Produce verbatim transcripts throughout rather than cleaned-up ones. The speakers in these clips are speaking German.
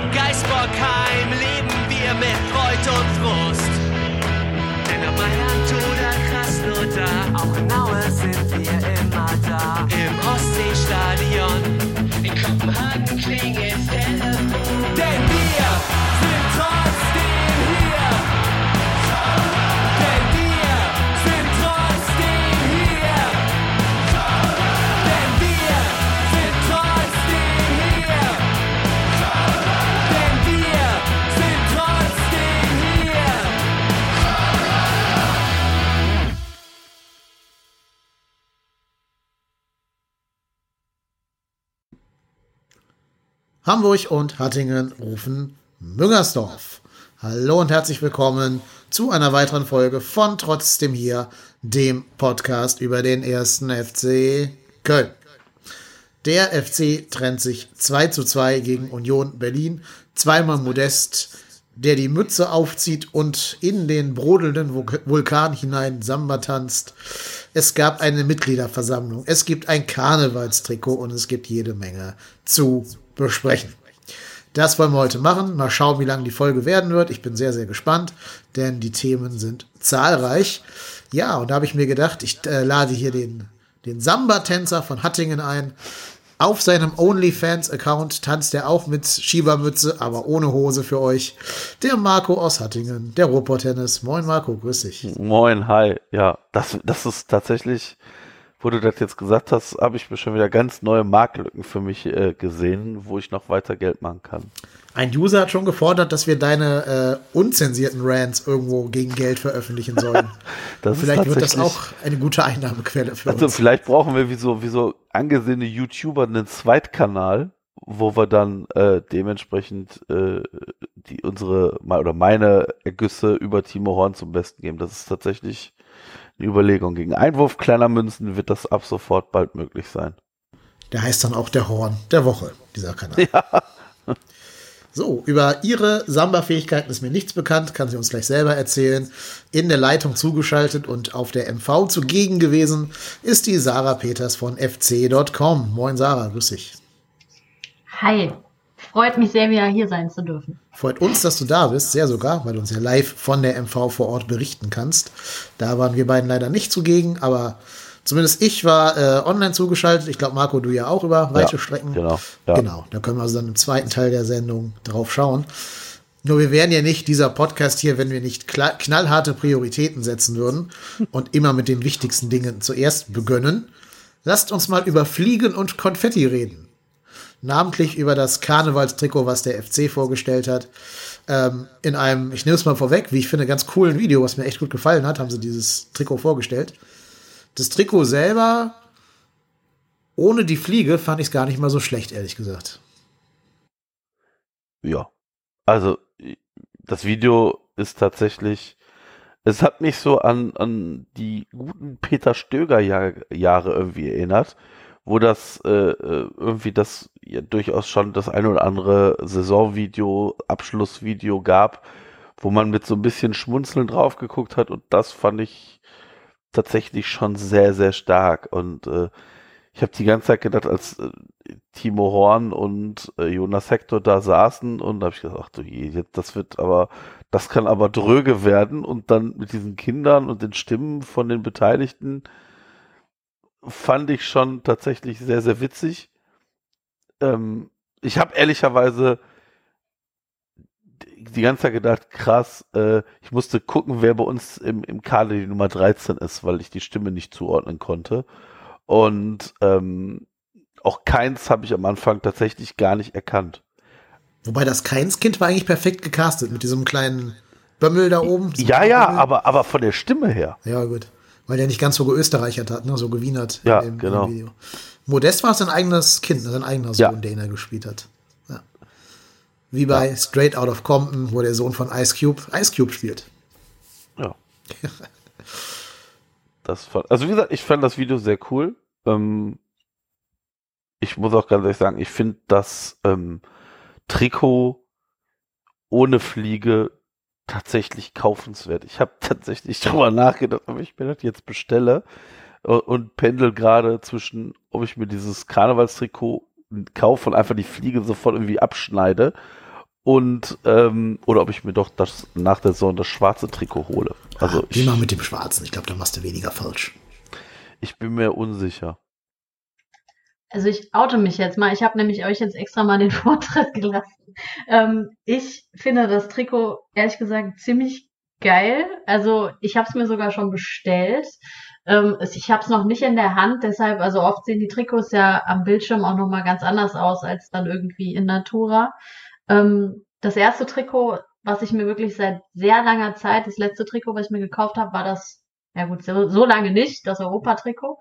Geisbockheim leben wir mit Freud und Frust. Denn ob Mailand oder Krasnodar, auch in Aue sind wir immer da. Im Ostseestadion, in Kopenhagen klingelt Telefon. Denn wir sind trotzdem hier. Denn wir sind trotzdem hier. Denn wir sind trotzdem hier. Denn wir sind trotzdem hier. Hamburg und Hattingen rufen Müngersdorf. Hallo und herzlich willkommen zu einer weiteren Folge von Trotzdem hier, dem Podcast über den ersten F C Köln. Der F C trennt sich zwei zu zwei gegen Union Berlin. Zweimal Modest, der die Mütze aufzieht und in den brodelnden Vulkan hinein Samba tanzt. Es gab eine Mitgliederversammlung, es gibt ein Karnevalstrikot und es gibt jede Menge zu besprechen. Das wollen wir heute machen. Mal schauen, wie lang die Folge werden wird. Ich bin sehr, sehr gespannt, denn die Themen sind zahlreich. Ja, und da habe ich mir gedacht, ich äh, lade hier den, den Samba-Tänzer von Hattingen ein. Auf seinem OnlyFans-Account tanzt er auch mit Schiebermütze, aber ohne Hose für euch. Der Marco aus Hattingen, der Ruhrpott-Tennis. Moin Marco, grüß dich. Moin, hi. Ja, das, das ist tatsächlich, wo du das jetzt gesagt hast, habe ich mir schon wieder ganz neue Marktlücken für mich äh, gesehen, wo ich noch weiter Geld machen kann. Ein User hat schon gefordert, dass wir deine äh, unzensierten Rants irgendwo gegen Geld veröffentlichen sollen. das vielleicht wird das auch eine gute Einnahmequelle für also uns. Also vielleicht brauchen wir wie so, wie so angesehene YouTuber einen Zweitkanal, wo wir dann äh, dementsprechend äh, die unsere oder meine Ergüsse über Timo Horn zum Besten geben. Das ist tatsächlich eine Überlegung. Gegen Einwurf kleiner Münzen wird das ab sofort bald möglich sein. Der heißt dann auch der Horn der Woche, dieser Kanal. Ja. So, über ihre Samba-Fähigkeiten ist mir nichts bekannt, kann sie uns gleich selber erzählen. In der Leitung zugeschaltet und auf der M V zugegen gewesen ist die Sarah Peters von F C Punkt com. Moin Sarah, grüß dich. Hi, freut mich sehr, wieder hier sein zu dürfen. Freut uns, dass du da bist, sehr sogar, weil du uns ja live von der M V vor Ort berichten kannst. Da waren wir beiden leider nicht zugegen, aber zumindest ich war äh, online zugeschaltet. Ich glaube, Marco, du ja auch über weite ja, Strecken. Genau, ja. Genau, da können wir also dann im zweiten Teil der Sendung drauf schauen. Nur wir wären ja nicht dieser Podcast hier, wenn wir nicht knallharte Prioritäten setzen würden und immer mit den wichtigsten Dingen zuerst begönnen. Lasst uns mal über Fliegen und Konfetti reden. Namentlich über das Karnevalstrikot, was der F C vorgestellt hat. Ähm, in einem, ich nehme es mal vorweg, wie ich finde, ganz coolen Video, was mir echt gut gefallen hat, haben sie dieses Trikot vorgestellt. Das Trikot selber, ohne die Fliege, fand ich es gar nicht mal so schlecht, ehrlich gesagt. Ja, also das Video ist tatsächlich, es hat mich so an, an die guten Peter Stöger-Jahre irgendwie erinnert, wo das äh, irgendwie das ja, durchaus schon das ein oder andere Saisonvideo, Abschlussvideo gab, wo man mit so ein bisschen Schmunzeln drauf geguckt hat und das fand ich tatsächlich schon sehr, sehr stark und äh, ich habe die ganze Zeit gedacht, als äh, Timo Horn und äh, Jonas Hector da saßen und da habe ich gedacht, ach du je, jetzt, das wird aber, das kann aber dröge werden und dann mit diesen Kindern und den Stimmen von den Beteiligten fand ich schon tatsächlich sehr, sehr witzig. Ähm, ich habe ehrlicherweise die ganze Zeit gedacht, krass, äh, ich musste gucken, wer bei uns im, im Kader die Nummer dreizehn ist, weil ich die Stimme nicht zuordnen konnte. Und ähm, auch Keins habe ich am Anfang tatsächlich gar nicht erkannt. Wobei das Keins-Kind war eigentlich perfekt gecastet mit diesem kleinen Bömmel da oben. Ja, ja, aber, aber von der Stimme her. Ja, gut. Weil der nicht ganz so geösterreichert hat, ne? So gewienert ja, in dem, genau. im Video. Modest war sein eigenes Kind, sein eigener Sohn, ja. den er gespielt hat. Ja. Wie bei ja. Straight Out of Compton, wo der Sohn von Ice Cube Ice Cube spielt. Ja. das fand, also wie gesagt, ich fand das Video sehr cool. Ähm, ich muss auch ganz ehrlich sagen, ich finde das ähm, Trikot ohne Fliege tatsächlich kaufenswert. Ich habe tatsächlich drüber nachgedacht, ob ich mir das jetzt bestelle und, und pendel gerade zwischen, ob ich mir dieses Karnevalstrikot kaufe und einfach die Fliege sofort irgendwie abschneide Und, ähm, oder ob ich mir doch das nach der Saison das schwarze Trikot hole. Also ah, geh mal mit dem schwarzen. Ich glaube, da machst du weniger falsch. Ich bin mir unsicher. Also ich oute mich jetzt mal. Ich habe nämlich euch jetzt extra mal den Vortritt gelassen. Ähm, ich finde das Trikot, ehrlich gesagt, ziemlich geil. Also ich habe es mir sogar schon bestellt. Ähm, ich habe es noch nicht in der Hand, deshalb, also oft sehen die Trikots ja am Bildschirm auch nochmal ganz anders aus als dann irgendwie in Natura. Ähm, das erste Trikot, was ich mir wirklich seit sehr langer Zeit, das letzte Trikot, was ich mir gekauft habe, war das, ja gut, so, so lange nicht, das Europa-Trikot.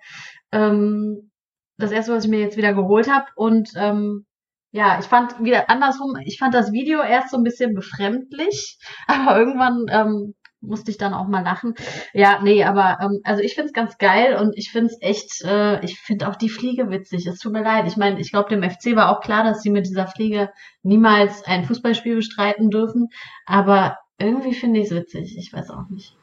Ähm, das erste, was ich mir jetzt wieder geholt habe. Und ähm, ja, ich fand wieder andersrum, ich fand das Video erst so ein bisschen befremdlich, aber irgendwann ähm, musste ich dann auch mal lachen. Ja, nee, aber ähm, also ich find's ganz geil und ich find's echt, äh, ich find auch die Fliege witzig. Es tut mir leid. Ich meine, ich glaube, dem F C war auch klar, dass sie mit dieser Fliege niemals ein Fußballspiel bestreiten dürfen. Aber irgendwie finde ich es witzig. Ich weiß auch nicht.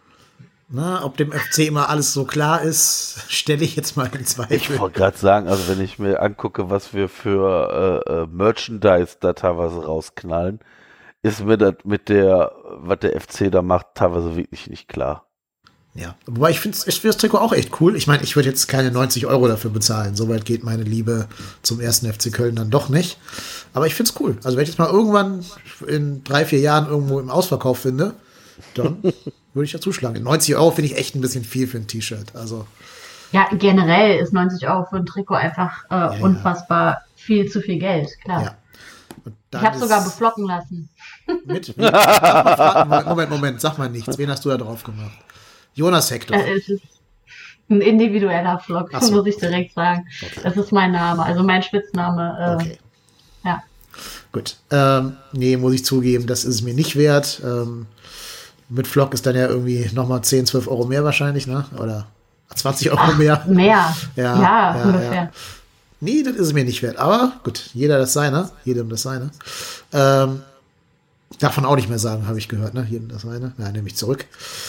Na, ob dem F C immer alles so klar ist, stelle ich jetzt mal in Zweifel. Ich wollte gerade sagen, also wenn ich mir angucke, was wir für äh, äh, Merchandise da teilweise rausknallen, ist mir das mit der, was der F C da macht, teilweise wirklich nicht klar. Ja, wobei ich finde ich find das Trikot auch echt cool. Ich meine, ich würde jetzt keine neunzig Euro dafür bezahlen. Soweit geht meine Liebe zum ersten F C Köln dann doch nicht. Aber ich finde es cool. Also wenn ich jetzt mal irgendwann in drei, vier Jahren irgendwo im Ausverkauf finde, dann würde ich ja zuschlagen. neunzig Euro finde ich echt ein bisschen viel für ein T-Shirt. Also ja, generell ist neunzig Euro für ein Trikot einfach äh, ja, unfassbar ja. viel zu viel Geld, klar. Ja. Ich habe sogar beflocken lassen. Mit? Moment, Moment, Moment, sag mal nichts. Wen hast du da drauf gemacht? Jonas Hector. Äh, es ist ein individueller Vlog, so. Muss ich direkt sagen. Okay. Das ist mein Name, also mein Spitzname. Äh, okay. Ja. Gut. Ähm, nee, muss ich zugeben, das ist es mir nicht wert. Ähm, mit Vlog ist dann ja irgendwie nochmal zehn, zwölf Euro mehr wahrscheinlich, ne? Oder zwanzig Euro Ach, mehr. Mehr. Ja, ja, ja ungefähr. Ja. Nee, das ist es mir nicht wert. Aber gut, jeder das seine. Jedem das seine. Ähm, darf man auch nicht mehr sagen, habe ich gehört, ne? Jedem das seine. Nein, nehme ich zurück.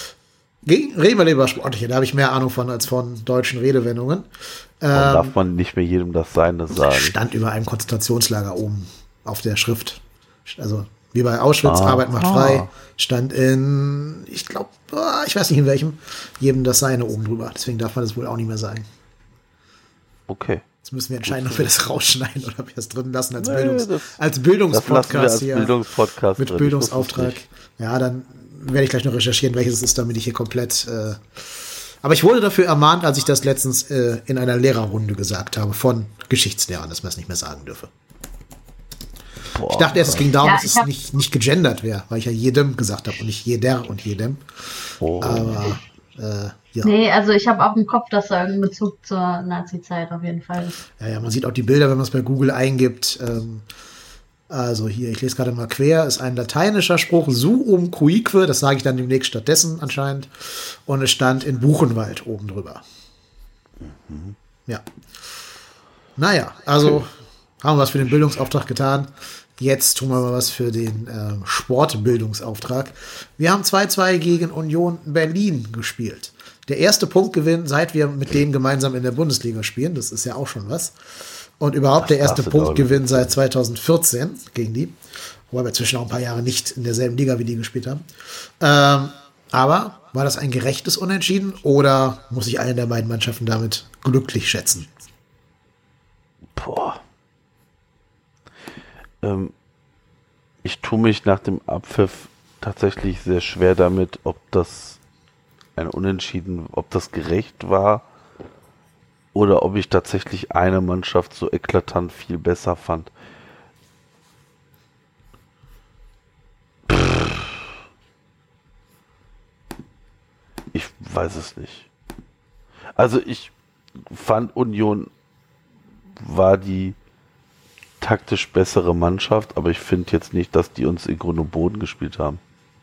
Reden wir lieber sportliche. Da habe ich mehr Ahnung von als von deutschen Redewendungen. Ähm, darf man nicht mehr jedem das seine sagen. Stand über einem Konzentrationslager oben auf der Schrift. Also wie bei Auschwitz, ah, Arbeit macht ah. frei. Stand in, ich glaube, ich weiß nicht in welchem, jedem das seine oben drüber. Deswegen darf man das wohl auch nicht mehr sagen. Okay. Jetzt müssen wir entscheiden, ob wir das rausschneiden oder ob wir es drin lassen als, nee, Bildungs, das, als Bildungspodcast das als hier. Bildungspodcast mit drin. Bildungsauftrag. Ja, dann werde ich gleich noch recherchieren, welches es ist, damit ich hier komplett. Äh Aber ich wurde dafür ermahnt, als ich das letztens äh, in einer Lehrerrunde gesagt habe, von Geschichtslehrern, dass man es nicht mehr sagen dürfe. Boah, ich dachte erst, es ging darum, ja, dass es nicht, nicht gegendert wäre, weil ich ja jedem gesagt habe und nicht jeder und jedem. Oh. Aber äh, ja. Nee, also ich habe auch im Kopf, dass da irgendein Bezug zur Nazi-Zeit auf jeden Fall ist. Ja, ja, man sieht auch die Bilder, wenn man es bei Google eingibt. Ähm, also hier, ich lese gerade mal quer, ist ein lateinischer Spruch, suum cuique, das sage ich dann demnächst stattdessen anscheinend. Und es stand in Buchenwald oben drüber. Mhm. Ja. Naja, also haben wir was für den Bildungsauftrag getan. Jetzt tun wir mal was für den äh, Sportbildungsauftrag. Wir haben zwei zwei gegen Union Berlin gespielt. Der erste Punktgewinn, seit wir mit denen gemeinsam in der Bundesliga spielen. Das ist ja auch schon was. Und überhaupt das der erste Punktgewinn seit zweitausendvierzehn gegen die. Wobei wir zwischen auch ein paar Jahre nicht in derselben Liga wie die gespielt haben. Ähm, aber war das ein gerechtes Unentschieden oder muss ich eine der beiden Mannschaften damit glücklich schätzen? Boah. Ähm, ich tue mich nach dem Abpfiff tatsächlich sehr schwer damit, ob das ein Unentschieden, ob das gerecht war oder ob ich tatsächlich eine Mannschaft so eklatant viel besser fand. Ich weiß es nicht. Also ich fand, Union war die taktisch bessere Mannschaft, aber ich finde jetzt nicht, dass die uns in Grund und Boden gespielt haben.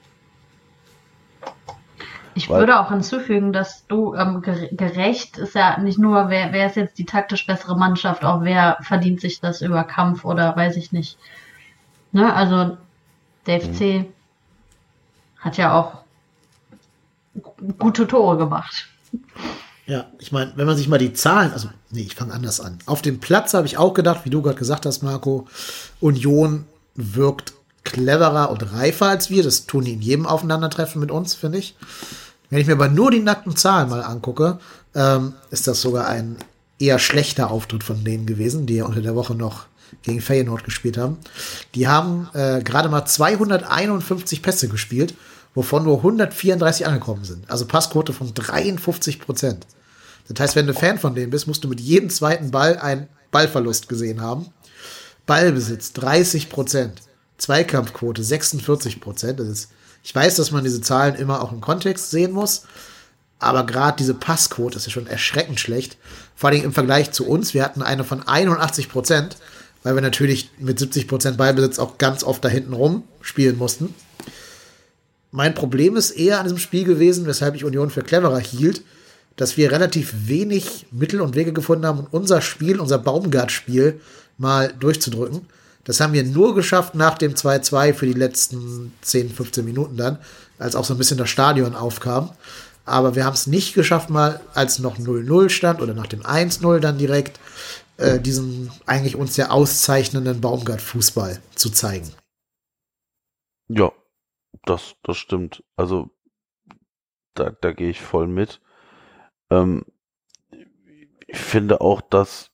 Ich Weil, würde auch hinzufügen, dass du ähm, gerecht ist ja nicht nur, wer, wer ist jetzt die taktisch bessere Mannschaft, auch wer verdient sich das über Kampf oder weiß ich nicht. Ne? Also der F C hm. hat ja auch gute Tore gemacht. Ja, ich meine, wenn man sich mal die Zahlen, also nee, ich fange anders an. Auf dem Platz habe ich auch gedacht, wie du gerade gesagt hast, Marco, Union wirkt cleverer und reifer als wir. Das tun die in jedem Aufeinandertreffen mit uns, finde ich. Wenn ich mir aber nur die nackten Zahlen mal angucke, ähm, ist das sogar ein eher schlechter Auftritt von denen gewesen, die ja unter der Woche noch gegen Feyenoord gespielt haben. Die haben äh, gerade mal zweihunderteinundfünfzig Pässe gespielt, wovon nur hundertvierunddreißig angekommen sind. Also Passquote von dreiundfünfzig Prozent. Das heißt, wenn du Fan von denen bist, musst du mit jedem zweiten Ball einen Ballverlust gesehen haben. Ballbesitz dreißig Prozent. Zweikampfquote sechsundvierzig Prozent. Das ist, ich weiß, dass man diese Zahlen immer auch im Kontext sehen muss, aber gerade diese Passquote ist ja schon erschreckend schlecht. Vor allem im Vergleich zu uns. Wir hatten eine von einundachtzig Prozent, weil wir natürlich mit siebzig Prozent Ballbesitz auch ganz oft da hinten rum spielen mussten. Mein Problem ist eher an diesem Spiel gewesen, weshalb ich Union für cleverer hielt, dass wir relativ wenig Mittel und Wege gefunden haben, um unser Spiel, unser Baumgart-Spiel mal durchzudrücken. Das haben wir nur geschafft nach dem zwei zwei für die letzten zehn, fünfzehn Minuten dann, als auch so ein bisschen das Stadion aufkam. Aber wir haben es nicht geschafft, mal als noch null null stand oder nach dem eins null dann direkt äh, diesen eigentlich uns sehr auszeichnenden Baumgart-Fußball zu zeigen. Ja, das, das stimmt. Also da, da gehe ich voll mit. Ähm, ich finde auch, dass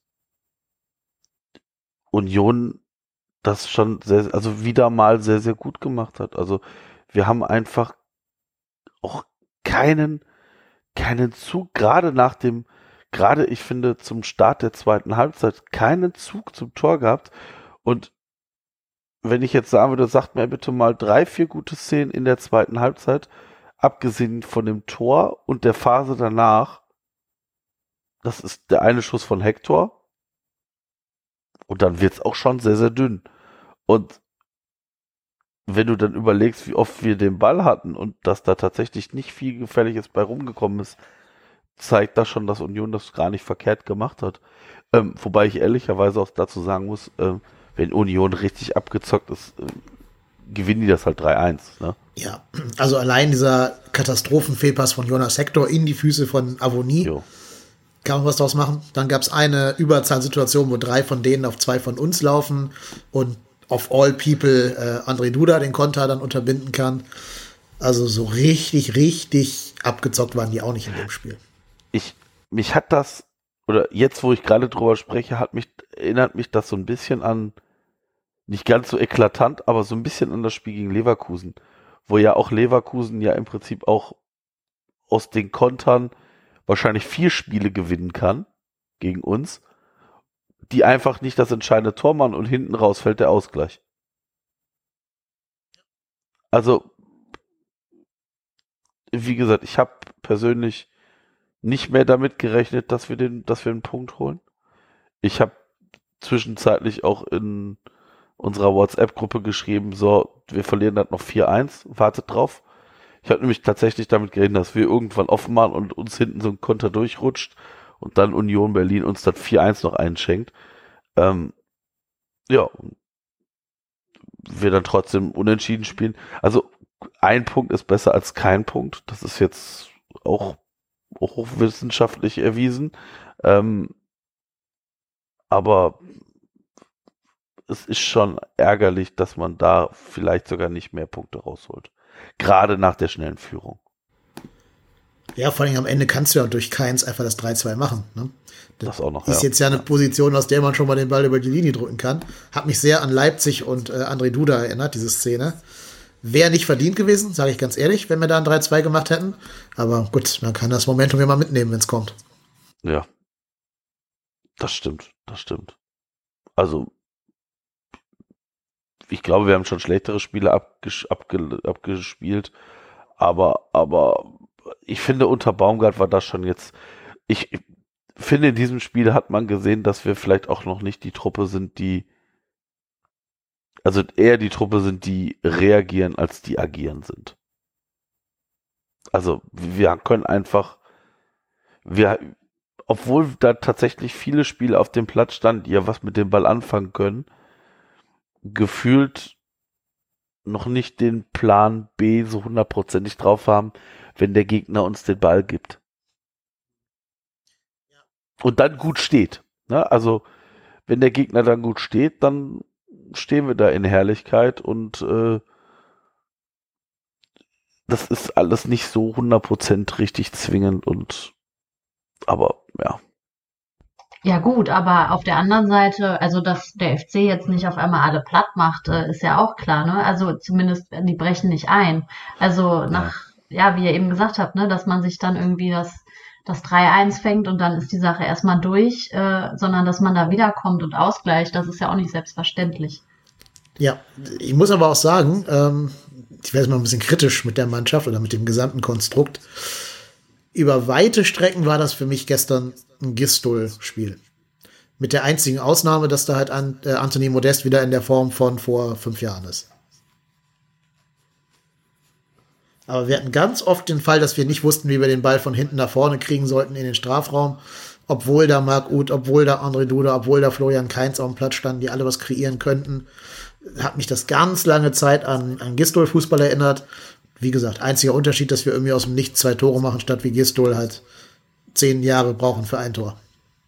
Union das schon sehr, also wieder mal sehr, sehr gut gemacht hat. Also wir haben einfach auch keinen, keinen Zug, gerade nach dem, gerade ich finde zum Start der zweiten Halbzeit, keinen Zug zum Tor gehabt. Und wenn ich jetzt sagen würde, sagt mir bitte mal drei, vier gute Szenen in der zweiten Halbzeit, abgesehen von dem Tor und der Phase danach. Das ist der eine Schuss von Hector. Und dann wird's auch schon sehr, sehr dünn. Und wenn du dann überlegst, wie oft wir den Ball hatten und dass da tatsächlich nicht viel Gefährliches bei rumgekommen ist, zeigt das schon, dass Union das gar nicht verkehrt gemacht hat. Ähm, wobei ich ehrlicherweise auch dazu sagen muss, ähm, wenn Union richtig abgezockt ist, äh, gewinnen die das halt drei eins. Ne? Ja, also allein dieser Katastrophenfehlpass von Jonas Hector in die Füße von Avonie, jo. Kann man was draus machen. Dann gab es eine Überzahlsituation, wo drei von denen auf zwei von uns laufen und of all people äh, André Duda den Konter dann unterbinden kann. Also so richtig, richtig abgezockt waren die auch nicht in dem Spiel. Ich, mich hat das, oder jetzt, wo ich gerade drüber spreche, hat mich, erinnert mich das so ein bisschen an, nicht ganz so eklatant, aber so ein bisschen an das Spiel gegen Leverkusen, wo ja auch Leverkusen ja im Prinzip auch aus den Kontern wahrscheinlich vier Spiele gewinnen kann gegen uns, die einfach nicht das entscheidende Tor machen und hinten raus fällt der Ausgleich. Also, wie gesagt, ich habe persönlich nicht mehr damit gerechnet, dass wir den, dass wir einen Punkt holen. Ich habe zwischenzeitlich auch in unserer WhatsApp-Gruppe geschrieben, so, wir verlieren das noch vier eins, wartet drauf. Ich habe nämlich tatsächlich damit gerechnet, dass wir irgendwann offen machen und uns hinten so ein Konter durchrutscht und dann Union Berlin uns das vier eins noch einschenkt. Ähm, ja, wir dann trotzdem unentschieden spielen. Also ein Punkt ist besser als kein Punkt. Das ist jetzt auch hochwissenschaftlich erwiesen. Ähm, aber es ist schon ärgerlich, dass man da vielleicht sogar nicht mehr Punkte rausholt. Gerade nach der schnellen Führung. Ja, vor allem am Ende kannst du ja durch keins einfach das drei zwei machen. Ne? Das, das auch noch, ist ja. jetzt ja eine Position, aus der man schon mal den Ball über die Linie drücken kann. Hat mich sehr an Leipzig und äh, André Duda erinnert, diese Szene. Wäre nicht verdient gewesen, sage ich ganz ehrlich, wenn wir da ein drei zwei gemacht hätten. Aber gut, man kann das Momentum ja mal mitnehmen, wenn es kommt. Ja, das stimmt, das stimmt. Also, ich glaube, wir haben schon schlechtere Spiele abges- abge- abgespielt, aber, aber ich finde, unter Baumgart war das schon jetzt, ich, ich finde, in diesem Spiel hat man gesehen, dass wir vielleicht auch noch nicht die Truppe sind, die, also eher die Truppe sind, die reagieren, als die agieren sind. Also wir können einfach, wir, obwohl da tatsächlich viele Spiele auf dem Platz standen, die ja was mit dem Ball anfangen können, gefühlt noch nicht den Plan B so hundertprozentig drauf haben, wenn der Gegner uns den Ball gibt. Und dann gut steht. Ne? Also, wenn der Gegner dann gut steht, dann stehen wir da in Herrlichkeit und äh, das ist alles nicht so hundert Prozent richtig zwingend und aber ja. Ja gut, aber auf der anderen Seite, also dass der F C jetzt nicht auf einmal alle platt macht, äh, ist ja auch klar, ne? Also zumindest, äh, die brechen nicht ein. Also nach, ja, wie ihr eben gesagt habt, ne, dass man sich dann irgendwie das, das drei eins fängt und dann ist die Sache erstmal durch, äh, sondern dass man da wiederkommt und ausgleicht, das ist ja auch nicht selbstverständlich. Ja, ich muss aber auch sagen, ähm, ich werde mal ein bisschen kritisch mit der Mannschaft oder mit dem gesamten Konstrukt. Über weite Strecken war das für mich gestern ein Gistol-Spiel. Mit der einzigen Ausnahme, dass da halt an, äh, Anthony Modest wieder in der Form von vor fünf Jahren ist. Aber wir hatten ganz oft den Fall, dass wir nicht wussten, wie wir den Ball von hinten nach vorne kriegen sollten in den Strafraum. Obwohl da Marc Uth, obwohl da André Duda, obwohl da Florian Kainz auf dem Platz standen, die alle was kreieren könnten, hat mich das ganz lange Zeit an, an Gistol-Fußball erinnert. Wie gesagt, einziger Unterschied, dass wir irgendwie aus dem Nichts zwei Tore machen, statt wie Gistol halt zehn Jahre brauchen für ein Tor.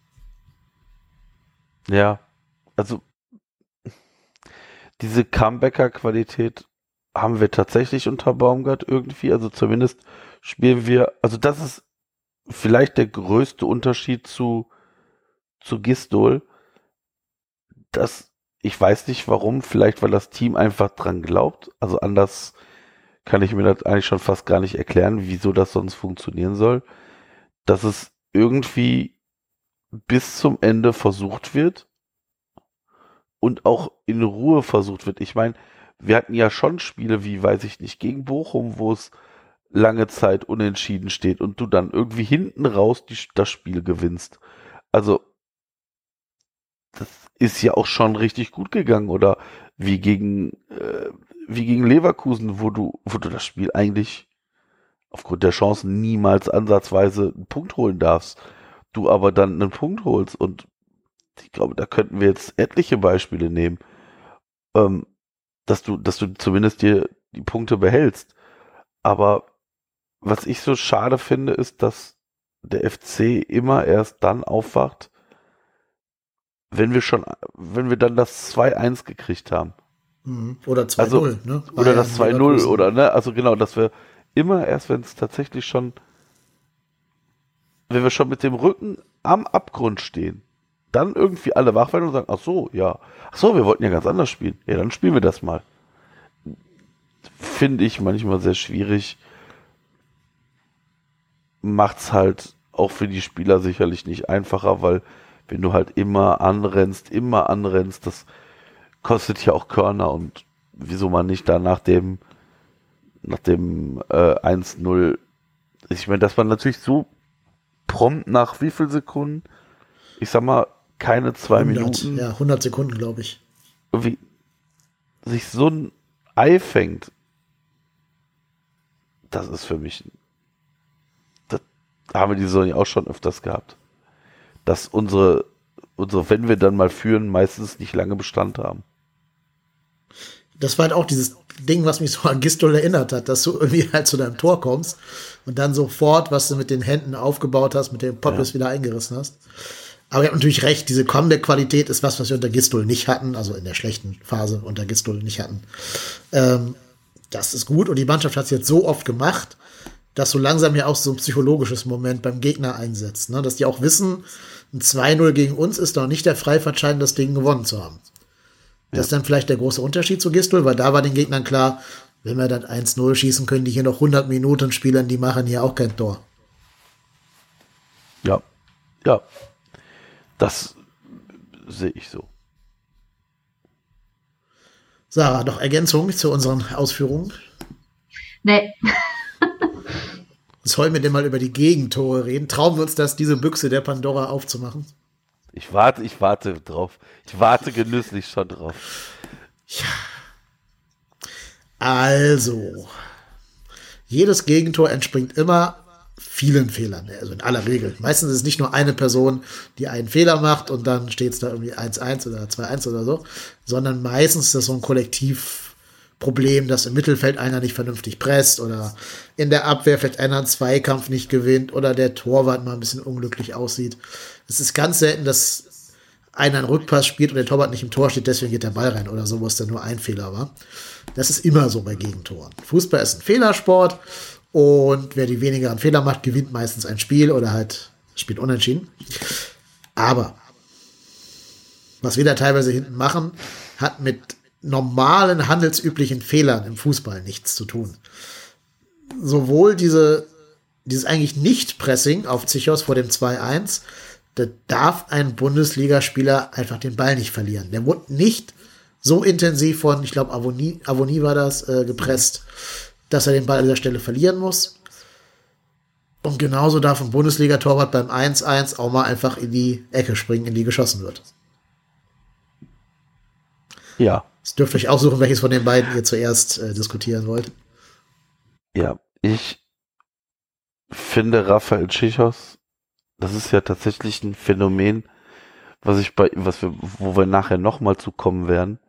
Ja, also diese Comebacker-Qualität haben wir tatsächlich unter Baumgart irgendwie, also zumindest spielen wir, also das ist vielleicht der größte Unterschied zu, zu Gistol, dass ich weiß nicht warum, vielleicht weil das Team einfach dran glaubt, also anders kann ich mir das eigentlich schon fast gar nicht erklären, wieso das sonst funktionieren soll, dass es irgendwie bis zum Ende versucht wird und auch in Ruhe versucht wird. Ich meine, wir hatten ja schon Spiele wie, weiß ich nicht, gegen Bochum, wo es lange Zeit unentschieden steht und du dann irgendwie hinten raus die, das Spiel gewinnst. Also, das ist ja auch schon richtig gut gegangen. Oder wie gegen, äh, wie gegen Leverkusen, wo du, wo du das Spiel eigentlich aufgrund der Chancen niemals ansatzweise einen Punkt holen darfst. Du aber dann einen Punkt holst und ich glaube, da könnten wir jetzt etliche Beispiele nehmen, ähm, dass du, dass du zumindest dir die Punkte behältst. Aber was ich so schade finde, ist, dass der F C immer erst dann aufwacht, wenn wir schon, wenn wir dann das zwei eins gekriegt haben. Oder zwei null, also, ne? Oder das zwei null, oder, ne? Also genau, dass wir immer erst, wenn es tatsächlich schon, wenn wir schon mit dem Rücken am Abgrund stehen, dann irgendwie alle wach werden und sagen, ach so, ja, ach so, wir wollten ja ganz anders spielen. Ja, dann spielen wir das mal. Finde ich manchmal sehr schwierig. Macht's halt auch für die Spieler sicherlich nicht einfacher, weil wenn du halt immer anrennst, immer anrennst, das kostet ja auch Körner und wieso man nicht da nach dem nach dem äh, eins null, ich meine, dass man natürlich so prompt nach wie viel Sekunden, ich sag mal, keine zwei hundert, Minuten. Ja, hundert Sekunden, glaube ich. Irgendwie sich so ein Ei fängt, das ist für mich, das haben wir die Saison ja auch schon öfters gehabt, dass unsere, unsere, wenn wir dann mal führen, meistens nicht lange Bestand haben. Das war halt auch dieses Ding, was mich so an Gistol erinnert hat, dass du irgendwie halt zu deinem Tor kommst und dann sofort, was du mit den Händen aufgebaut hast, mit dem Poppes ja. wieder eingerissen hast. Aber ihr habt natürlich recht, diese Comeback-Qualität ist was, was wir unter Gistol nicht hatten, also in der schlechten Phase unter Gistol nicht hatten. Ähm, das ist gut und die Mannschaft hat es jetzt so oft gemacht, dass so langsam ja auch so ein psychologisches Moment beim Gegner einsetzt, ne? Dass die auch wissen, ein zwei null gegen uns ist noch nicht der Freifahrtschein, das Ding gewonnen zu haben. Das ja. ist dann vielleicht der große Unterschied zu Gistol, weil da war den Gegnern klar, wenn wir dann eins null schießen, können die hier noch hundert Minuten spielen, die machen hier auch kein Tor. Ja, ja, das sehe ich so. Sarah, noch Ergänzung zu unseren Ausführungen? Nee. Sollen wir denn mal über die Gegentore reden? Trauen wir uns das, diese Büchse der Pandora aufzumachen? Ich warte, ich warte drauf. Ich warte genüsslich schon drauf. Ja. Also, jedes Gegentor entspringt immer vielen Fehlern, also in aller Regel. Meistens ist es nicht nur eine Person, die einen Fehler macht und dann steht es da irgendwie eins eins oder zwei eins oder so, sondern meistens ist das so ein Kollektivproblem, dass im Mittelfeld einer nicht vernünftig presst oder in der Abwehr vielleicht einer einen Zweikampf nicht gewinnt oder der Torwart mal ein bisschen unglücklich aussieht. Es ist ganz selten, dass einer einen Rückpass spielt und der Torwart nicht im Tor steht, deswegen geht der Ball rein oder so, wo es dann nur ein Fehler war. Das ist immer so bei Gegentoren. Fußball ist ein Fehlersport und wer die wenigeren Fehler macht, gewinnt meistens ein Spiel oder halt spielt unentschieden. Aber was wir da teilweise hinten machen, hat mit normalen, handelsüblichen Fehlern im Fußball nichts zu tun. Sowohl diese, dieses eigentlich Nicht-Pressing auf Zichos vor dem zwei eins, da darf ein Bundesligaspieler einfach den Ball nicht verlieren. Der wurde nicht so intensiv von, ich glaube, Avoni, Avoni war das, äh, gepresst, dass er den Ball an dieser Stelle verlieren muss. Und genauso darf ein Bundesliga-Torwart beim eins eins auch mal einfach in die Ecke springen, in die geschossen wird. Ja. Das dürft ihr euch aussuchen, welches von den beiden ihr zuerst äh, diskutieren wollt. Ja, ich finde Rafael Zichos, das ist ja tatsächlich ein Phänomen, was ich bei, was wir, wo wir nachher nochmal zu kommen werden.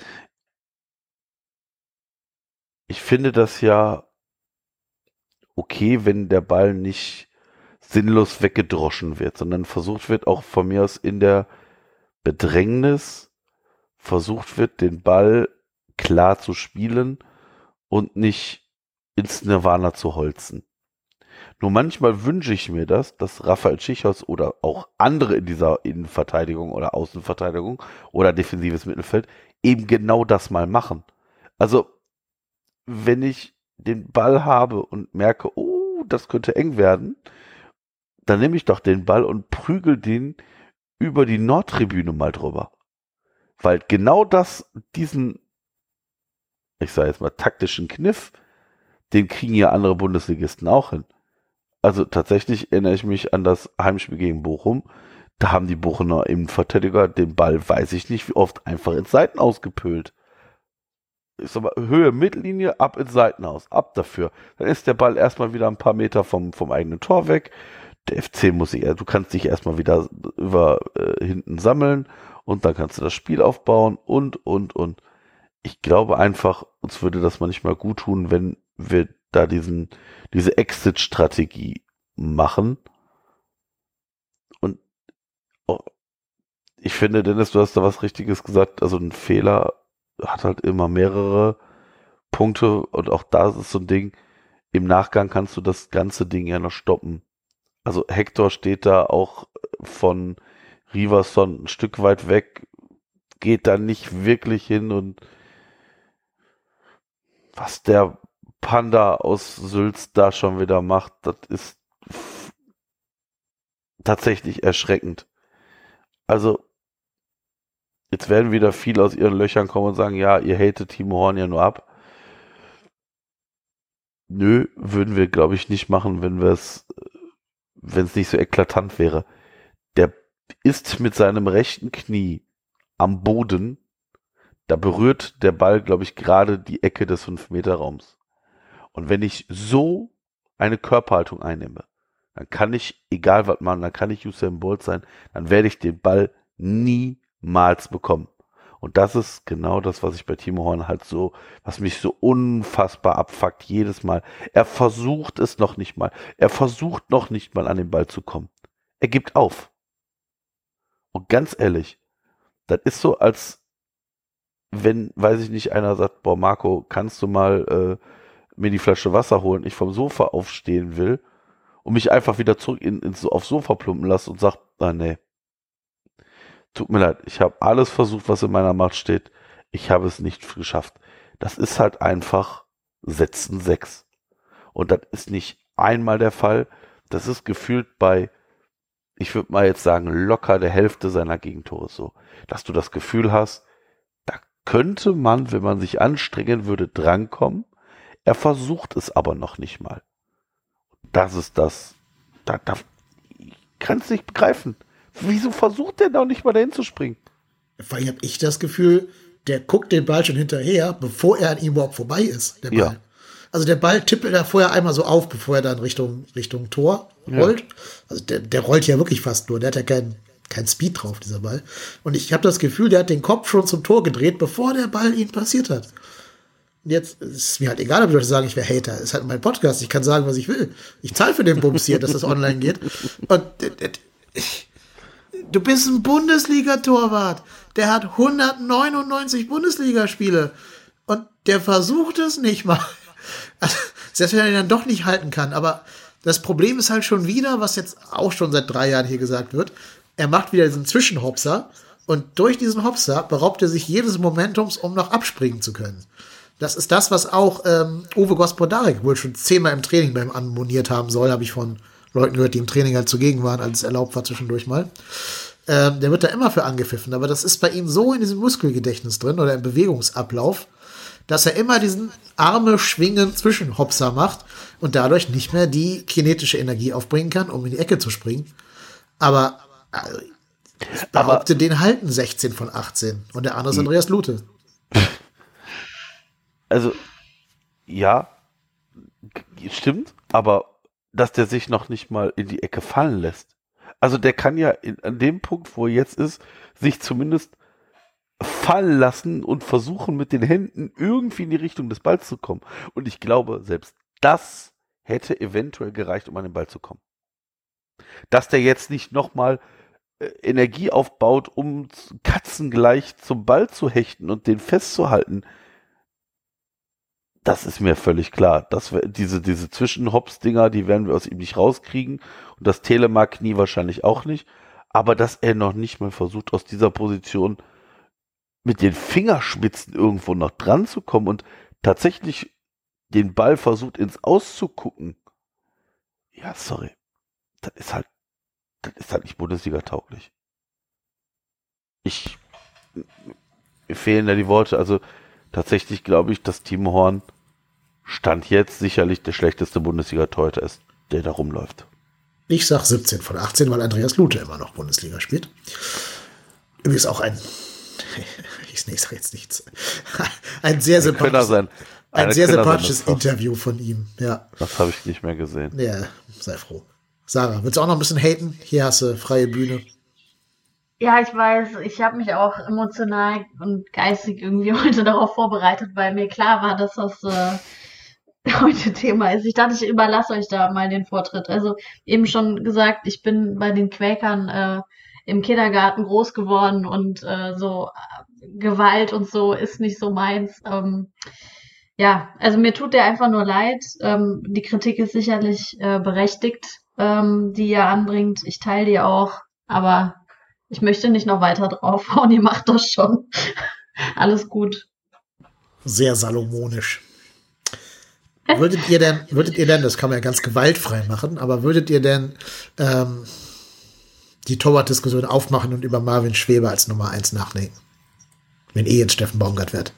Ich finde das ja okay, wenn der Ball nicht sinnlos weggedroschen wird, sondern versucht wird, auch von mir aus in der Bedrängnis versucht wird, den Ball klar zu spielen und nicht ins Nirvana zu holzen. Nur manchmal wünsche ich mir das, dass Rafael Zichos oder auch andere in dieser Innenverteidigung oder Außenverteidigung oder defensives Mittelfeld eben genau das mal machen. Also, wenn ich den Ball habe und merke, oh, das könnte eng werden, dann nehme ich doch den Ball und prügel den über die Nordtribüne mal drüber. Weil genau das, diesen, ich sage jetzt mal, taktischen Kniff, den kriegen ja andere Bundesligisten auch hin. Also tatsächlich erinnere ich mich an das Heimspiel gegen Bochum. Da haben die Bochumer Innenverteidiger den Ball, weiß ich nicht, wie oft, einfach ins Seitenaus gepölt. Ich sag mal, Höhe, Mittellinie, ab ins Seitenaus, ab dafür. Dann ist der Ball erstmal wieder ein paar Meter vom, vom eigenen Tor weg. Der F C muss sich, du kannst dich erstmal wieder über äh, hinten sammeln und dann kannst du das Spiel aufbauen und, und, und. Ich glaube einfach, uns würde das manchmal gut tun, wenn wir da diesen, diese Exit-Strategie machen. Und oh, ich finde, Dennis, du hast da was Richtiges gesagt, also ein Fehler hat halt immer mehrere Punkte und auch da ist so ein Ding, im Nachgang kannst du das ganze Ding ja noch stoppen. Also Hector steht da auch von Riverson ein Stück weit weg, geht da nicht wirklich hin und was der Panda aus Sülz da schon wieder macht, das ist f- tatsächlich erschreckend. Also jetzt werden wieder viele aus ihren Löchern kommen und sagen, ja, ihr hatet Timo Horn ja nur ab. Nö, würden wir, glaube ich, nicht machen, wenn wir es, wenn es nicht so eklatant wäre. Der ist mit seinem rechten Knie am Boden, da berührt der Ball, glaube ich, gerade die Ecke des fünf Meter Raums. Und wenn ich so eine Körperhaltung einnehme, dann kann ich, egal was machen, dann kann ich Usain Bolt sein, dann werde ich den Ball niemals bekommen. Und das ist genau das, was ich bei Timo Horn halt so, was mich so unfassbar abfuckt jedes Mal. Er versucht es noch nicht mal. Er versucht noch nicht mal an den Ball zu kommen. Er gibt auf. Und ganz ehrlich, das ist so, als wenn, weiß ich nicht, einer sagt, boah Marco, kannst du mal äh, mir die Flasche Wasser holen, ich vom Sofa aufstehen will und mich einfach wieder zurück in, in, so aufs Sofa plumpen lasse und sagt, ah nee, tut mir leid, ich habe alles versucht, was in meiner Macht steht, ich habe es nicht geschafft. Das ist halt einfach Setzen sechs. Und das ist nicht einmal der Fall, das ist gefühlt bei, ich würde mal jetzt sagen, locker der Hälfte seiner Gegentore so, dass du das Gefühl hast, da könnte man, wenn man sich anstrengen würde, drankommen. Er versucht es aber noch nicht mal. Das ist das, da, da ich kann es nicht begreifen. Wieso versucht der noch nicht mal dahin zu springen? Vor allem habe ich das Gefühl, der guckt den Ball schon hinterher, bevor er an ihm überhaupt vorbei ist, der Ball. Ja. Also der Ball tippelt da vorher einmal so auf, bevor er dann Richtung, Richtung Tor rollt. Ja. Also der, der rollt ja wirklich fast nur, der hat ja keinen kein Speed drauf, dieser Ball. Und ich habe das Gefühl, der hat den Kopf schon zum Tor gedreht, bevor der Ball ihn passiert hat. Und jetzt ist es mir halt egal, ob die Leute sagen, ich wäre Hater. Es ist halt mein Podcast, ich kann sagen, was ich will. Ich zahle für den Bums hier, dass das online geht. Und du bist ein Bundesliga-Torwart. Der hat hundertneunundneunzig Bundesligaspiele. Und der versucht es nicht mal. Also, selbst wenn er ihn dann doch nicht halten kann. Aber das Problem ist halt schon wieder, was jetzt auch schon seit drei Jahren hier gesagt wird, er macht wieder diesen Zwischenhopser. Und durch diesen Hopser beraubt er sich jedes Momentums, um noch abspringen zu können. Das ist das, was auch ähm, Uwe Gospodarek wohl schon zehnmal im Training beim anmoniert haben soll, habe ich von Leuten gehört, die im Training halt zugegen waren, als es erlaubt war zwischendurch mal. Ähm, der wird da immer für angepfiffen, aber das ist bei ihm so in diesem Muskelgedächtnis drin oder im Bewegungsablauf, dass er immer diesen Arme schwingen Zwischenhopser macht und dadurch nicht mehr die kinetische Energie aufbringen kann, um in die Ecke zu springen. Aber also, ich behaupte, aber den halten sechzehn von achtzehn und der andere ist Andreas Lute. Also, ja, stimmt, aber dass der sich noch nicht mal in die Ecke fallen lässt. Also der kann ja in, an dem Punkt, wo er jetzt ist, sich zumindest fallen lassen und versuchen, mit den Händen irgendwie in die Richtung des Balls zu kommen. Und ich glaube, selbst das hätte eventuell gereicht, um an den Ball zu kommen. Dass der jetzt nicht nochmal äh, Energie aufbaut, um katzengleich zum Ball zu hechten und den festzuhalten, das ist mir völlig klar. Das wär, diese, diese Zwischenhops-Dinger, die werden wir aus ihm nicht rauskriegen. Und das Telemark-Knie wahrscheinlich auch nicht. Aber dass er noch nicht mal versucht, aus dieser Position mit den Fingerspitzen irgendwo noch dran zu kommen und tatsächlich den Ball versucht, ins Auszugucken. Ja, sorry. Das ist halt, das ist halt nicht Bundesliga-tauglich. Ich, mir fehlen da die Worte. Also, tatsächlich glaube ich, dass Timo Horn Stand jetzt sicherlich der schlechteste Bundesliga-Torhüter ist, der da rumläuft. Ich sag siebzehn von achtzehn, weil Andreas Lute immer noch Bundesliga spielt. Übrigens auch ein, ich sage jetzt nichts, ein sehr sympathisches, ein ein sehr sympathisches Interview von ihm. Ja. Das habe ich nicht mehr gesehen. Ja, sei froh. Sarah, willst du auch noch ein bisschen haten? Hier hast du freie Bühne. Ja, ich weiß, ich habe mich auch emotional und geistig irgendwie heute darauf vorbereitet, weil mir klar war, dass das äh, heute Thema ist. Ich dachte, ich überlasse euch da mal den Vortritt. Also eben schon gesagt, ich bin bei den Quäkern äh, im Kindergarten groß geworden und äh, so äh, Gewalt und so ist nicht so meins. Ähm, ja, also mir tut der einfach nur leid. Ähm, die Kritik ist sicherlich äh, berechtigt, ähm, die ihr anbringt. Ich teile die auch, aber ich möchte nicht noch weiter draufhauen, ihr macht das schon. Alles gut. Sehr salomonisch. Würdet ihr denn, würdet ihr denn, das kann man ja ganz gewaltfrei machen, aber würdet ihr denn ähm, die Torwart-Diskussion aufmachen und über Marvin Schwebe als Nummer eins nachdenken? Wenn eh jetzt Steffen Baumgart wird.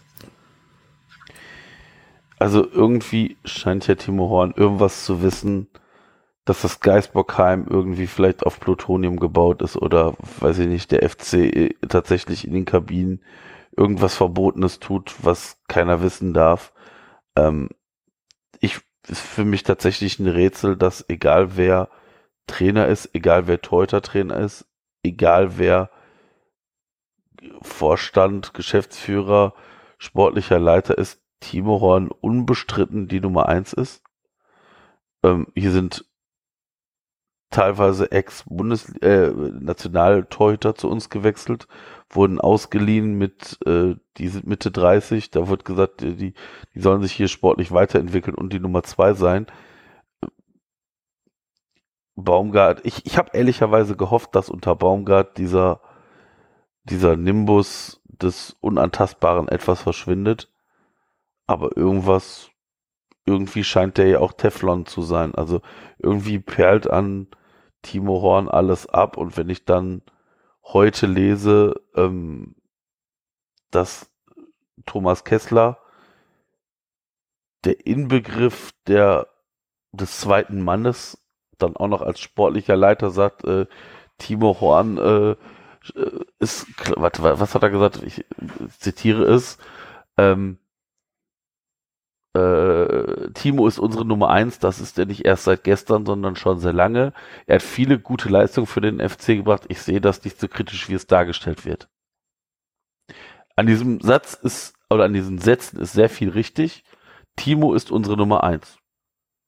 Also irgendwie scheint ja Timo Horn irgendwas zu wissen, dass das Geisbockheim irgendwie vielleicht auf Plutonium gebaut ist oder, weiß ich nicht, der F C tatsächlich in den Kabinen irgendwas Verbotenes tut, was keiner wissen darf. Ähm, ich ist für mich tatsächlich ein Rätsel, dass egal wer Trainer ist, egal wer Torhüter-Trainer ist, egal wer Vorstand, Geschäftsführer, sportlicher Leiter ist, Timo Horn unbestritten die Nummer eins ist. Ähm, hier sind teilweise Ex-Bundes-Nationaltorhüter äh, zu uns gewechselt, wurden ausgeliehen mit, äh, die sind Mitte dreißig, da wird gesagt, die, die sollen sich hier sportlich weiterentwickeln und die Nummer zwei sein. Baumgart, ich, ich habe ehrlicherweise gehofft, dass unter Baumgart dieser, dieser Nimbus des Unantastbaren etwas verschwindet, aber irgendwas, irgendwie scheint der ja auch Teflon zu sein, also irgendwie perlt an Timo Horn alles ab und wenn ich dann heute lese, ähm, dass Thomas Kessler, der Inbegriff der, des zweiten Mannes, dann auch noch als sportlicher Leiter sagt, äh, Timo Horn äh, ist, warte, was hat er gesagt? Ich zitiere es, ähm, Äh, Timo ist unsere Nummer eins, das ist er nicht erst seit gestern, sondern schon sehr lange. Er hat viele gute Leistungen für den F C gebracht. Ich sehe das nicht so kritisch, wie es dargestellt wird. An diesem Satz ist, oder an diesen Sätzen ist sehr viel richtig. Timo ist unsere Nummer eins.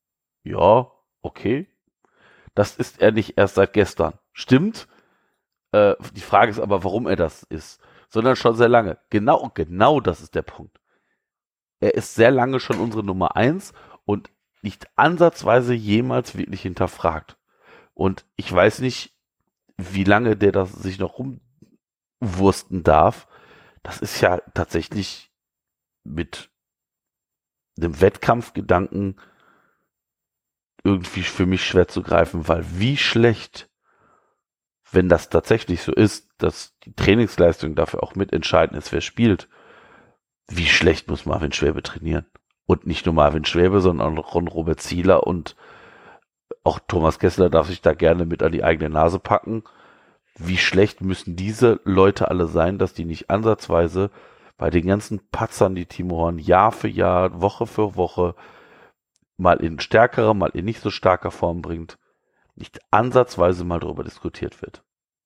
Ja, okay. Das ist er nicht erst seit gestern. Stimmt. Äh, die Frage ist aber, warum er das ist. Sondern schon sehr lange. Genau, genau das ist der Punkt. Er ist sehr lange schon unsere Nummer eins und nicht ansatzweise jemals wirklich hinterfragt. Und ich weiß nicht, wie lange der das sich noch rumwursten darf. Das ist ja tatsächlich mit dem Wettkampfgedanken irgendwie für mich schwer zu greifen, weil wie schlecht, wenn das tatsächlich so ist, dass die Trainingsleistung dafür auch mitentscheidend ist, wer spielt, wie schlecht muss Marvin Schwäbe trainieren? Und nicht nur Marvin Schwäbe, sondern auch Robert Zieler und auch Thomas Kessler darf sich da gerne mit an die eigene Nase packen. Wie schlecht müssen diese Leute alle sein, dass die nicht ansatzweise bei den ganzen Patzern, die Timo Horn Jahr für Jahr, Woche für Woche mal in stärkerer, mal in nicht so starker Form bringt, nicht ansatzweise mal darüber diskutiert wird.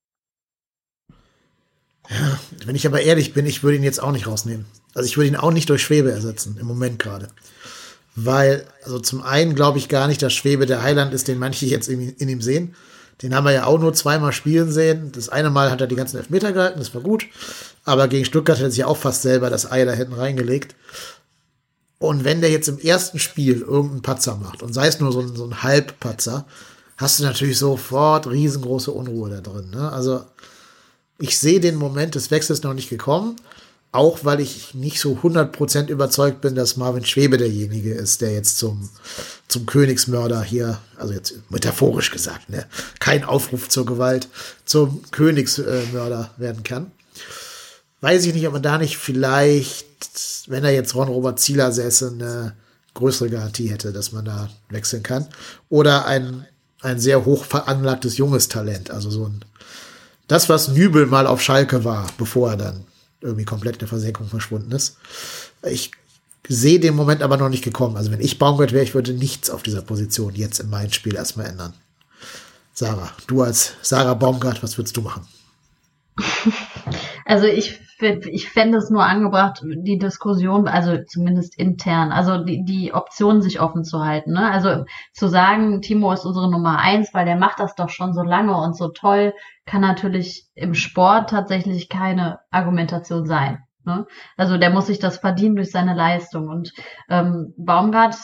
Ja, wenn ich aber ehrlich bin, ich würde ihn jetzt auch nicht rausnehmen. Also ich würde ihn auch nicht durch Schwäbe ersetzen, im Moment gerade. Weil, also zum einen glaube ich gar nicht, dass Schwäbe der Heiland ist, den manche jetzt in, in ihm sehen. Den haben wir ja auch nur zweimal spielen sehen. Das eine Mal hat er die ganzen Elfmeter gehalten, das war gut. Aber gegen Stuttgart hat er sich ja auch fast selber das Ei da hinten reingelegt. Und wenn der jetzt im ersten Spiel irgendeinen Patzer macht, und sei es nur so ein, so ein Halbpatzer, hast du natürlich sofort riesengroße Unruhe da drin. Ne? Also ich sehe den Moment des Wechsels noch nicht gekommen, auch weil ich nicht so hundert Prozent überzeugt bin, dass Marvin Schwäbe derjenige ist, der jetzt zum, zum Königsmörder hier, also jetzt metaphorisch gesagt, ne, kein Aufruf zur Gewalt, zum Königsmörder werden kann. Weiß ich nicht, ob man da nicht vielleicht, wenn er jetzt Ron-Robert Zieler säße, eine größere Garantie hätte, dass man da wechseln kann. Oder ein, ein sehr hoch veranlagtes junges Talent, also so ein das, was Nübel mal auf Schalke war, bevor er dann irgendwie komplett in der Versenkung verschwunden ist. Ich sehe den Moment aber noch nicht gekommen. Also wenn ich Baumgart wäre, ich würde nichts auf dieser Position jetzt in meinem Spiel erstmal ändern. Sarah, du als Sarah Baumgart, was würdest du machen? Also ich, ich fände es nur angebracht, die Diskussion, also zumindest intern, also die, die Option sich offen zu halten. Ne? Also zu sagen, Timo ist unsere Nummer eins, weil der macht das doch schon so lange und so toll, kann natürlich im Sport tatsächlich keine Argumentation sein. Ne? Also der muss sich das verdienen durch seine Leistung. Und ähm, Baumgart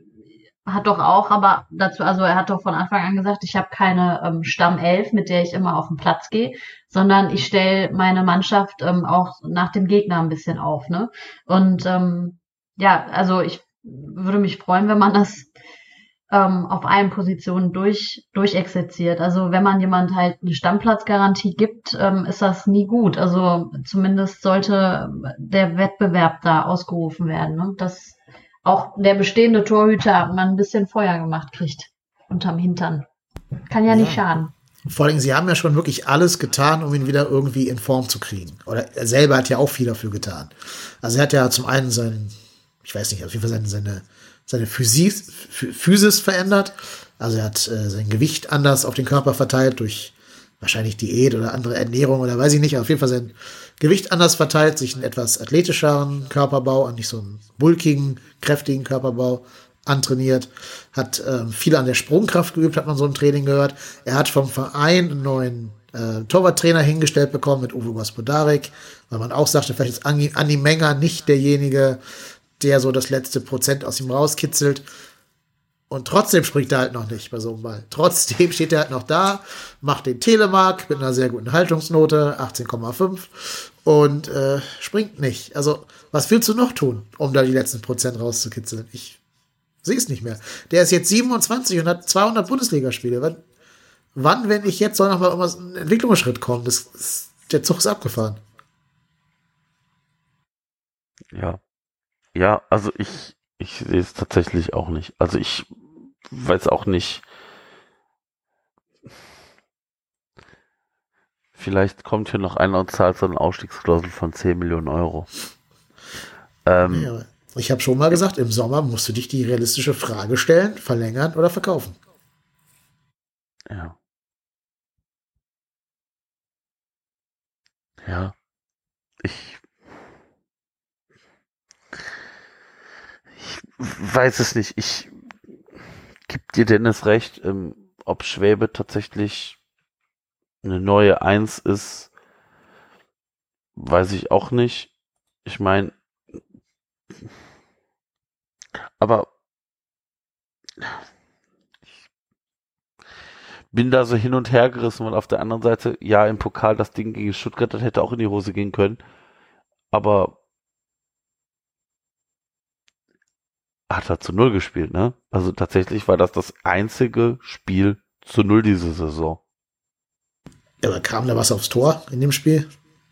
hat doch auch, aber dazu, also er hat doch von Anfang an gesagt, ich habe keine ähm, Stammelf, mit der ich immer auf den Platz gehe, sondern ich stelle meine Mannschaft ähm, auch nach dem Gegner ein bisschen auf, ne? Und ähm, ja, also ich würde mich freuen, wenn man das ähm, auf allen Positionen durch durchexerziert. Also wenn man jemand halt eine Stammplatzgarantie gibt, ähm, ist das nie gut. Also zumindest sollte der Wettbewerb da ausgerufen werden, ne? Das auch der bestehende Torhüter mal ein bisschen Feuer gemacht kriegt unterm Hintern. Kann ja, ja nicht schaden. Vor allem, sie haben ja schon wirklich alles getan, um ihn wieder irgendwie in Form zu kriegen. Oder er selber hat ja auch viel dafür getan. Also er hat ja zum einen seinen, ich weiß nicht, auf jeden Fall seine, seine, seine Physis, Physis verändert. Also er hat äh, sein Gewicht anders auf den Körper verteilt durch wahrscheinlich Diät oder andere Ernährung oder weiß ich nicht. Auf jeden Fall sein Gewicht anders verteilt, sich einen etwas athletischeren Körperbau, nicht so einen bulkigen, kräftigen Körperbau antrainiert, hat ähm, viel an der Sprungkraft geübt, hat man so im Training gehört. Er hat vom Verein einen neuen äh, Torwarttrainer hingestellt bekommen mit Uwe Gospodarek, weil man auch sagte, vielleicht ist Andi, Andi Menger nicht derjenige, der so das letzte Prozent aus ihm rauskitzelt. Und trotzdem springt er halt noch nicht bei so einem Ball. Trotzdem steht er halt noch da, macht den Telemark mit einer sehr guten Haltungsnote, achtzehn Komma fünf, und äh, springt nicht. Also, was willst du noch tun, um da die letzten Prozent rauszukitzeln? Ich sehe es nicht mehr. Der ist jetzt siebenundzwanzig und hat zweihundert Bundesligaspiele. Wann, wann, wenn ich jetzt soll noch mal irgendwas, ein Entwicklungsschritt kommen? Das, das, der Zug ist abgefahren. Ja. Ja, also ich, ich sehe es tatsächlich auch nicht. Also ich weiß auch nicht. Vielleicht kommt hier noch einer und zahlt so eine Ausstiegsklausel von zehn Millionen Euro. Ähm, ja, ich habe schon mal gesagt, im Sommer musst du dich die realistische Frage stellen, verlängern oder verkaufen. Ja. Ja. Ich Ich weiß es nicht. Ich gebe dir Dennis recht, ähm, ob Schwäbe tatsächlich eine neue Eins ist, weiß ich auch nicht. Ich meine, aber bin da so hin und her gerissen, weil auf der anderen Seite, ja, im Pokal das Ding gegen Stuttgart, das hätte auch in die Hose gehen können, aber hat er zu Null gespielt, ne? Also tatsächlich war das das einzige Spiel zu Null diese Saison. Ja, aber kam da was aufs Tor in dem Spiel?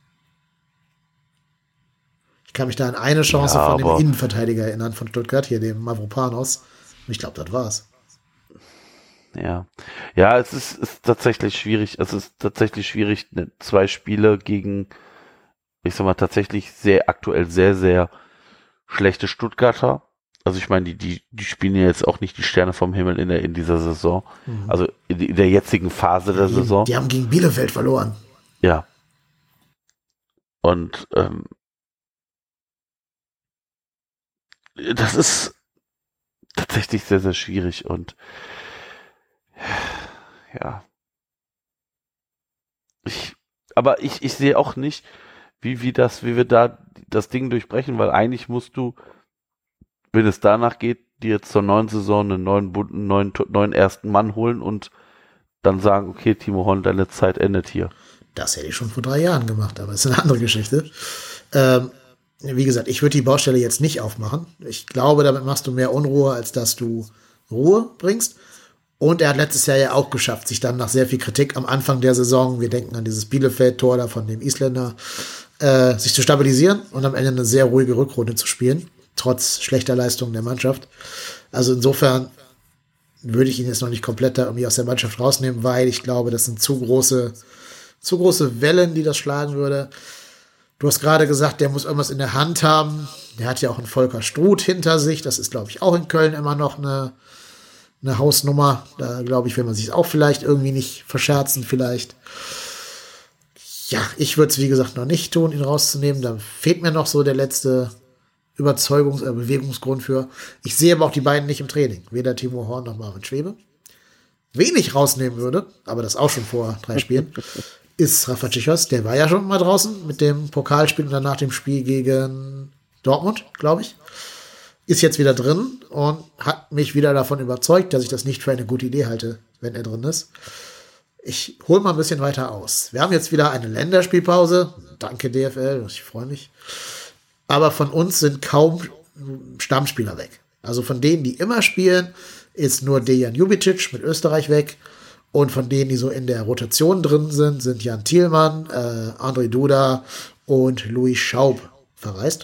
Ich kann mich da an eine Chance Ja, von dem aber- Innenverteidiger erinnern, von Stuttgart, hier dem Mavropanos. Ich glaube, das war's. Ja, ja, es ist, ist tatsächlich schwierig. Es ist tatsächlich schwierig, ne, zwei Spiele gegen, ich sag mal, tatsächlich sehr aktuell sehr, sehr schlechte Stuttgarter. Also ich meine, die, die, die spielen ja jetzt auch nicht die Sterne vom Himmel in der in dieser Saison. Also in, in der jetzigen Phase der Die, Saison. die haben gegen Bielefeld verloren. Ja. Und ähm, das ist tatsächlich sehr, sehr schwierig und ja. Ich, aber ich, ich sehe auch nicht, wie, wie das, wie wir da das Ding durchbrechen, weil eigentlich musst du, wenn es danach geht, dir zur neuen Saison einen neuen, bunten, neuen, neuen ersten Mann holen und dann sagen, okay, Timo Horn, deine Zeit endet hier. Das hätte ich schon vor drei Jahren gemacht, aber das ist eine andere Geschichte. Ähm, wie gesagt, ich würde die Baustelle jetzt nicht aufmachen. Ich glaube, damit machst du mehr Unruhe, als dass du Ruhe bringst. Und er hat letztes Jahr ja auch geschafft, sich dann nach sehr viel Kritik am Anfang der Saison, wir denken an dieses Bielefeld-Tor da von dem Isländer, äh, sich zu stabilisieren und am Ende eine sehr ruhige Rückrunde zu spielen, trotz schlechter Leistungen der Mannschaft. Also insofern würde ich ihn jetzt noch nicht komplett da irgendwie aus der Mannschaft rausnehmen, weil ich glaube, das sind zu große, zu große Wellen, die das schlagen würde. Du hast gerade gesagt, der muss irgendwas in der Hand haben. Der hat ja auch einen Volker Struth hinter sich. Das ist, glaube ich, auch in Köln immer noch eine, eine Hausnummer. Da, glaube ich, will man sich auch vielleicht irgendwie nicht verscherzen, vielleicht. Ja, ich würde es, wie gesagt, noch nicht tun, ihn rauszunehmen. Da fehlt mir noch so der letzte Überzeugungs- äh, Bewegungsgrund für. Ich sehe aber auch die beiden nicht im Training. Weder Timo Horn noch Marvin Schwebe. Wen ich rausnehmen würde, aber das auch schon vor drei Spielen, ist Rafa Czichos. Der war ja schon mal draußen mit dem Pokalspiel und danach dem Spiel gegen Dortmund, glaube ich. Ist jetzt wieder drin und hat mich wieder davon überzeugt, dass ich das nicht für eine gute Idee halte, wenn er drin ist. Ich hole mal ein bisschen weiter aus. Wir haben jetzt wieder eine Länderspielpause. Danke D F L, ich freue mich. Aber von uns sind kaum Stammspieler weg. Also von denen, die immer spielen, ist nur Dejan Ljubicic mit Österreich weg. Und von denen, die so in der Rotation drin sind, sind Jan Thielmann, äh, André Duda und Louis Schaub verreist.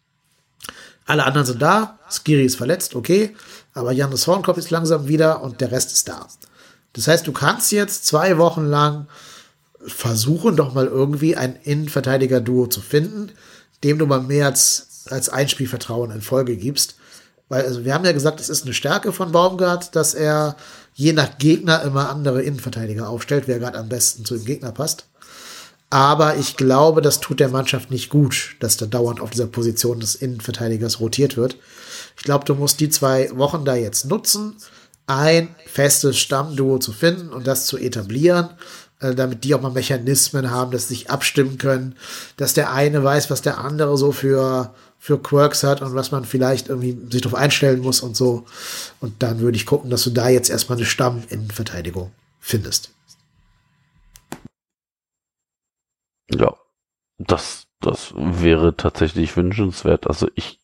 Alle anderen sind da. Skiri ist verletzt, okay. Aber Jannis Hornkopf ist langsam wieder und der Rest ist da. Das heißt, du kannst jetzt zwei Wochen lang versuchen, doch mal irgendwie ein Innenverteidiger-Duo zu finden, dem du mal mehr als, als ein Spielvertrauen in Folge gibst. Weil, also wir haben ja gesagt, es ist eine Stärke von Baumgart, dass er je nach Gegner immer andere Innenverteidiger aufstellt, wer gerade am besten zu dem Gegner passt. Aber ich glaube, das tut der Mannschaft nicht gut, dass da dauernd auf dieser Position des Innenverteidigers rotiert wird. Ich glaube, du musst die zwei Wochen da jetzt nutzen, ein festes Stammduo zu finden und das zu etablieren, äh, damit die auch mal Mechanismen haben, dass sie sich abstimmen können, dass der eine weiß, was der andere so für, für Quirks hat und was man vielleicht irgendwie sich darauf einstellen muss und so. Und dann würde ich gucken, dass du da jetzt erstmal eine Stamm-Innenverteidigung findest. Ja, das, das wäre tatsächlich wünschenswert. Also ich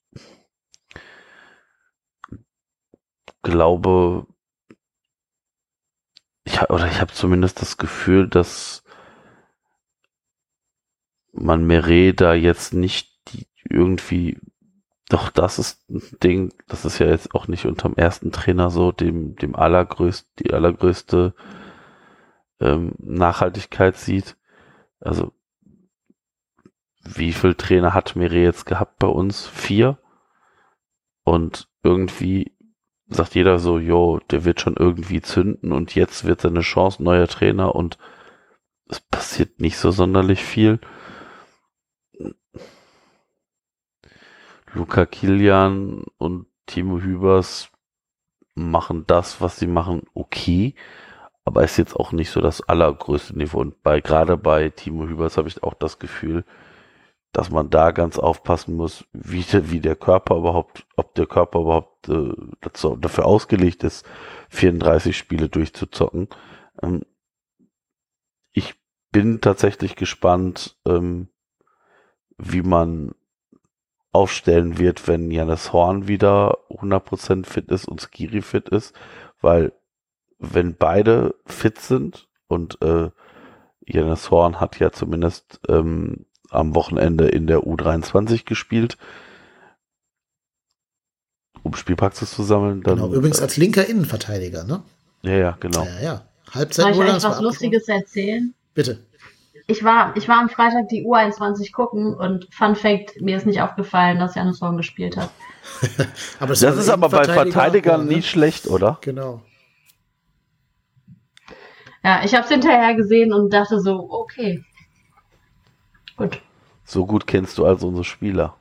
glaube, ich, ha- oder ich habe zumindest das Gefühl, dass man Meret da jetzt nicht die irgendwie, doch das ist ein Ding, das ist ja jetzt auch nicht unterm ersten Trainer so, dem, dem allergrößten, die allergrößte ähm, Nachhaltigkeit sieht. Also wie viel Trainer hat Meret jetzt gehabt bei uns? Vier. Und irgendwie sagt jeder so, jo, der wird schon irgendwie zünden und jetzt wird seine Chance, neuer Trainer und es passiert nicht so sonderlich viel. Luca Kilian und Timo Hübers machen das, was sie machen, okay, aber ist jetzt auch nicht so das allergrößte Niveau. Und bei gerade bei Timo Hübers habe ich auch das Gefühl, dass man da ganz aufpassen muss, wie, wie der Körper überhaupt, ob der Körper überhaupt äh, dazu, dafür ausgelegt ist, vierunddreißig Spiele durchzuzocken. Ähm, ich bin tatsächlich gespannt, ähm, wie man aufstellen wird, wenn Jannis Horn wieder hundert Prozent fit ist und Skiri fit ist, weil wenn beide fit sind und äh, Jannis Horn hat ja zumindest ähm, am Wochenende in der U dreiundzwanzig gespielt, um Spielpraxis zu sammeln. Dann, Genau, übrigens äh, als linker Innenverteidiger, ne? Ja, ja, genau. Ja, ja. Soll Halbzeit ich euch was Lustiges erzählen? Bitte. Ich war, ich war am Freitag die U einundzwanzig gucken und Fun Fact, mir ist nicht aufgefallen, dass Jannis Horn gespielt hat. aber das ist aber bei Verteidigern ne? nie schlecht, oder? Genau. Ja, ich habe es hinterher gesehen und dachte so, okay. Gut. So gut kennst du also unsere Spieler.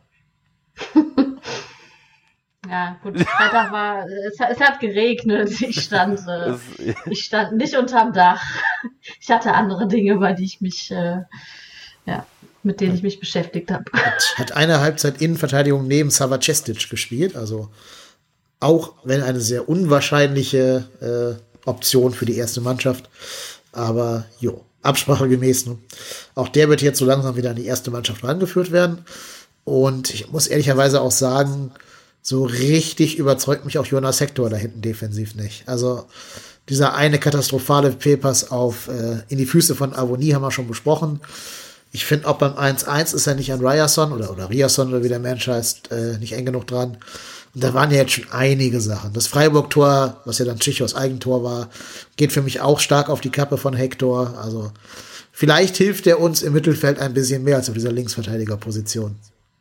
Ja, gut. Freitag war, es, es hat geregnet. Ich stand, äh, ich stand nicht unterm Dach. Ich hatte andere Dinge, über die ich mich, äh, ja, mit denen ich mich beschäftigt habe. Hat, hat eine Halbzeit Innenverteidigung neben Sava Cestic gespielt, also auch wenn eine sehr unwahrscheinliche äh, Option für die erste Mannschaft, aber jo, absprachegemäß. Ne? Auch der wird jetzt so langsam wieder an die erste Mannschaft rangeführt werden und ich muss ehrlicherweise auch sagen, so richtig überzeugt mich auch Jonas Hector da hinten defensiv nicht. Also dieser eine katastrophale P-Pass auf äh, in die Füße von Avonie haben wir schon besprochen. Ich finde auch beim eins eins ist er nicht an Ryerson oder, oder Ryerson oder wie der Mensch heißt, äh, nicht eng genug dran. Und da waren ja jetzt schon einige Sachen. Das Freiburg-Tor, was ja dann Tschichos Eigentor war, geht für mich auch stark auf die Kappe von Hector. Also vielleicht hilft er uns im Mittelfeld ein bisschen mehr als auf dieser Linksverteidigerposition.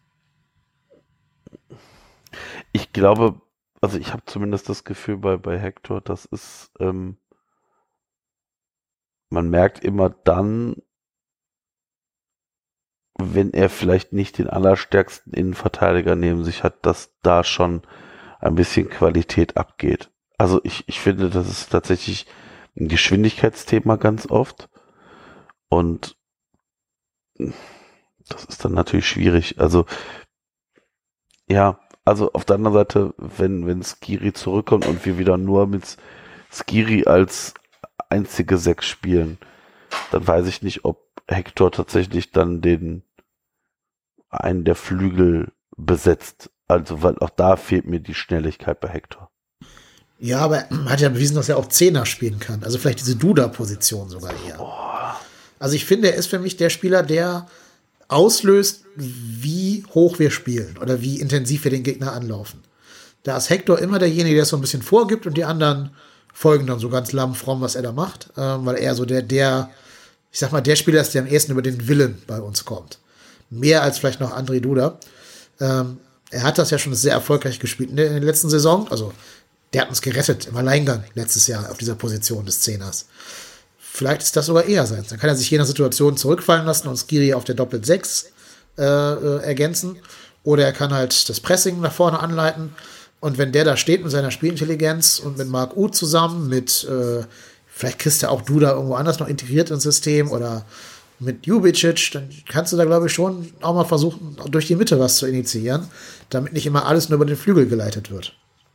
Ich glaube, also ich habe zumindest das Gefühl bei, bei Hector, das ist, ähm, man merkt immer dann, wenn er vielleicht nicht den allerstärksten Innenverteidiger neben sich hat, dass da schon ein bisschen Qualität abgeht. Also ich, ich finde, das ist tatsächlich ein Geschwindigkeitsthema ganz oft und das ist dann natürlich schwierig. Also ja, also auf der anderen Seite, wenn, wenn Skiri zurückkommt und wir wieder nur mit Skiri als einzige Sechs spielen, dann weiß ich nicht, ob Hector tatsächlich dann den einen der Flügel besetzt. Also, weil auch da fehlt mir die Schnelligkeit bei Hector. Ja, aber er hat ja bewiesen, dass er auch Zehner spielen kann. Also vielleicht diese Duda-Position sogar eher. Oh. Also ich finde, er ist für mich der Spieler, der auslöst, wie hoch wir spielen oder wie intensiv wir den Gegner anlaufen. Da ist Hector immer derjenige, der es so ein bisschen vorgibt und die anderen folgen dann so ganz lamm fromm, was er da macht, ähm, weil er so der, der, ich sag mal, der Spieler ist, der am ehesten über den Willen bei uns kommt. Mehr als vielleicht noch André Duda. Ähm, er hat das ja schon sehr erfolgreich gespielt in der, in der letzten Saison. Also der hat uns gerettet im Alleingang letztes Jahr auf dieser Position des Zehners. Vielleicht ist das sogar eher sein. Dann kann er sich je nach Situation zurückfallen lassen und Skiri auf der Doppel-Sechs äh, äh, ergänzen. Oder er kann halt das Pressing nach vorne anleiten. Und wenn der da steht mit seiner Spielintelligenz und mit Marc Uth zusammen, mit äh, vielleicht kriegst du auch Duda irgendwo anders noch integriert ins System oder mit Jubicic, dann kannst du da, glaube ich, schon auch mal versuchen, durch die Mitte was zu initiieren, damit nicht immer alles nur über den Flügel geleitet wird.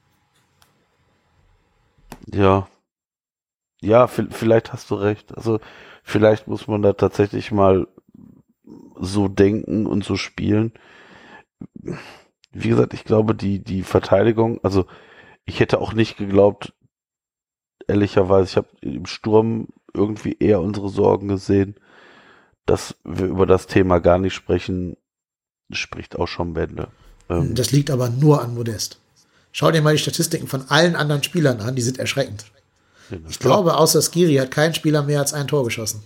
Ja. Ja, vielleicht hast du recht. Also vielleicht muss man da tatsächlich mal so denken und so spielen. Wie gesagt, ich glaube, die, die Verteidigung, also ich hätte auch nicht geglaubt, ehrlicherweise, ich habe im Sturm irgendwie eher unsere Sorgen gesehen, dass wir über das Thema gar nicht sprechen, spricht auch schon Bände. Ähm, das liegt aber nur an Modest. Schau dir mal die Statistiken von allen anderen Spielern an, die sind erschreckend. ja, Ich klar. glaube, außer Skiri hat kein Spieler mehr als ein Tor geschossen.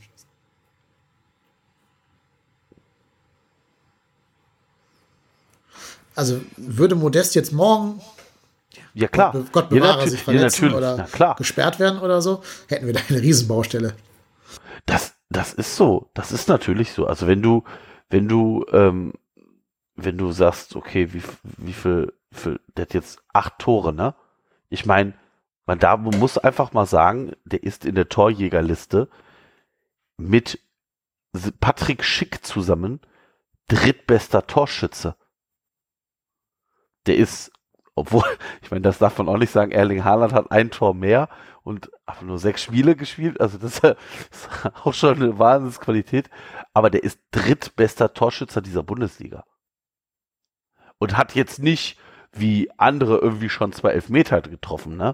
Also würde Modest jetzt morgen, Ja klar. Gott, Gott ja, bewahre, natür- sich verletzen ja, oder Na klar. gesperrt werden oder so, hätten wir da eine Riesenbaustelle. Das, das ist so. Das ist natürlich so. Also wenn du, wenn du, ähm, wenn du sagst, okay, wie, wie viel, viel, der hat jetzt acht Tore, ne? Ich meine, man da man muss einfach mal sagen, der ist in der Torjägerliste mit Patrick Schick zusammen drittbester Torschütze. Der ist, obwohl, ich meine, das darf man auch nicht sagen, Erling Haaland hat ein Tor mehr und hat nur sechs Spiele gespielt, also das ist auch schon eine Wahnsinnsqualität, aber der ist drittbester Torschützer dieser Bundesliga. Und hat jetzt nicht, wie andere, irgendwie schon zwei Elfmeter getroffen, ne?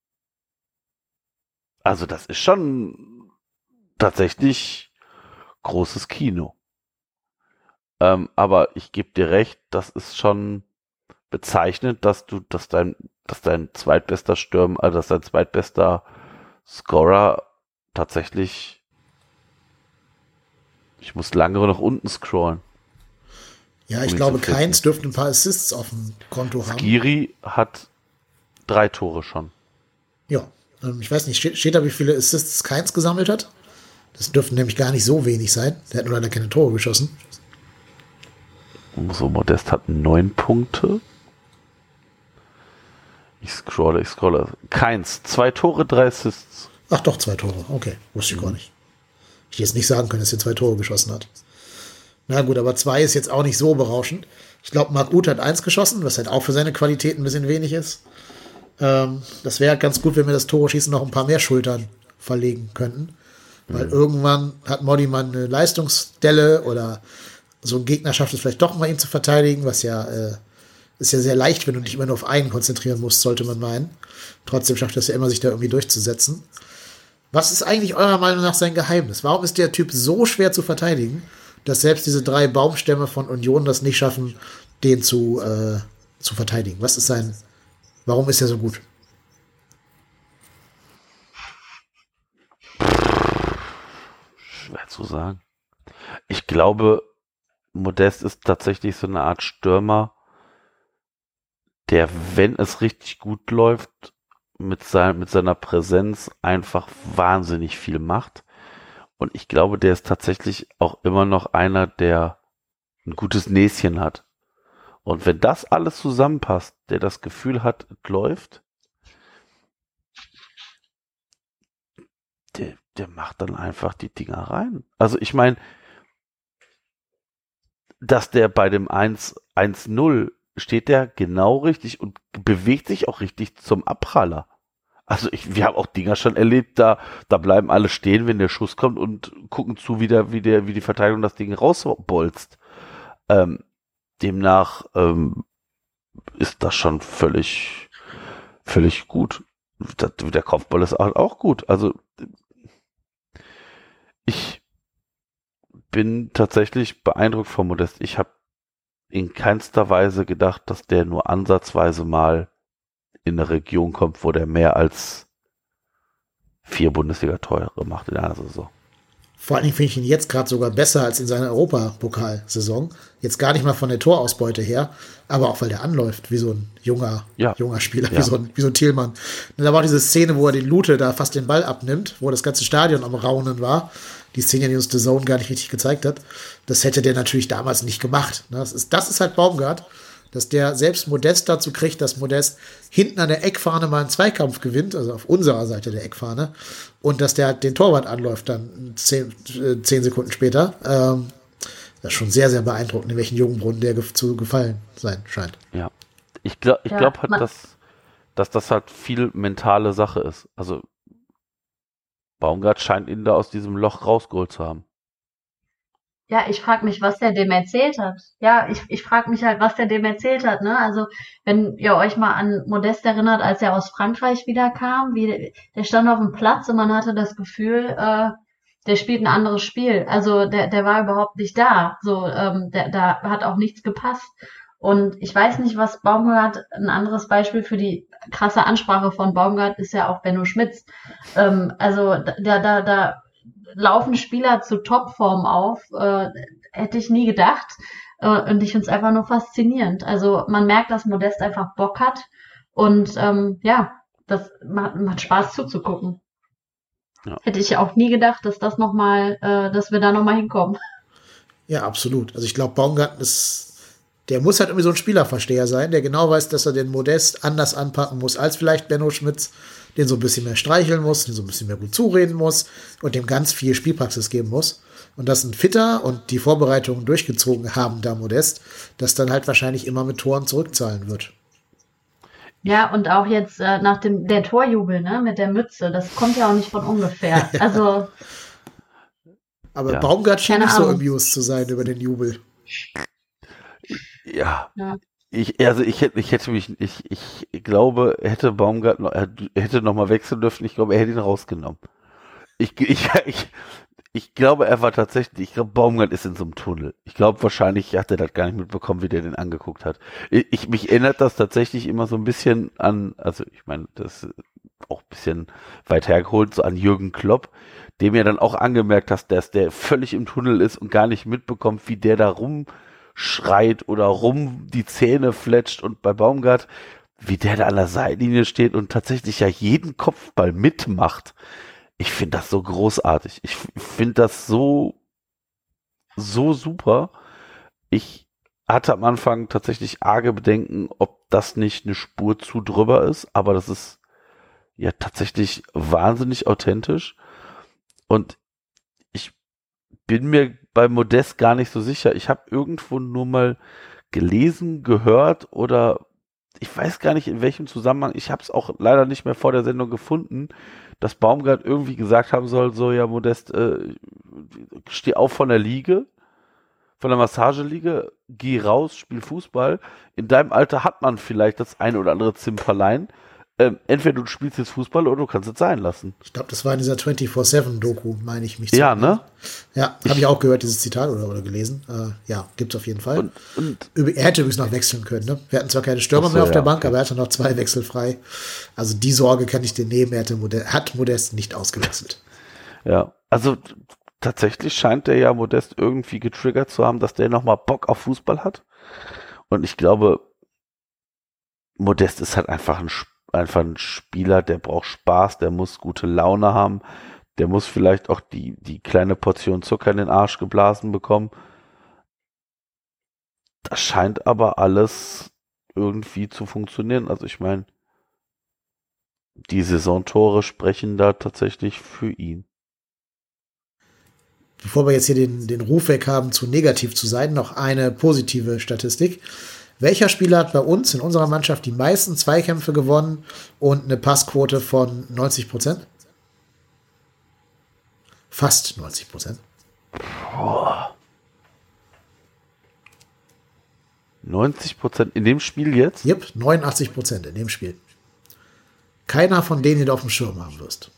Also das ist schon tatsächlich großes Kino. Ähm, aber ich gebe dir recht, das ist schon bezeichnend, dass du, dass dein, dass dein zweitbester Stürmer, also dass dein zweitbester Scorer tatsächlich, ich muss lange nach unten scrollen. Ja, ich glaube, Keins dürfte ein paar Assists auf dem Konto haben. Skiri hat drei Tore schon. Ja, ähm, ich weiß nicht, steht, steht da, wie viele Assists Keins gesammelt hat? Das dürften nämlich gar nicht so wenig sein. Der hat nur leider keine Tore geschossen. So, Modest hat neun Punkte. Ich scrolle, ich scrolle. Keins, zwei Tore, drei Assists. Ach doch, zwei Tore. Okay, wusste ich mhm. gar nicht. Ich hätte jetzt nicht sagen können, dass er zwei Tore geschossen hat. Na gut, aber zwei ist jetzt auch nicht so berauschend. Ich glaube, Marc Uth hat eins geschossen, was halt auch für seine Qualität ein bisschen wenig ist. Ähm, das wäre ganz gut, wenn wir das Tore-Schießen noch ein paar mehr Schultern verlegen könnten. Weil mhm. irgendwann hat Modi mal eine Leistungsstelle oder so ein Gegner schafft es vielleicht doch mal, ihn zu verteidigen, was ja äh, ist ja sehr leicht, wenn du dich immer nur auf einen konzentrieren musst, sollte man meinen. Trotzdem schafft es ja immer, sich da irgendwie durchzusetzen. Was ist eigentlich eurer Meinung nach sein Geheimnis? Warum ist der Typ so schwer zu verteidigen, dass selbst diese drei Baumstämme von Union das nicht schaffen, den zu, äh, zu verteidigen? Was ist sein, warum ist er so gut? Schwer zu sagen. Ich glaube, Modest ist tatsächlich so eine Art Stürmer, der, wenn es richtig gut läuft, mit, sein, mit seiner Präsenz einfach wahnsinnig viel macht. Und ich glaube, der ist tatsächlich auch immer noch einer, der ein gutes Näschen hat. Und wenn das alles zusammenpasst, der das Gefühl hat, es läuft, der, der macht dann einfach die Dinger rein. Also ich meine, dass der bei dem eins null steht der genau richtig und bewegt sich auch richtig zum Abpraller. Also ich, wir haben auch Dinger schon erlebt, da, da bleiben alle stehen, wenn der Schuss kommt und gucken zu, wie, der, wie, der, wie die Verteidigung das Ding rausbolzt. Ähm, demnach ähm, ist das schon völlig, völlig gut. Das, der Kopfball ist auch, auch gut. Also ich bin tatsächlich beeindruckt von Modest. Ich habe in keinster Weise gedacht, dass der nur ansatzweise mal in eine Region kommt, wo der mehr als vier Bundesliga-Tore macht in einer Saison. Vor allen Dingen finde ich ihn jetzt gerade sogar besser als in seiner Europapokalsaison. Jetzt gar nicht mal von der Torausbeute her, aber auch weil der anläuft, wie so ein junger, ja. junger Spieler, ja. wie, so ein, wie so ein Thielmann. Und da war auch diese Szene, wo er den Lute da fast den Ball abnimmt, wo das ganze Stadion am Raunen war. Die Szene, die uns The Zone gar nicht richtig gezeigt hat. Das hätte der natürlich damals nicht gemacht. Das ist, das ist halt Baumgart, dass der selbst Modest dazu kriegt, dass Modest hinten an der Eckfahne mal einen Zweikampf gewinnt, also auf unserer Seite der Eckfahne, und dass der den Torwart anläuft dann zehn, äh, zehn Sekunden später. Ähm, das ist schon sehr, sehr beeindruckend, in welchen Jungenbrunnen der ge- zu gefallen sein scheint. Ja, ich glaube ich ja, glaub halt, dass, dass das halt viel mentale Sache ist. Also Baumgart scheint ihn da aus diesem Loch rausgeholt zu haben. Ja, ich frage mich, was der dem erzählt hat. Ja, ich, ich frage mich halt, was der dem erzählt hat, ne? Also, wenn ihr euch mal an Modest erinnert, als er aus Frankreich wiederkam, wie, der stand auf dem Platz und man hatte das Gefühl, äh, der spielt ein anderes Spiel. Also, der, der war überhaupt nicht da. So, ähm, der, da hat auch nichts gepasst. Und ich weiß nicht, was Baumgart, ein anderes Beispiel für die krasse Ansprache von Baumgart ist ja auch Benno Schmitz. Ähm, also, da, da, da, laufen Spieler zu Topform auf, äh, hätte ich nie gedacht. Äh, und ich finde es einfach nur faszinierend. Also man merkt, dass Modest einfach Bock hat. Und ähm, ja, das macht, macht Spaß zuzugucken. Ja. Hätte ich auch nie gedacht, dass das noch mal, äh, dass wir da nochmal hinkommen. Ja, absolut. Also ich glaube, Baumgart ist, der muss halt irgendwie so ein Spielerversteher sein, der genau weiß, dass er den Modest anders anpacken muss als vielleicht Benno Schmitz, den so ein bisschen mehr streicheln muss, den so ein bisschen mehr gut zureden muss und dem ganz viel Spielpraxis geben muss. Und dass ein Fitter und die Vorbereitungen durchgezogen haben, da Modest, das dann halt wahrscheinlich immer mit Toren zurückzahlen wird. Ja, und auch jetzt äh, nach dem der Torjubel, ne, mit der Mütze, das kommt ja auch nicht von ungefähr. Also, Aber Ja. Baumgart schien Keine nicht so Ahnung. amused zu sein über den Jubel. Ja. Ja. Ich, also ich hätte, ich hätte mich, ich, ich glaube, hätte Baumgart noch, er hätte noch mal wechseln dürfen. Ich glaube, er hätte ihn rausgenommen. Ich, ich, ich, ich glaube, er war tatsächlich, ich glaube, Baumgart ist in so einem Tunnel. Ich glaube, wahrscheinlich hat er das gar nicht mitbekommen, wie der den angeguckt hat. Ich, ich mich erinnert das tatsächlich immer so ein bisschen an, also ich meine, das ist auch ein bisschen weit hergeholt, so an Jürgen Klopp, dem ja dann auch angemerkt hast, dass der völlig im Tunnel ist und gar nicht mitbekommt, wie der da rumschreit oder rum die Zähne fletscht, und bei Baumgart, wie der da an der Seitenlinie steht und tatsächlich ja jeden Kopfball mitmacht. Ich finde das so großartig. Ich finde das so, so super. Ich hatte am Anfang tatsächlich arge Bedenken, ob das nicht eine Spur zu drüber ist, aber das ist ja tatsächlich wahnsinnig authentisch. Und ich bin mir bei Modest gar nicht so sicher. Ich habe irgendwo nur mal gelesen, gehört oder ich weiß gar nicht in welchem Zusammenhang, ich habe es auch leider nicht mehr vor der Sendung gefunden, dass Baumgart irgendwie gesagt haben soll, so, ja, Modest, äh, steh auf von der Liege, von der Massageliege, geh raus, spiel Fußball. In deinem Alter hat man vielleicht das ein oder andere Zimperlein. Ähm, entweder du spielst jetzt Fußball oder du kannst es sein lassen. Ich glaube, das war in dieser vierundzwanzig sieben Doku, meine ich mich. zu Ja, erinnern. ne? Ja, habe ich auch gehört, dieses Zitat oder, oder gelesen. Äh, ja, gibt's auf jeden Fall. Und, und Üb- Er hätte übrigens noch wechseln können. Ne? Wir hatten zwar keine Stürmer Ach so, mehr auf ja, der Bank, okay. aber er hatte noch zwei Wechsel frei. Also die Sorge kann ich dir nehmen. Er hatte Modest, hat Modest nicht ausgewechselt. ja, also t- tatsächlich scheint der ja Modest irgendwie getriggert zu haben, dass der nochmal Bock auf Fußball hat. Und ich glaube, Modest ist halt einfach ein, Sp- einfach ein Spieler, der braucht Spaß, der muss gute Laune haben, der muss vielleicht auch die, die kleine Portion Zucker in den Arsch geblasen bekommen. Das scheint aber alles irgendwie zu funktionieren. Also ich meine, die Saisontore sprechen da tatsächlich für ihn. Bevor wir jetzt hier den, den Ruf weg haben, zu negativ zu sein, noch eine positive Statistik. Welcher Spieler hat bei uns in unserer Mannschaft die meisten Zweikämpfe gewonnen und eine Passquote von neunzig Prozent? Fast neunzig Prozent. neunzig Prozent in dem Spiel jetzt? Jep, neunundachtzig Prozent in dem Spiel. Keiner von denen, die du auf dem Schirm haben wirst.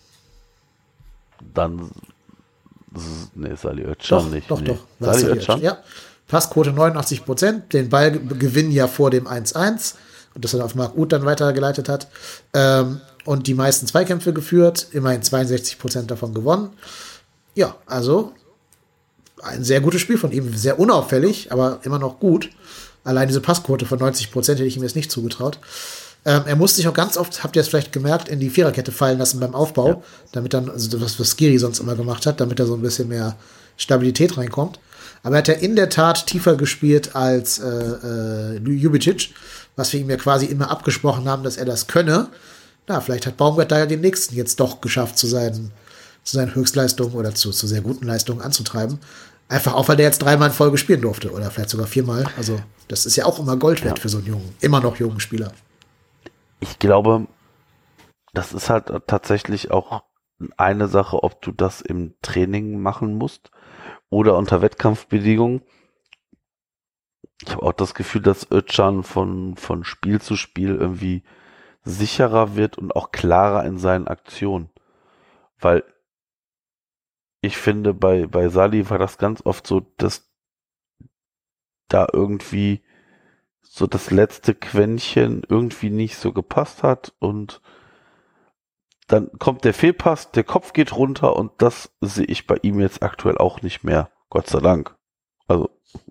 Dann, s- nee, Sali Özcan Doch, nicht. doch, nee. doch. Sali Sali Özcan? Ja. Passquote neunundachtzig Prozent. Den Ball ge- gewinnen ja vor dem eins eins. Und das dann auf Marc Uth dann weitergeleitet hat. Ähm, und die meisten Zweikämpfe geführt. Immerhin zweiundsechzig Prozent davon gewonnen. Ja, also ein sehr gutes Spiel von ihm. Sehr unauffällig, aber immer noch gut. Allein diese Passquote von neunzig Prozent hätte ich ihm jetzt nicht zugetraut. Ähm, er musste sich auch ganz oft, habt ihr es vielleicht gemerkt, in die Viererkette fallen lassen beim Aufbau, Ja. damit dann, also was, was Skiri sonst immer gemacht hat, damit da so ein bisschen mehr Stabilität reinkommt. Aber er hat ja in der Tat tiefer gespielt als äh, äh, Ljubicic, was wir ihm ja quasi immer abgesprochen haben, dass er das könne. Na, vielleicht hat Baumgart da ja den nächsten jetzt doch geschafft, zu seinen, zu seinen Höchstleistungen oder zu, zu sehr guten Leistungen anzutreiben. Einfach auch, weil der jetzt dreimal in Folge spielen durfte oder vielleicht sogar viermal. Also das ist ja auch immer Gold wert Ja. für so einen jungen, immer noch jungen Spieler. Ich glaube, das ist halt tatsächlich auch eine Sache, ob du das im Training machen musst oder unter Wettkampfbedingungen. Ich habe auch das Gefühl, dass Özcan von, von Spiel zu Spiel irgendwie sicherer wird und auch klarer in seinen Aktionen. Weil ich finde, bei, bei Sali war das ganz oft so, dass da irgendwie so das letzte Quäntchen irgendwie nicht so gepasst hat und dann kommt der Fehlpass, der Kopf geht runter und das sehe ich bei ihm jetzt aktuell auch nicht mehr. Gott sei Dank. Also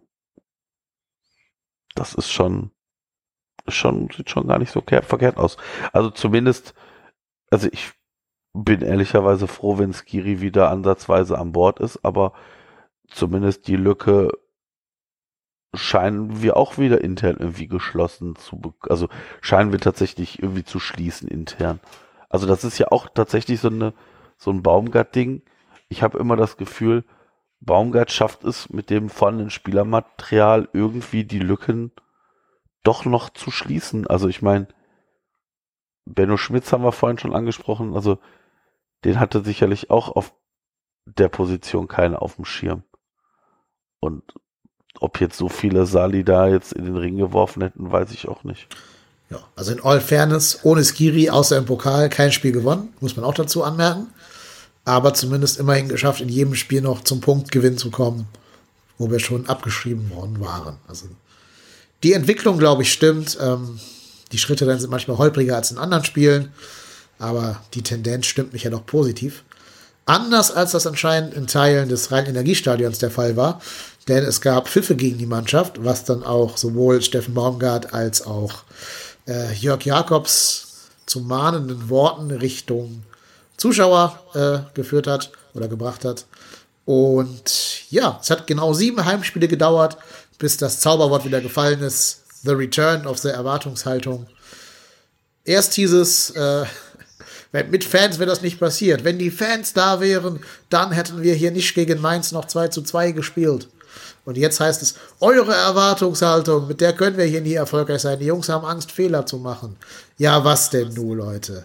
das ist schon, schon sieht schon gar nicht so ke- verkehrt aus. Also zumindest, also ich bin ehrlicherweise froh, wenn Skiri wieder ansatzweise an Bord ist, aber zumindest die Lücke scheinen wir auch wieder intern irgendwie geschlossen zu, be- also scheinen wir tatsächlich irgendwie zu schließen intern. Also das ist ja auch tatsächlich so eine so ein Baumgart-Ding. Ich habe immer das Gefühl, Baumgart schafft es mit dem vorhandenen Spielermaterial irgendwie die Lücken doch noch zu schließen. Also ich meine, Benno Schmitz haben wir vorhin schon angesprochen, also den hatte sicherlich auch auf der Position keiner auf dem Schirm. Und ob jetzt so viele Sali da jetzt in den Ring geworfen hätten, weiß ich auch nicht. Ja, also in all Fairness, ohne Skiri, außer im Pokal, kein Spiel gewonnen, muss man auch dazu anmerken. Aber zumindest immerhin geschafft, in jedem Spiel noch zum Punktgewinn zu kommen, wo wir schon abgeschrieben worden waren. Also die Entwicklung, glaube ich, stimmt. Ähm, die Schritte dann sind manchmal holpriger als in anderen Spielen, aber die Tendenz stimmt mich ja doch positiv. Anders als das anscheinend in Teilen des Rhein-Energiestadions der Fall war, denn es gab Pfiffe gegen die Mannschaft, was dann auch sowohl Steffen Baumgart als auch äh, Jörg Jakobs zu mahnenden Worten Richtung Zuschauer äh, geführt hat oder gebracht hat. Und ja, es hat genau sieben Heimspiele gedauert, bis das Zauberwort wieder gefallen ist. The Return of the Erwartungshaltung. Erst hieß es, äh, mit Fans wäre das nicht passiert. Wenn die Fans da wären, dann hätten wir hier nicht gegen Mainz noch zwei zu zwei gespielt. Und jetzt heißt es, eure Erwartungshaltung, mit der können wir hier nie erfolgreich sein. Die Jungs haben Angst, Fehler zu machen. Ja, was denn nun, Leute?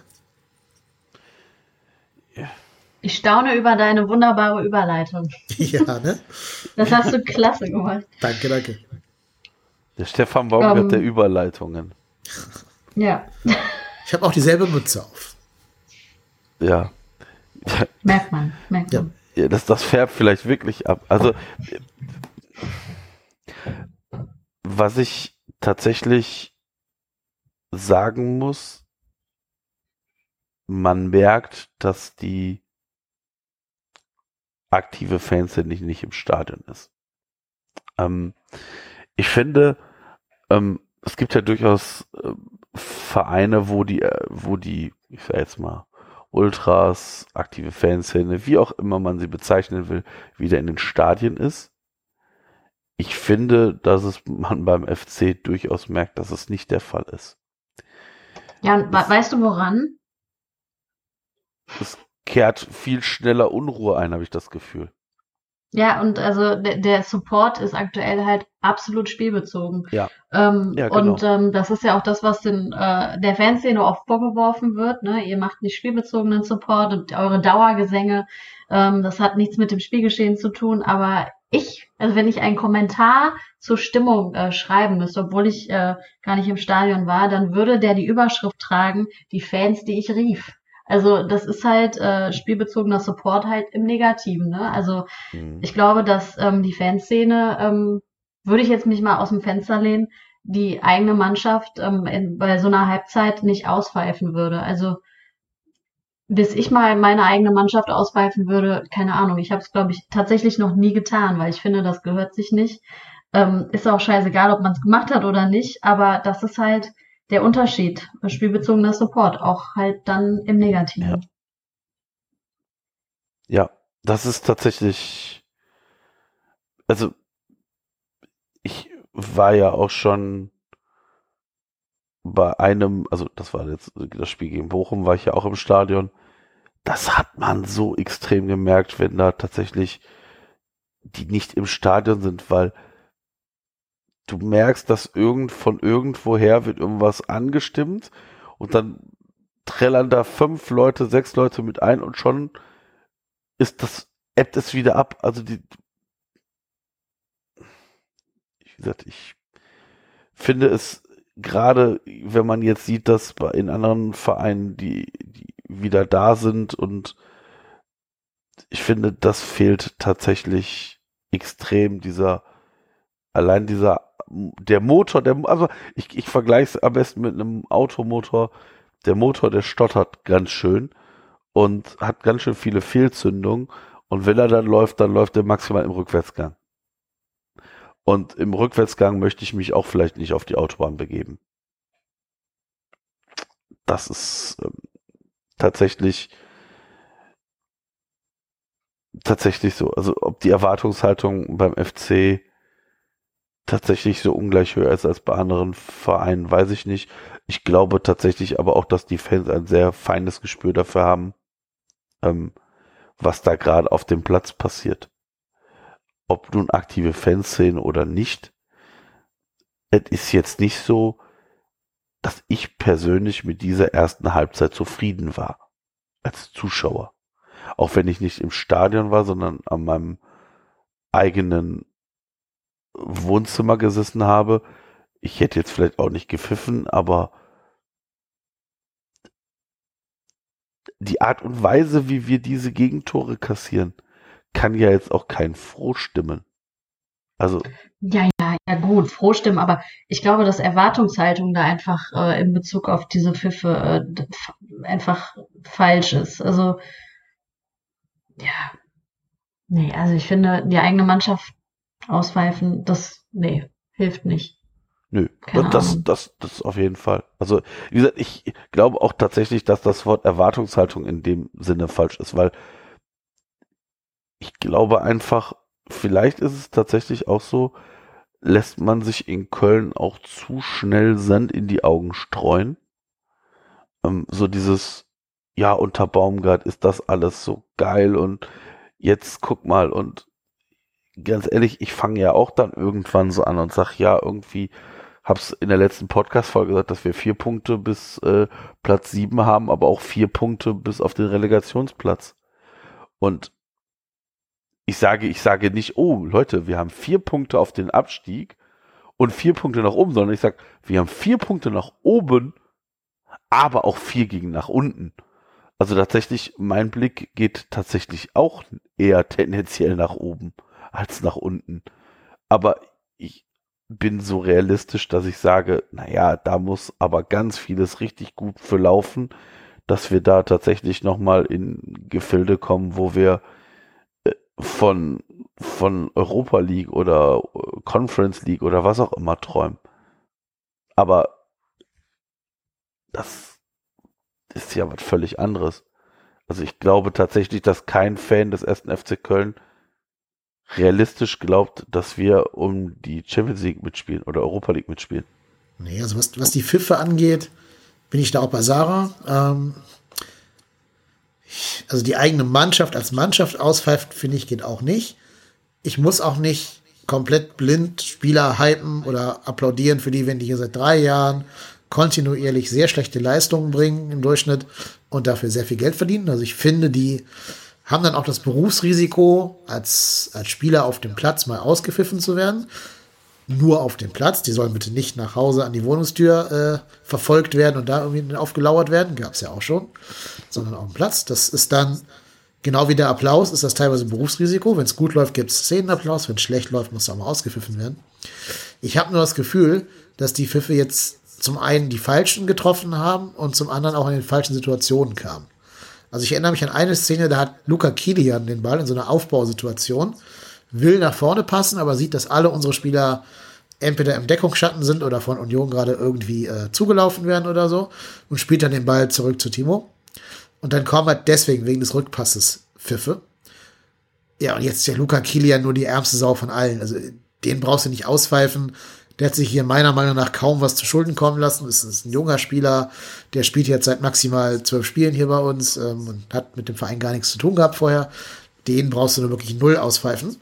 Ich staune über deine wunderbare Überleitung. Ja, ne? Das hast du klasse gemacht. Danke, danke. Der Stefan Baumgart Ähm. der Überleitungen. Ja, Ich habe auch dieselbe Mütze auf. Ja. merkt man, merkt Ja. man. Ja, das, das färbt vielleicht wirklich ab. Also, was ich tatsächlich sagen muss, man merkt, dass die aktive Fanszene nicht, nicht im Stadion ist. Ähm, ich finde, ähm, es gibt ja durchaus äh, Vereine, wo die, äh, wo die, ich sag jetzt mal, Ultras, aktive Fanszene, wie auch immer man sie bezeichnen will, wieder in den Stadien ist. Ich finde, dass es man beim F C durchaus merkt, dass es nicht der Fall ist. Ja, und we- weißt du woran? Es kehrt viel schneller Unruhe ein, habe ich das Gefühl. Ja, und also der, der Support ist aktuell halt absolut spielbezogen. Ja. Ähm, Ja, genau. Und ähm, das ist ja auch das, was den, äh, der Fanszene oft vorgeworfen wird. Ne? Ihr macht nicht spielbezogenen Support und eure Dauergesänge, ähm, das hat nichts mit dem Spielgeschehen zu tun. Aber ich, also wenn ich einen Kommentar zur Stimmung äh, schreiben müsste, obwohl ich äh, gar nicht im Stadion war, dann würde der die Überschrift tragen, die Fans, die ich rief. Also das ist halt äh, spielbezogener Support halt im Negativen. Ne? Also Mhm. ich glaube, dass ähm, die Fanszene, ähm, würde ich jetzt mich mal aus dem Fenster lehnen, die eigene Mannschaft ähm, in, bei so einer Halbzeit nicht auspfeifen würde. Also bis ich mal meine eigene Mannschaft auspfeifen würde, keine Ahnung. Ich habe es, glaube ich, tatsächlich noch nie getan, weil ich finde, das gehört sich nicht. Ähm, ist auch scheißegal, ob man es gemacht hat oder nicht, aber das ist halt der Unterschied. Spielbezogener Support, auch halt dann im Negativen. Ja, das ist tatsächlich, also ich war ja auch schon bei einem, also das war jetzt das Spiel gegen Bochum, war ich ja auch im Stadion. Das hat man so extrem gemerkt, wenn da tatsächlich die nicht im Stadion sind, weil du merkst, dass irgend von irgendwoher wird irgendwas angestimmt und dann trällern da fünf Leute, sechs Leute mit ein und schon ist das, ebbt es wieder ab. Also die, wie gesagt, ich finde es gerade, wenn man jetzt sieht, dass bei in anderen Vereinen die, die wieder da sind und ich finde, das fehlt tatsächlich extrem, dieser, allein dieser, der Motor, der, also ich, ich vergleiche es am besten mit einem Automotor, der Motor, der stottert ganz schön und hat ganz schön viele Fehlzündungen und wenn er dann läuft, dann läuft er maximal im Rückwärtsgang. Und im Rückwärtsgang möchte ich mich auch vielleicht nicht auf die Autobahn begeben. Das ist ähm, tatsächlich tatsächlich so. Also ob die Erwartungshaltung beim F C tatsächlich so ungleich höher ist als bei anderen Vereinen, weiß ich nicht. Ich glaube tatsächlich aber auch, dass die Fans ein sehr feines Gespür dafür haben, ähm, was da gerade auf dem Platz passiert. Ob nun aktive Fanszene oder nicht, es ist jetzt nicht so, dass ich persönlich mit dieser ersten Halbzeit zufrieden war als Zuschauer. Auch wenn ich nicht im Stadion war, sondern an meinem eigenen Wohnzimmer gesessen habe. Ich hätte jetzt vielleicht auch nicht gepfiffen, aber die Art und Weise, wie wir diese Gegentore kassieren, kann ja jetzt auch kein Froh stimmen. Also Ja, ja, ja gut, froh stimmen, aber ich glaube, dass Erwartungshaltung da einfach äh, in Bezug auf diese Pfiffe äh, d- f- einfach falsch ist. Also, ja, nee, also ich finde, die eigene Mannschaft auspfeifen, das, nee, hilft nicht. nö, Keine das, Ahnung. das, das auf jeden Fall. Also wie gesagt, ich glaube auch tatsächlich, dass das Wort Erwartungshaltung in dem Sinne falsch ist, weil ich glaube einfach, vielleicht ist es tatsächlich auch so, lässt man sich in Köln auch zu schnell Sand in die Augen streuen. Ähm, so dieses, ja, unter Baumgart ist das alles so geil und jetzt guck mal und ganz ehrlich, ich fange ja auch dann irgendwann so an und sag, ja, irgendwie hab's in der letzten Podcast-Folge gesagt, dass wir vier Punkte bis äh, Platz sieben haben, aber auch vier Punkte bis auf den Relegationsplatz. Und ich sage, ich sage nicht, oh Leute, wir haben vier Punkte auf den Abstieg und vier Punkte nach oben, sondern ich sage, wir haben vier Punkte nach oben, aber auch vier gegen nach unten. Also tatsächlich, mein Blick geht tatsächlich auch eher tendenziell nach oben als nach unten. Aber ich bin so realistisch, dass ich sage, naja, da muss aber ganz vieles richtig gut für laufen, dass wir da tatsächlich nochmal in Gefilde kommen, wo wir äh, von, von Europa League oder äh, Conference League oder was auch immer träumen. Aber das ist ja was völlig anderes. Also ich glaube tatsächlich, dass kein Fan des ersten F C Köln realistisch glaubt, dass wir um die Champions League mitspielen oder Europa League mitspielen. Nee, also was, was die Pfiffe angeht, bin ich da auch bei Sarah. Ähm, ich, also die eigene Mannschaft als Mannschaft auspfeift, finde ich, geht auch nicht. Ich muss auch nicht komplett blind Spieler hypen oder applaudieren für die, wenn die hier seit drei Jahren kontinuierlich sehr schlechte Leistungen bringen im Durchschnitt und dafür sehr viel Geld verdienen. Also ich finde, die haben dann auch das Berufsrisiko, als, als Spieler auf dem Platz mal ausgepfiffen zu werden. Nur auf dem Platz. Die sollen bitte nicht nach Hause an die Wohnungstür äh, verfolgt werden und da irgendwie aufgelauert werden. Gab es ja auch schon. Sondern auf dem Platz. Das ist dann, genau wie der Applaus, ist das teilweise ein Berufsrisiko. Wenn es gut läuft, gibt es Szenenapplaus. Wenn es schlecht läuft, muss da mal ausgepfiffen werden. Ich habe nur das Gefühl, dass die Pfiffe jetzt zum einen die Falschen getroffen haben und zum anderen auch in den falschen Situationen kamen. Also ich erinnere mich an eine Szene, da hat Luca Kilian den Ball in so einer Aufbausituation, will nach vorne passen, aber sieht, dass alle unsere Spieler entweder im Deckungsschatten sind oder von Union gerade irgendwie äh, zugelaufen werden oder so und spielt dann den Ball zurück zu Timo. Und dann kommen halt deswegen wegen des Rückpasses Pfiffe. Ja, und jetzt ist ja Luca Kilian nur die ärmste Sau von allen. Also den brauchst du nicht auspfeifen. Der hat sich hier meiner Meinung nach kaum was zu Schulden kommen lassen. Das ist ein junger Spieler, der spielt jetzt seit maximal zwölf Spielen hier bei uns ähm, und hat mit dem Verein gar nichts zu tun gehabt vorher. Den brauchst du nur wirklich null auspfeifen.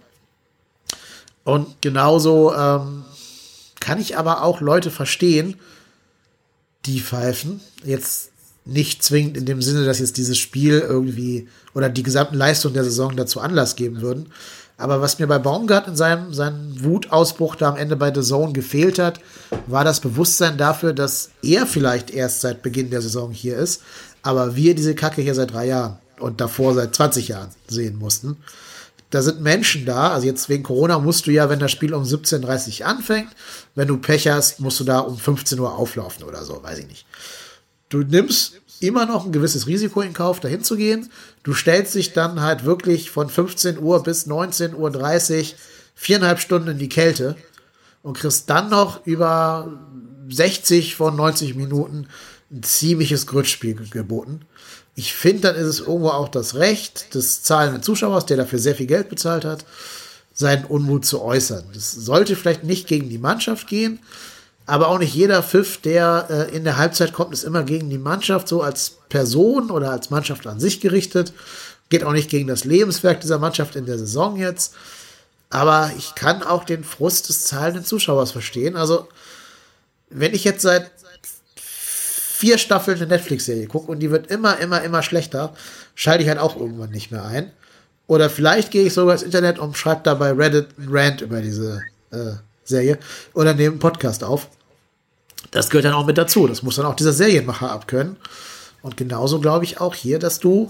Und genauso ähm, kann ich aber auch Leute verstehen, die pfeifen. Jetzt nicht zwingend in dem Sinne, dass jetzt dieses Spiel irgendwie oder die gesamten Leistungen der Saison dazu Anlass geben würden. Aber was mir bei Baumgart in seinem, seinem Wutausbruch da am Ende bei The Zone gefehlt hat, war das Bewusstsein dafür, dass er vielleicht erst seit Beginn der Saison hier ist, aber wir diese Kacke hier seit drei Jahren und davor seit zwanzig Jahren sehen mussten. Da sind Menschen da, also jetzt wegen Corona musst du ja, wenn das Spiel um siebzehn Uhr dreißig anfängt, wenn du Pech hast, musst du da um fünfzehn Uhr auflaufen oder so, weiß ich nicht. Du nimmst immer noch ein gewisses Risiko in Kauf, dahin zu gehen. Du stellst dich dann halt wirklich von fünfzehn Uhr bis neunzehn Uhr dreißig viereinhalb Stunden in die Kälte und kriegst dann noch über sechzig von neunzig Minuten ein ziemliches Grützspiel geboten. Ich finde, dann ist es irgendwo auch das Recht des zahlenden Zuschauers, der dafür sehr viel Geld bezahlt hat, seinen Unmut zu äußern. Das sollte vielleicht nicht gegen die Mannschaft gehen, aber auch nicht jeder Pfiff, der äh, in der Halbzeit kommt, ist immer gegen die Mannschaft so als Person oder als Mannschaft an sich gerichtet. Geht auch nicht gegen das Lebenswerk dieser Mannschaft in der Saison jetzt. Aber ich kann auch den Frust des zahlenden Zuschauers verstehen. Also, wenn ich jetzt seit vier Staffeln eine Netflix-Serie gucke und die wird immer, immer, immer schlechter, schalte ich halt auch irgendwann nicht mehr ein. Oder vielleicht gehe ich sogar ins Internet und schreibe da bei Reddit einen Rant über diese äh, Serie oder nehme einen Podcast auf. Das gehört dann auch mit dazu. Das muss dann auch dieser Serienmacher abkönnen. Und genauso glaube ich auch hier, dass du,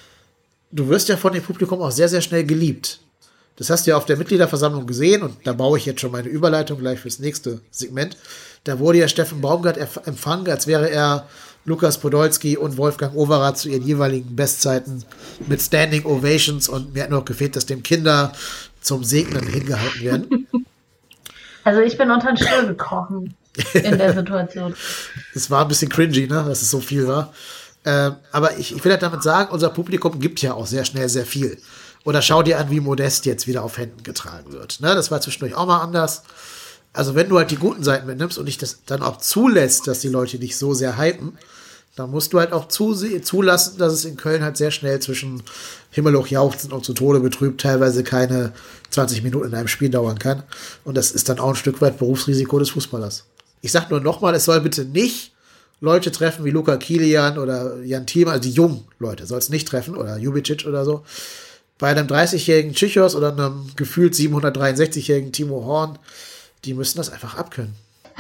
du wirst ja von dem Publikum auch sehr, sehr schnell geliebt. Das hast du ja auf der Mitgliederversammlung gesehen und da baue ich jetzt schon meine Überleitung gleich fürs nächste Segment. Da wurde ja Steffen Baumgart erf- empfangen, als wäre er Lukas Podolski und Wolfgang Overath zu ihren jeweiligen Bestzeiten mit Standing Ovations und mir hat noch gefehlt, dass dem Kinder zum Segnen hingehalten werden. Also ich bin unter den Stuhl gekrochen in der Situation. Es war ein bisschen cringy, ne, dass es so viel war. Ähm, aber ich, ich will halt damit sagen, unser Publikum gibt ja auch sehr schnell sehr viel. Oder schau dir an, wie Modest jetzt wieder auf Händen getragen wird. Ne, das war zwischendurch auch mal anders. Also wenn du halt die guten Seiten mitnimmst und dich das dann auch zulässt, dass die Leute dich so sehr hypen, dann musst du halt auch zuse- zulassen, dass es in Köln halt sehr schnell zwischen himmelhoch jauchzend und zu Tode betrübt teilweise keine zwanzig Minuten in einem Spiel dauern kann. Und das ist dann auch ein Stück weit Berufsrisiko des Fußballers. Ich sag nur nochmal, es soll bitte nicht Leute treffen wie Luca Kilian oder Jan Thielmann, also die jungen Leute soll es nicht treffen, oder Jubicic oder so. Bei einem dreißigjährigen Tschichos oder einem gefühlt siebenhundertdreiundsechzigjährigen Timo Horn, die müssen das einfach abkönnen.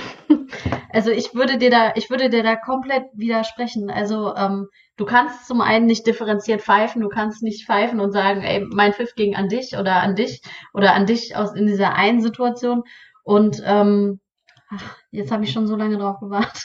Also ich würde dir da, ich würde dir da komplett widersprechen. Also ähm, du kannst zum einen nicht differenziert pfeifen, du kannst nicht pfeifen und sagen, ey, mein Pfiff ging an dich oder an dich oder an dich aus in dieser einen Situation. Und ähm, ach, jetzt habe ich schon so lange drauf gewartet.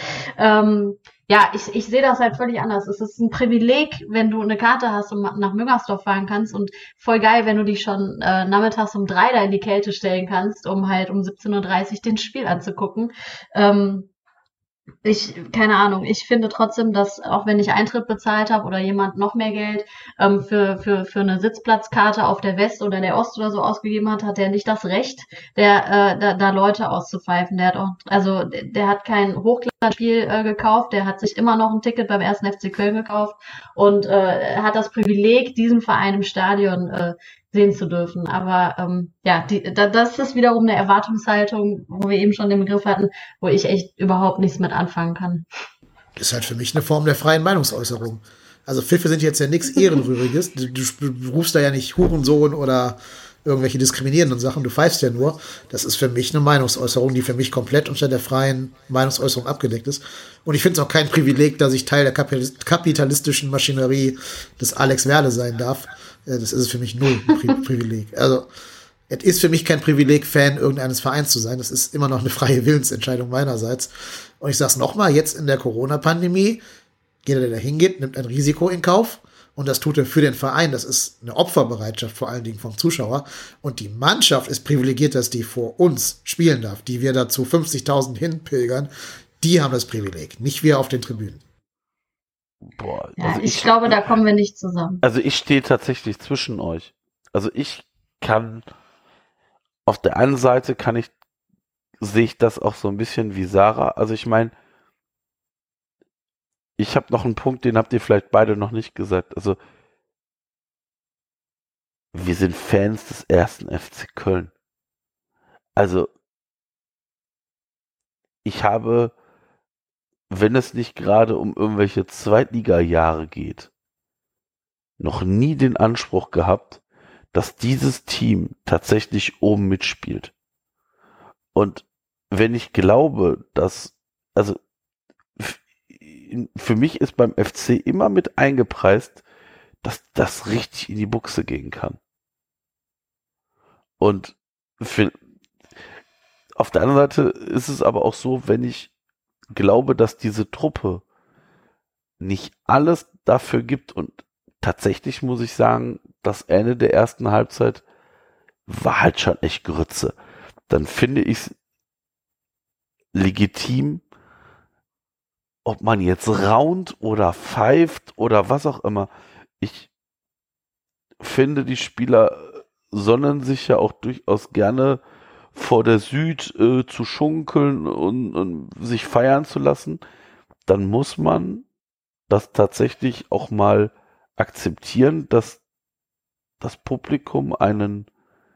ähm, ja, ich, ich sehe das halt völlig anders. Es ist ein Privileg, wenn du eine Karte hast und nach Müngersdorf fahren kannst und voll geil, wenn du dich schon äh, nachmittags um drei da in die Kälte stellen kannst, um halt um siebzehn Uhr dreißig den Spiel anzugucken. Ähm, ich, keine Ahnung, ich finde trotzdem, dass auch wenn ich Eintritt bezahlt habe oder jemand noch mehr Geld ähm, für, für, für eine Sitzplatzkarte auf der West oder der Ost oder so ausgegeben hat, hat der nicht das Recht, der, äh, da, da Leute auszupfeifen. Der hat auch, also der, der hat kein Hochglanzspiel äh, gekauft, der hat sich immer noch ein Ticket beim ersten F C Köln gekauft und äh, hat das Privileg, diesen Verein im Stadion äh, sehen zu dürfen. Aber ähm, ja, die, da, das ist wiederum eine Erwartungshaltung, wo wir eben schon den Begriff hatten, wo ich echt überhaupt nichts mit anfangen kann. Ist halt für mich eine Form der freien Meinungsäußerung. Also Pfiffe sind jetzt ja nichts Ehrenrühriges. Du, du, du rufst da ja nicht Hurensohn oder irgendwelche diskriminierenden Sachen, du pfeifst ja nur. Das ist für mich eine Meinungsäußerung, die für mich komplett unter der freien Meinungsäußerung abgedeckt ist. Und ich finde es auch kein Privileg, dass ich Teil der kapitalistischen Maschinerie des Alex Werle sein darf. Das ist es für mich null ein Pri- Privileg. Also, es ist für mich kein Privileg, Fan irgendeines Vereins zu sein. Das ist immer noch eine freie Willensentscheidung meinerseits. Und ich sag's nochmal, jetzt in der Corona-Pandemie, jeder, der da hingeht, nimmt ein Risiko in Kauf. Und das tut er für den Verein. Das ist eine Opferbereitschaft, vor allen Dingen vom Zuschauer. Und die Mannschaft ist privilegiert, dass die vor uns spielen darf, die wir dazu fünfzigtausend hinpilgern. Die haben das Privileg, nicht wir auf den Tribünen. Boah, Ja, also ich, ich glaube, da kommen wir nicht zusammen. Also ich stehe tatsächlich zwischen euch. Also ich kann, auf der einen Seite kann ich, sehe ich das auch so ein bisschen wie Sarah. Also ich meine, ich habe noch einen Punkt, den habt ihr vielleicht beide noch nicht gesagt. Also wir sind Fans des ersten F C Köln. Also ich habe, wenn es nicht gerade um irgendwelche Zweitliga-Jahre geht, noch nie den Anspruch gehabt, dass dieses Team tatsächlich oben mitspielt. Und wenn ich glaube, dass, also f- für mich ist beim F C immer mit eingepreist, dass das richtig in die Buchse gehen kann. Und für, auf der anderen Seite ist es aber auch so, wenn ich glaube, dass diese Truppe nicht alles dafür gibt und tatsächlich muss ich sagen, das Ende der ersten Halbzeit war halt schon echt Grütze. Dann finde ich es legitim, ob man jetzt raunt oder pfeift oder was auch immer. Ich finde, die Spieler sonnen sich ja auch durchaus gerne vor der Süd äh, zu schunkeln und, und sich feiern zu lassen, dann muss man das tatsächlich auch mal akzeptieren, dass das Publikum einen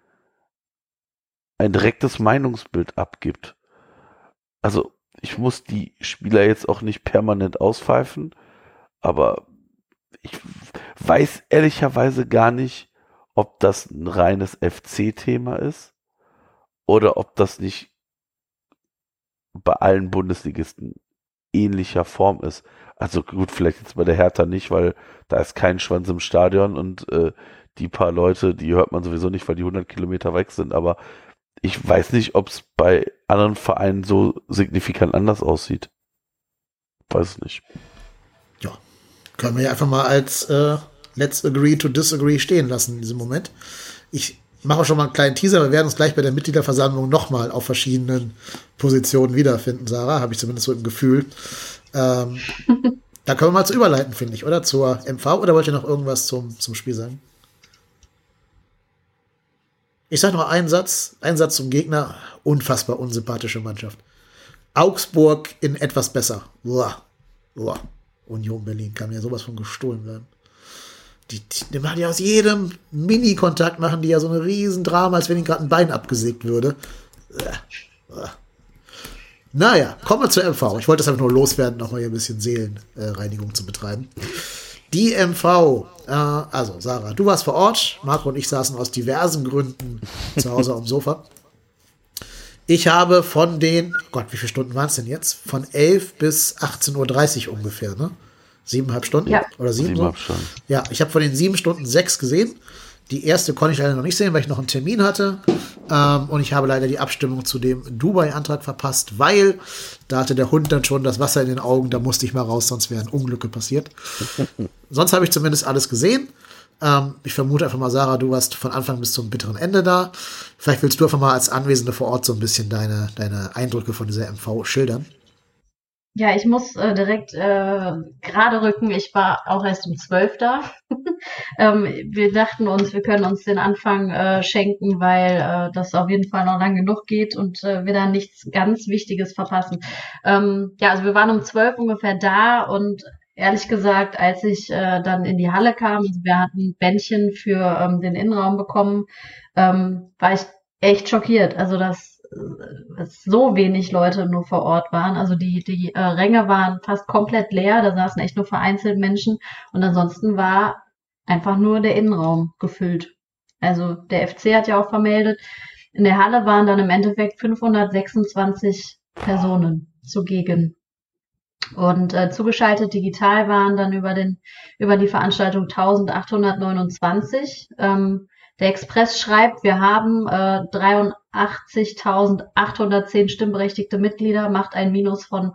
ein direktes Meinungsbild abgibt. Also ich muss die Spieler jetzt auch nicht permanent auspfeifen, aber ich weiß ehrlicherweise gar nicht, ob das ein reines F C-Thema ist oder ob das nicht bei allen Bundesligisten ähnlicher Form ist. Also gut, vielleicht jetzt bei der Hertha nicht, weil da ist kein Schwanz im Stadion und äh, die paar Leute, die hört man sowieso nicht, weil die hundert Kilometer weg sind, aber ich weiß nicht, ob es bei anderen Vereinen so signifikant anders aussieht. Weiß es nicht. Ja, können wir ja einfach mal als äh, Let's Agree to Disagree stehen lassen in diesem Moment. Ich mache schon mal einen kleinen Teaser. Wir werden uns gleich bei der Mitgliederversammlung nochmal auf verschiedenen Positionen wiederfinden, Sarah. Habe ich zumindest so im Gefühl. Ähm, da können wir mal zu überleiten, finde ich, oder? Zur M V. Oder wollt ihr noch irgendwas zum, zum Spiel sagen? Ich sage noch einen Satz. Einen Satz zum Gegner. Unfassbar unsympathische Mannschaft. Augsburg in etwas besser. Boah. Boah. Union Berlin kann mir sowas von gestohlen werden. Die, die, die machen ja aus jedem Mini-Kontakt machen die ja so eine riesen Drama, als wenn ihnen gerade ein Bein abgesägt würde. Naja, kommen wir zur M V. Ich wollte das einfach nur loswerden, nochmal hier ein bisschen Seelenreinigung zu betreiben. Die M V, äh, also Sarah, du warst vor Ort, Marco und ich saßen aus diversen Gründen zu Hause auf dem Sofa. Ich habe von den, Gott, wie viele Stunden waren es denn jetzt? Von elf bis achtzehn Uhr dreißig ungefähr, ne? Siebeneinhalb Stunden? Ja. Oder sieben? Siebeneinhalb so? Stunden. Ja, ich habe von den sieben Stunden sechs gesehen. Die erste konnte ich leider noch nicht sehen, weil ich noch einen Termin hatte. Ähm, und ich habe leider die Abstimmung zu dem Dubai-Antrag verpasst, weil da hatte der Hund dann schon das Wasser in den Augen. Da musste ich mal raus, sonst wären Unglücke passiert. Sonst habe ich zumindest alles gesehen. Ähm, ich vermute einfach mal, Sarah, du warst von Anfang bis zum bitteren Ende da. Vielleicht willst du einfach mal als Anwesende vor Ort so ein bisschen deine, deine Eindrücke von dieser M V schildern. Ja, ich muss äh, direkt äh, gerade rücken. Ich war auch erst um zwölf da. ähm, wir dachten uns, wir können uns den Anfang äh, schenken, weil äh, das auf jeden Fall noch lang genug geht und äh, wir da nichts ganz Wichtiges verpassen. Ähm, ja, also wir waren um zwölf ungefähr da und ehrlich gesagt, als ich äh, dann in die Halle kam, also wir hatten ein Bändchen für ähm, den Innenraum bekommen, ähm, war ich echt schockiert. Also dass dass so wenig Leute nur vor Ort waren. Also die, die äh, Ränge waren fast komplett leer, da saßen echt nur vereinzelt Menschen und ansonsten war einfach nur der Innenraum gefüllt. Also der F C hat ja auch vermeldet, in der Halle waren dann im Endeffekt fünfhundertsechsundzwanzig Personen zugegen. Und äh, zugeschaltet digital waren dann über den über die Veranstaltung eintausendachthundertneunundzwanzig. Ähm, Der Express schreibt, wir haben äh, dreiundachtzigtausendachthundertzehn stimmberechtigte Mitglieder, macht ein Minus von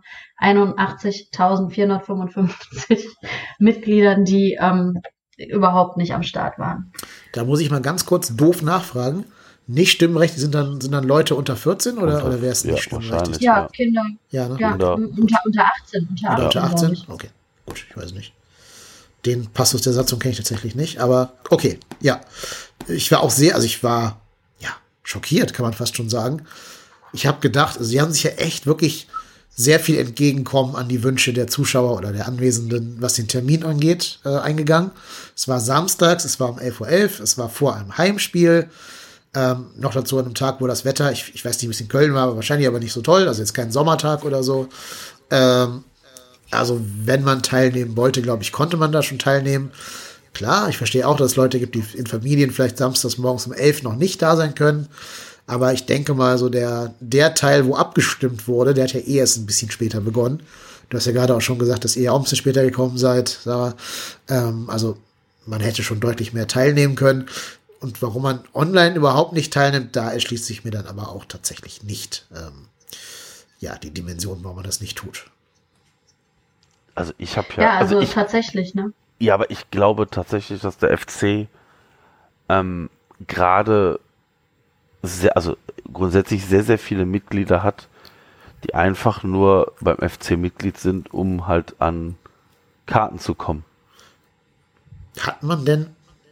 einundachtzigtausendvierhundertfünfundfünfzig Mitgliedern, die ähm, überhaupt nicht am Start waren. Da muss ich mal ganz kurz doof nachfragen. Nicht stimmberechtigt sind dann, sind dann Leute unter vierzehn oder, Unter- oder wer ist ja, nicht stimmberechtigt? Ja, Ja. Kinder, Ja, ne? ja, Kinder. unter, unter achtzehn. Unter Oder unter achtzehn, glaub achtzehn? ich. Okay, gut, ich weiß nicht. Den Passus der Satzung kenne ich tatsächlich nicht, aber okay, ja. Ich war auch sehr, also ich war, ja, schockiert, kann man fast schon sagen. Ich habe gedacht, also sie haben sich ja echt wirklich sehr viel entgegenkommen an die Wünsche der Zuschauer oder der Anwesenden, was den Termin angeht, äh, eingegangen. Es war samstags, es war um elf Uhr elf, es war vor einem Heimspiel. Ähm, noch dazu an einem Tag, wo das Wetter, ich, ich weiß nicht, wie es in Köln war, aber wahrscheinlich aber nicht so toll, also jetzt kein Sommertag oder so. Ähm, also wenn man teilnehmen wollte, glaube ich, konnte man da schon teilnehmen. Klar, ich verstehe auch, dass es Leute gibt, die in Familien vielleicht samstags morgens um elf noch nicht da sein können. Aber ich denke mal, so der, der Teil, wo abgestimmt wurde, der hat ja eh erst ein bisschen später begonnen. Du hast ja gerade auch schon gesagt, dass ihr ja auch ein bisschen später gekommen seid, Sarah. Ähm, also man hätte schon deutlich mehr teilnehmen können. Und warum man online überhaupt nicht teilnimmt, da erschließt sich mir dann aber auch tatsächlich nicht ähm, ja, die Dimension, warum man das nicht tut. Also ich habe ja, Ja, also, also ich, tatsächlich, ne? ja, aber ich glaube tatsächlich, dass der F C ähm, gerade sehr, also grundsätzlich sehr, sehr viele Mitglieder hat, die einfach nur beim F C Mitglied sind, um halt an Karten zu kommen. Hat man denn,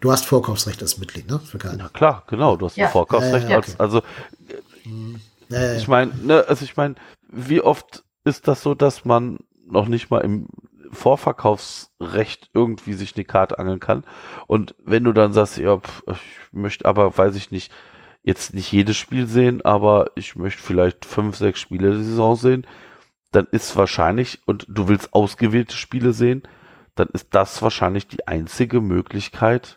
Du hast Vorkaufsrecht als Mitglied, ne? Für Na klar, genau, du hast Ja. ein Vorkaufsrecht. Ja, ja, als, also Ja, ja, ich ja. meine, ne, also ich meine, wie oft ist das so, dass man noch nicht mal im Vorverkaufsrecht irgendwie sich eine Karte angeln kann? Und wenn du dann sagst, ja, pf, ich möchte aber, weiß ich nicht, jetzt nicht jedes Spiel sehen, aber ich möchte vielleicht fünf, sechs Spiele der Saison sehen, dann ist wahrscheinlich, und du willst ausgewählte Spiele sehen, dann ist das wahrscheinlich die einzige Möglichkeit,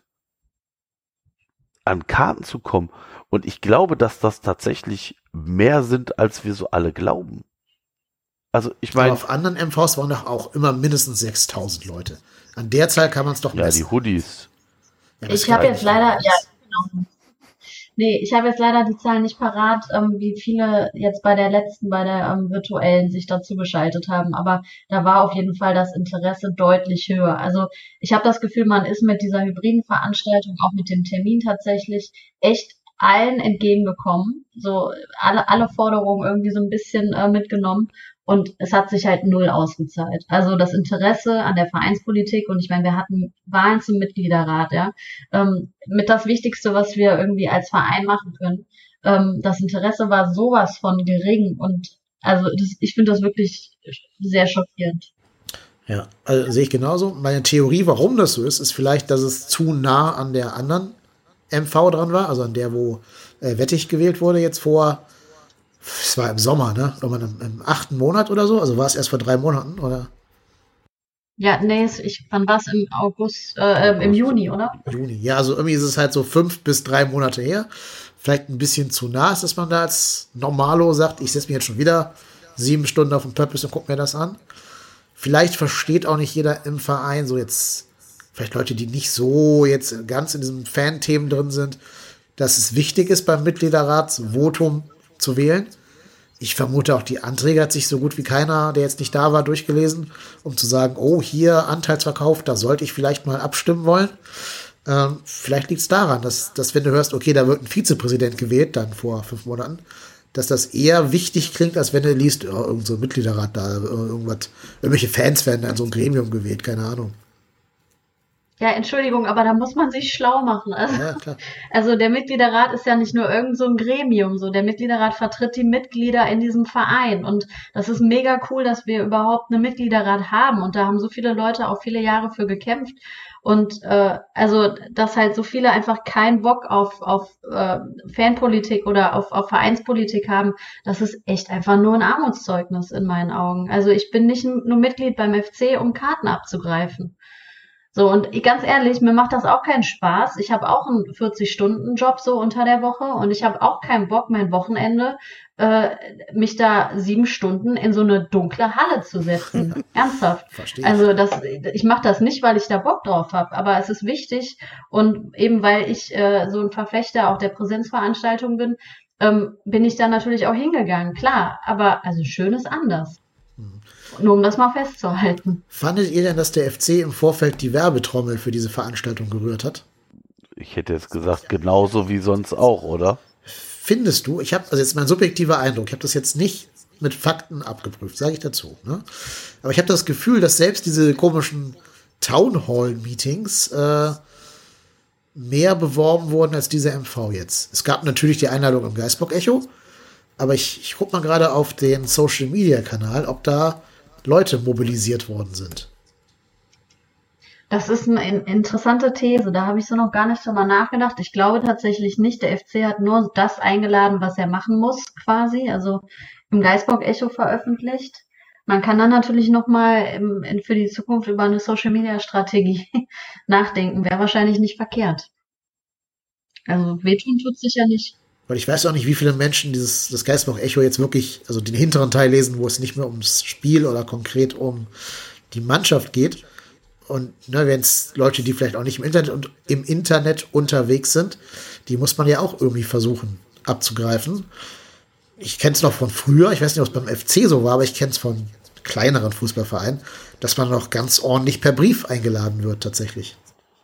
an Karten zu kommen. Und ich glaube, dass das tatsächlich mehr sind, als wir so alle glauben. Also ich Aber meine, auf anderen M Vs waren doch auch immer mindestens sechstausend Leute. An der Zahl kann man es doch ja, die messen. Hoodies. Ja, das Ich habe kann jetzt ich leider, nicht. ja, genau. Nee, ich habe jetzt leider die Zahlen nicht parat, ähm, wie viele jetzt bei der letzten, bei der ähm, virtuellen sich dazu geschaltet haben. Aber da war auf jeden Fall das Interesse deutlich höher. Also ich habe das Gefühl, man ist mit dieser hybriden Veranstaltung, auch mit dem Termin tatsächlich echt allen entgegengekommen. So alle, alle Forderungen irgendwie so ein bisschen äh, mitgenommen. Und es hat sich halt null ausgezahlt. Also das Interesse an der Vereinspolitik, und ich meine, wir hatten Wahlen zum Mitgliederrat, ja, ähm, mit das Wichtigste, was wir irgendwie als Verein machen können. Ähm, das Interesse war sowas von gering, und also das, ich finde das wirklich sehr schockierend. Ja, also sehe ich genauso. Meine Theorie, warum das so ist, ist vielleicht, dass es zu nah an der anderen M V dran war, also an der, wo äh, Wettig gewählt wurde, jetzt vor, es war im Sommer, ne? Irgendwann im, im achten Monat oder so, also war es erst vor drei Monaten, oder? Ja, nee, es- ich, wann war es im August, äh, äh, im Juni, oder? Juni. Ja, also irgendwie ist es halt so fünf bis drei Monate her. Vielleicht ein bisschen zu nah ist, dass man da als Normalo sagt, ich setze mich jetzt schon wieder sieben Stunden auf den Purpose und gucke mir das an. Vielleicht versteht auch nicht jeder im Verein, so jetzt, vielleicht Leute, die nicht so jetzt ganz in diesem Fan-Themen drin sind, dass es wichtig ist, beim Mitgliederratsvotum zu wählen. Ich vermute auch, die Anträge hat sich so gut wie keiner, der jetzt nicht da war, durchgelesen, um zu sagen, oh, hier Anteilsverkauf, da sollte ich vielleicht mal abstimmen wollen. Ähm, vielleicht liegt es daran, dass, dass wenn du hörst, okay, da wird ein Vizepräsident gewählt, dann vor fünf Monaten, dass das eher wichtig klingt, als wenn du liest, oh, irgend so ein Mitgliederrat da, irgendwas, irgendwelche Fans werden da in so ein Gremium gewählt, keine Ahnung. Ja, Entschuldigung, aber da muss man sich schlau machen. Also, Ja, klar. also der Mitgliederrat ist ja nicht nur irgend so ein Gremium, so der Mitgliederrat vertritt die Mitglieder in diesem Verein, und das ist mega cool, dass wir überhaupt einen Mitgliederrat haben, und da haben so viele Leute auch viele Jahre für gekämpft, und äh, also dass halt so viele einfach keinen Bock auf auf äh, Fanpolitik oder auf auf Vereinspolitik haben, das ist echt einfach nur ein Armutszeugnis in meinen Augen. Also ich bin nicht nur Mitglied beim F C, um Karten abzugreifen. So, und ich- ganz ehrlich, mir macht das auch keinen Spaß. Ich habe auch einen vierzig-Stunden-Job so unter der Woche, und ich habe auch keinen Bock, mein Wochenende äh, mich da sieben Stunden in so eine dunkle Halle zu setzen. Ernsthaft. Verstehe ich. Also das, ich mache das nicht, weil ich da Bock drauf habe, aber es ist wichtig, und eben weil ich äh, so ein Verfechter auch der Präsenzveranstaltung bin, ähm, bin ich da natürlich auch hingegangen, klar. Aber also schön ist anders. Nur um das mal festzuhalten. Fandet ihr denn, dass der F C im Vorfeld die Werbetrommel für diese Veranstaltung gerührt hat? Ich hätte jetzt gesagt, genauso wie sonst auch, oder? Findest du, ich habe, also jetzt mein subjektiver Eindruck, ich habe das jetzt nicht mit Fakten abgeprüft, sage ich dazu. Ne? Aber ich habe das Gefühl, dass selbst diese komischen Townhall-Meetings äh, mehr beworben wurden als diese M V jetzt. Es gab natürlich die Einladung im Geistbock-Echo, aber ich, ich gucke mal gerade auf den Social-Media-Kanal, ob da Leute mobilisiert worden sind. Das ist eine in- interessante These. Da habe ich so noch gar nicht drüber nachgedacht. Ich glaube tatsächlich nicht. Der F C hat nur das eingeladen, was er machen muss, quasi. Also im Geistbock-Echo veröffentlicht. Man kann dann natürlich nochmal für die Zukunft über eine Social-Media-Strategie nachdenken. Wäre wahrscheinlich nicht verkehrt. Also wehtun tut sicher nicht. Weil ich weiß auch nicht, wie viele Menschen dieses das Geistbock-Echo jetzt wirklich, also den hinteren Teil lesen, wo es nicht mehr ums Spiel oder konkret um die Mannschaft geht. Und ne, wenn es Leute, die vielleicht auch nicht im Internet und im Internet unterwegs sind, die muss man ja auch irgendwie versuchen abzugreifen. Ich kenne es noch von früher, ich weiß nicht, ob es beim F C so war, aber ich kenne es von kleineren Fußballvereinen, dass man noch ganz ordentlich per Brief eingeladen wird tatsächlich.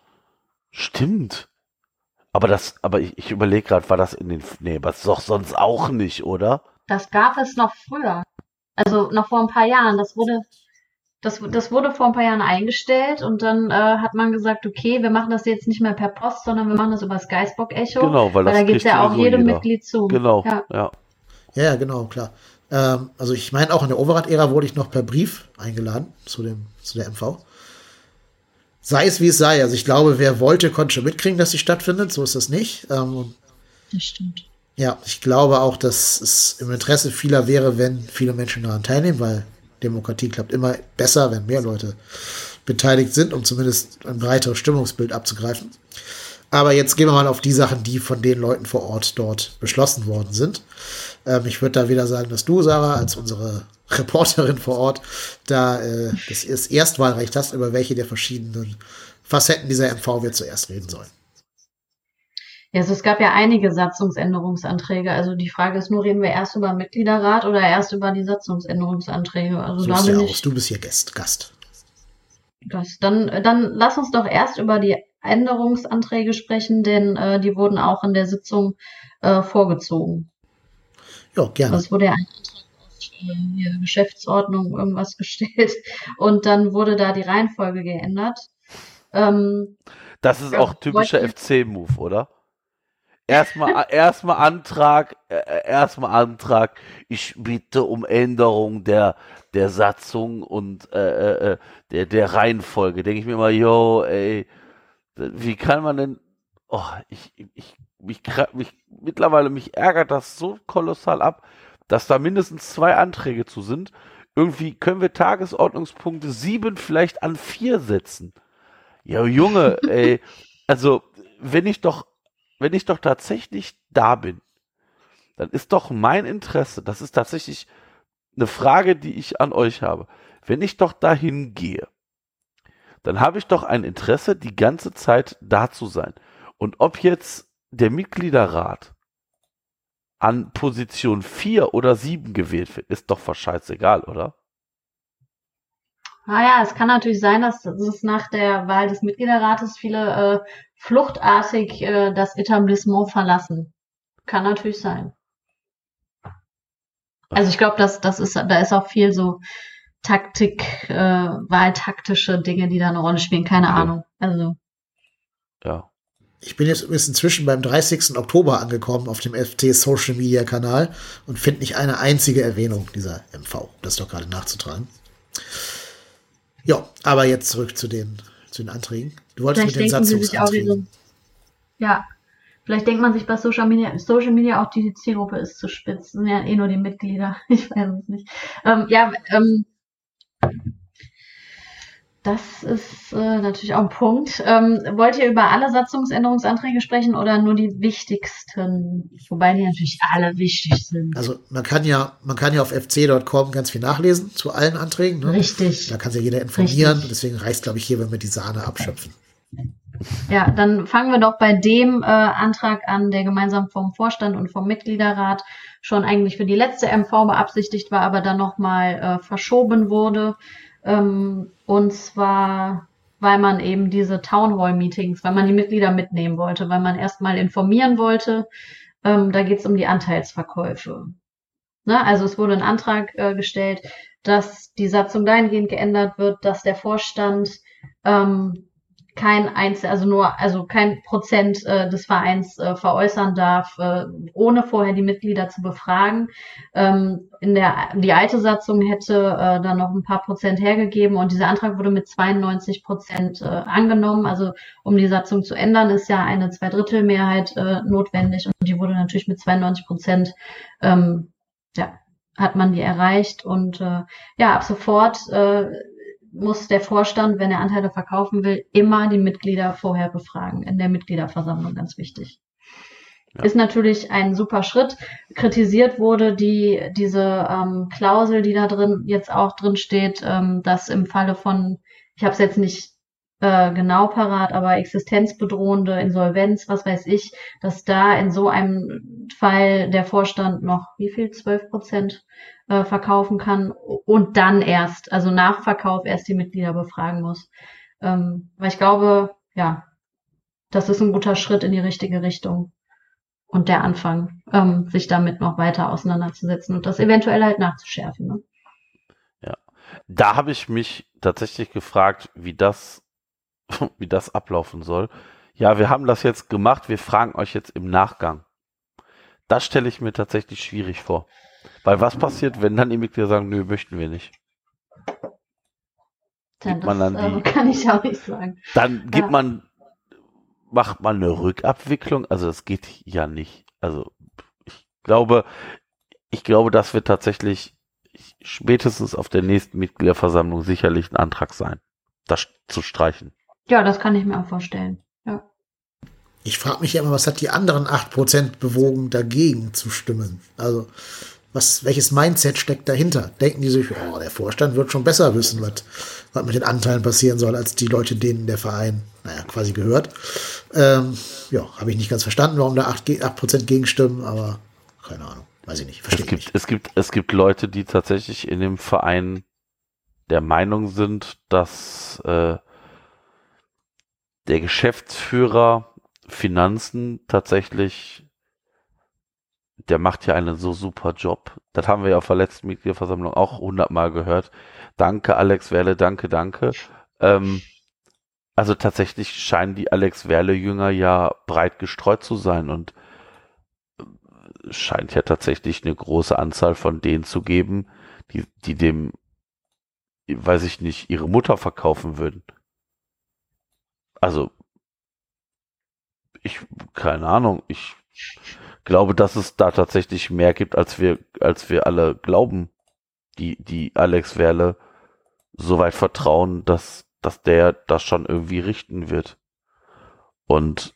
Stimmt. Aber das, aber ich, ich überlege gerade, war das in den, nee, was doch sonst auch nicht, oder? Das gab es noch früher. Also noch vor ein paar Jahren. Das wurde, Das, das wurde vor ein paar Jahren eingestellt und dann äh, hat man gesagt, okay, wir machen das jetzt nicht mehr per Post, sondern wir machen das über das Geisbock-Echo. Genau, weil das da geht's kriegt ja auch sowieso jedem jeder. Mitglied zu. Genau, Ja. ja. Ja, ja, genau, klar. Ähm, also ich meine, auch in der Overath-Ära wurde ich noch per Brief eingeladen zu dem, zu der M V. Sei es wie es sei. Also ich glaube, wer wollte, konnte schon mitkriegen, dass sie stattfindet. So ist das nicht. Ähm, Das stimmt. ja, ich glaube auch, dass es im Interesse vieler wäre, wenn viele Menschen daran teilnehmen, weil Demokratie klappt immer besser, wenn mehr Leute beteiligt sind, um zumindest ein breiteres Stimmungsbild abzugreifen. Aber jetzt gehen wir mal auf die Sachen, die von den Leuten vor Ort dort beschlossen worden sind. Ähm, ich würde da wieder sagen, dass du, Sarah, als unsere Reporterin vor Ort, da äh, das, das Erstwahlrecht hast, über welche der verschiedenen Facetten dieser M V wir zuerst reden sollen. Ja, also es gab ja einige Satzungsänderungsanträge. Also die Frage ist nur, reden wir erst über Mitgliederrat oder erst über die Satzungsänderungsanträge? Also da Suchst bin ja ich aus, du bist hier Gast. Gast. das. Dann, dann lass uns doch erst über die Änderungsanträge sprechen, denn äh, die wurden auch in der Sitzung äh, vorgezogen. Ja, gerne. Also es wurde ja ein Antrag auf äh, hier Geschäftsordnung irgendwas gestellt und dann wurde da die Reihenfolge geändert. Ähm, Das ist Ja, auch typischer wollte- F C-Move, oder? Erstmal erstmal Antrag, äh, erstmal Antrag, ich bitte um Änderung der, der Satzung und äh, äh, der, der Reihenfolge. Denke ich mir immer, yo, ey, wie kann man denn, oh, ich, ich, mich, gra- mich, mittlerweile mich ärgert das so kolossal ab, dass da mindestens zwei Anträge zu sind. Irgendwie können wir Tagesordnungspunkte sieben vielleicht an vier setzen. Ja, Junge, ey, also, wenn ich doch, wenn ich doch tatsächlich da bin, dann ist doch mein Interesse, das ist tatsächlich eine Frage, die ich an euch habe. Wenn ich doch dahin gehe, dann habe ich doch ein Interesse, die ganze Zeit da zu sein. Und ob jetzt der Mitgliederrat an Position vier oder sieben gewählt wird, ist doch fast scheißegal, oder? Naja, es kann natürlich sein, dass es nach der Wahl des Mitgliederrates viele äh, fluchtartig äh, das Etablissement verlassen. Kann natürlich sein. Also ich glaube, dass das ist, da ist auch viel so Taktik, äh, wahltaktische Dinge, die da eine Rolle spielen. Keine Ja. Ahnung. Also Ja. Ich bin jetzt übrigens inzwischen beim dreißigsten Oktober angekommen auf dem F T Social Media Kanal und finde nicht eine einzige Erwähnung dieser M V. Das ist doch gerade nachzutragen. Ja, aber jetzt zurück zu den, zu den Anträgen. Du wolltest mit den vielleicht denken sie sich auch wie so, Satzungsanträgen. ja, vielleicht denkt man sich bei Social Media, Social Media auch, die Zielgruppe ist zu spitz. Das sind ja eh nur die Mitglieder. Ich weiß es nicht. Ähm, ja, ähm, das ist äh, natürlich auch ein Punkt. Ähm, wollt ihr über alle Satzungsänderungsanträge sprechen oder nur die wichtigsten? Wobei die natürlich alle wichtig sind. Also man kann ja, man kann ja auf f c Punkt com ganz viel nachlesen zu allen Anträgen. Ne? Richtig. Da kann sich jeder informieren. Richtig. Deswegen reicht, glaube ich, hier, wenn wir die Sahne abschöpfen. Ja, dann fangen wir doch bei dem äh, Antrag an, der gemeinsam vom Vorstand und vom Mitgliederrat schon eigentlich für die letzte M V beabsichtigt war, aber dann nochmal äh, verschoben wurde. Ähm, und zwar, weil man eben diese Town Hall Meetings, weil man die Mitglieder mitnehmen wollte, weil man erstmal informieren wollte. Ähm, da geht es um die Anteilsverkäufe. Ne? Also es wurde ein Antrag äh, gestellt, dass die Satzung dahingehend geändert wird, dass der Vorstand ähm, kein Einzel, also nur, also kein Prozent äh, des Vereins äh, veräußern darf, äh, ohne vorher die Mitglieder zu befragen. Ähm, in der die alte Satzung hätte äh, dann noch ein paar Prozent hergegeben und dieser Antrag wurde mit zweiundneunzig Prozent äh, angenommen. Also um die Satzung zu ändern, ist ja eine Zweidrittelmehrheit äh, notwendig und die wurde natürlich mit zweiundneunzig Prozent ähm, ja, hat man die erreicht und äh, ja, ab sofort äh, muss der Vorstand, wenn er Anteile verkaufen will, immer die Mitglieder vorher befragen, in der Mitgliederversammlung, ganz wichtig. Ja. Ist natürlich ein super Schritt. Kritisiert wurde die diese ähm, Klausel, die da drin jetzt auch drin steht, ähm, dass im Falle von, ich habe es jetzt nicht äh, genau parat, aber existenzbedrohende Insolvenz, was weiß ich, dass da in so einem Fall der Vorstand noch wie viel, zwölf Prozent äh, verkaufen kann und dann erst, also nach Verkauf erst die Mitglieder befragen muss. Ähm, weil ich glaube, ja, das ist ein guter Schritt in die richtige Richtung und der Anfang, ähm, sich damit noch weiter auseinanderzusetzen und das eventuell halt nachzuschärfen. Ne? Ja, Da habe ich mich tatsächlich gefragt, wie das, wie das ablaufen soll. Ja, wir haben das jetzt gemacht, wir fragen euch jetzt im Nachgang. Das stelle ich mir tatsächlich schwierig vor. Weil was passiert, wenn dann die Mitglieder sagen, nö, möchten wir nicht? Tja, Gibt man das dann die, äh, kann ich auch nicht sagen. dann gibt Ja. man, macht man eine Rückabwicklung? Also das geht ja nicht. Also ich glaube, ich glaube, das wird tatsächlich spätestens auf der nächsten Mitgliederversammlung sicherlich ein Antrag sein, das zu streichen. Ja, das kann ich mir auch vorstellen. Ja. Ich frage mich ja immer, was hat die anderen acht Prozent bewogen, dagegen zu stimmen? Also, was, welches Mindset steckt dahinter? Denken die sich, oh, der Vorstand wird schon besser wissen, was, was mit den Anteilen passieren soll, als die Leute, denen der Verein, naja, quasi gehört. Ähm, ja, habe ich nicht ganz verstanden, warum da acht Prozent gegenstimmen, aber keine Ahnung, weiß ich nicht, verstehe Es gibt, nicht. es gibt, es gibt Leute, die tatsächlich in dem Verein der Meinung sind, dass äh, der Geschäftsführer Finanzen tatsächlich, der macht ja einen so super Job. Das haben wir ja auf der letzten Mitgliederversammlung auch hundertmal gehört. Danke, Alex Werle, danke, danke. Ähm, also tatsächlich scheinen die Alex Werle-Jünger ja breit gestreut zu sein und es scheint ja tatsächlich eine große Anzahl von denen zu geben, die, die dem, weiß ich nicht, ihre Mutter verkaufen würden. Also, ich, keine Ahnung, ich glaube, dass es da tatsächlich mehr gibt, als wir, als wir alle glauben, die, die Alex Werle so weit vertrauen, dass, dass der das schon irgendwie richten wird. Und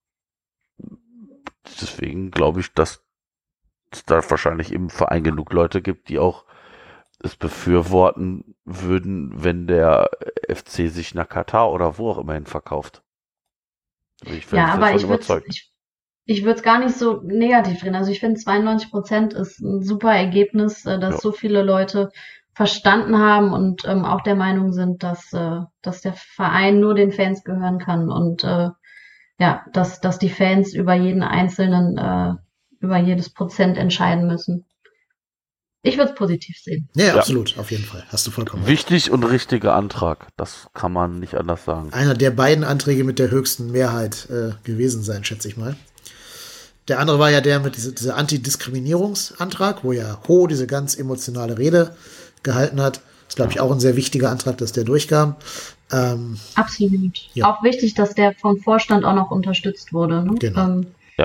deswegen glaube ich, dass es da wahrscheinlich im Verein genug Leute gibt, die auch es befürworten würden, wenn der F C sich nach Katar oder wo auch immerhin verkauft. Bin ich Ja, aber ich würde überzeugt. ich, ich würde es gar nicht so negativ drehen. Also ich finde zweiundneunzig Prozent ist ein super Ergebnis, äh, dass Ja. so viele Leute verstanden haben und ähm, auch der Meinung sind, dass, äh, dass der Verein nur den Fans gehören kann und äh, ja, dass, dass die Fans über jeden einzelnen, äh, über jedes Prozent entscheiden müssen. Ich würde es positiv sehen. Ja, Ja. absolut, auf jeden Fall. Hast du vollkommen recht. Wichtig und richtiger Antrag. Das kann man nicht anders sagen. Einer der beiden Anträge mit der höchsten Mehrheit äh, gewesen sein, schätze ich mal. Der andere war ja der mit diese, dieser Antidiskriminierungsantrag, wo ja Ho diese ganz emotionale Rede gehalten hat. Das ist, glaube ich, auch ein sehr wichtiger Antrag, dass der durchkam. Ähm, Absolut. Ja. Auch wichtig, dass der vom Vorstand auch noch unterstützt wurde. Ne? Genau. Ähm,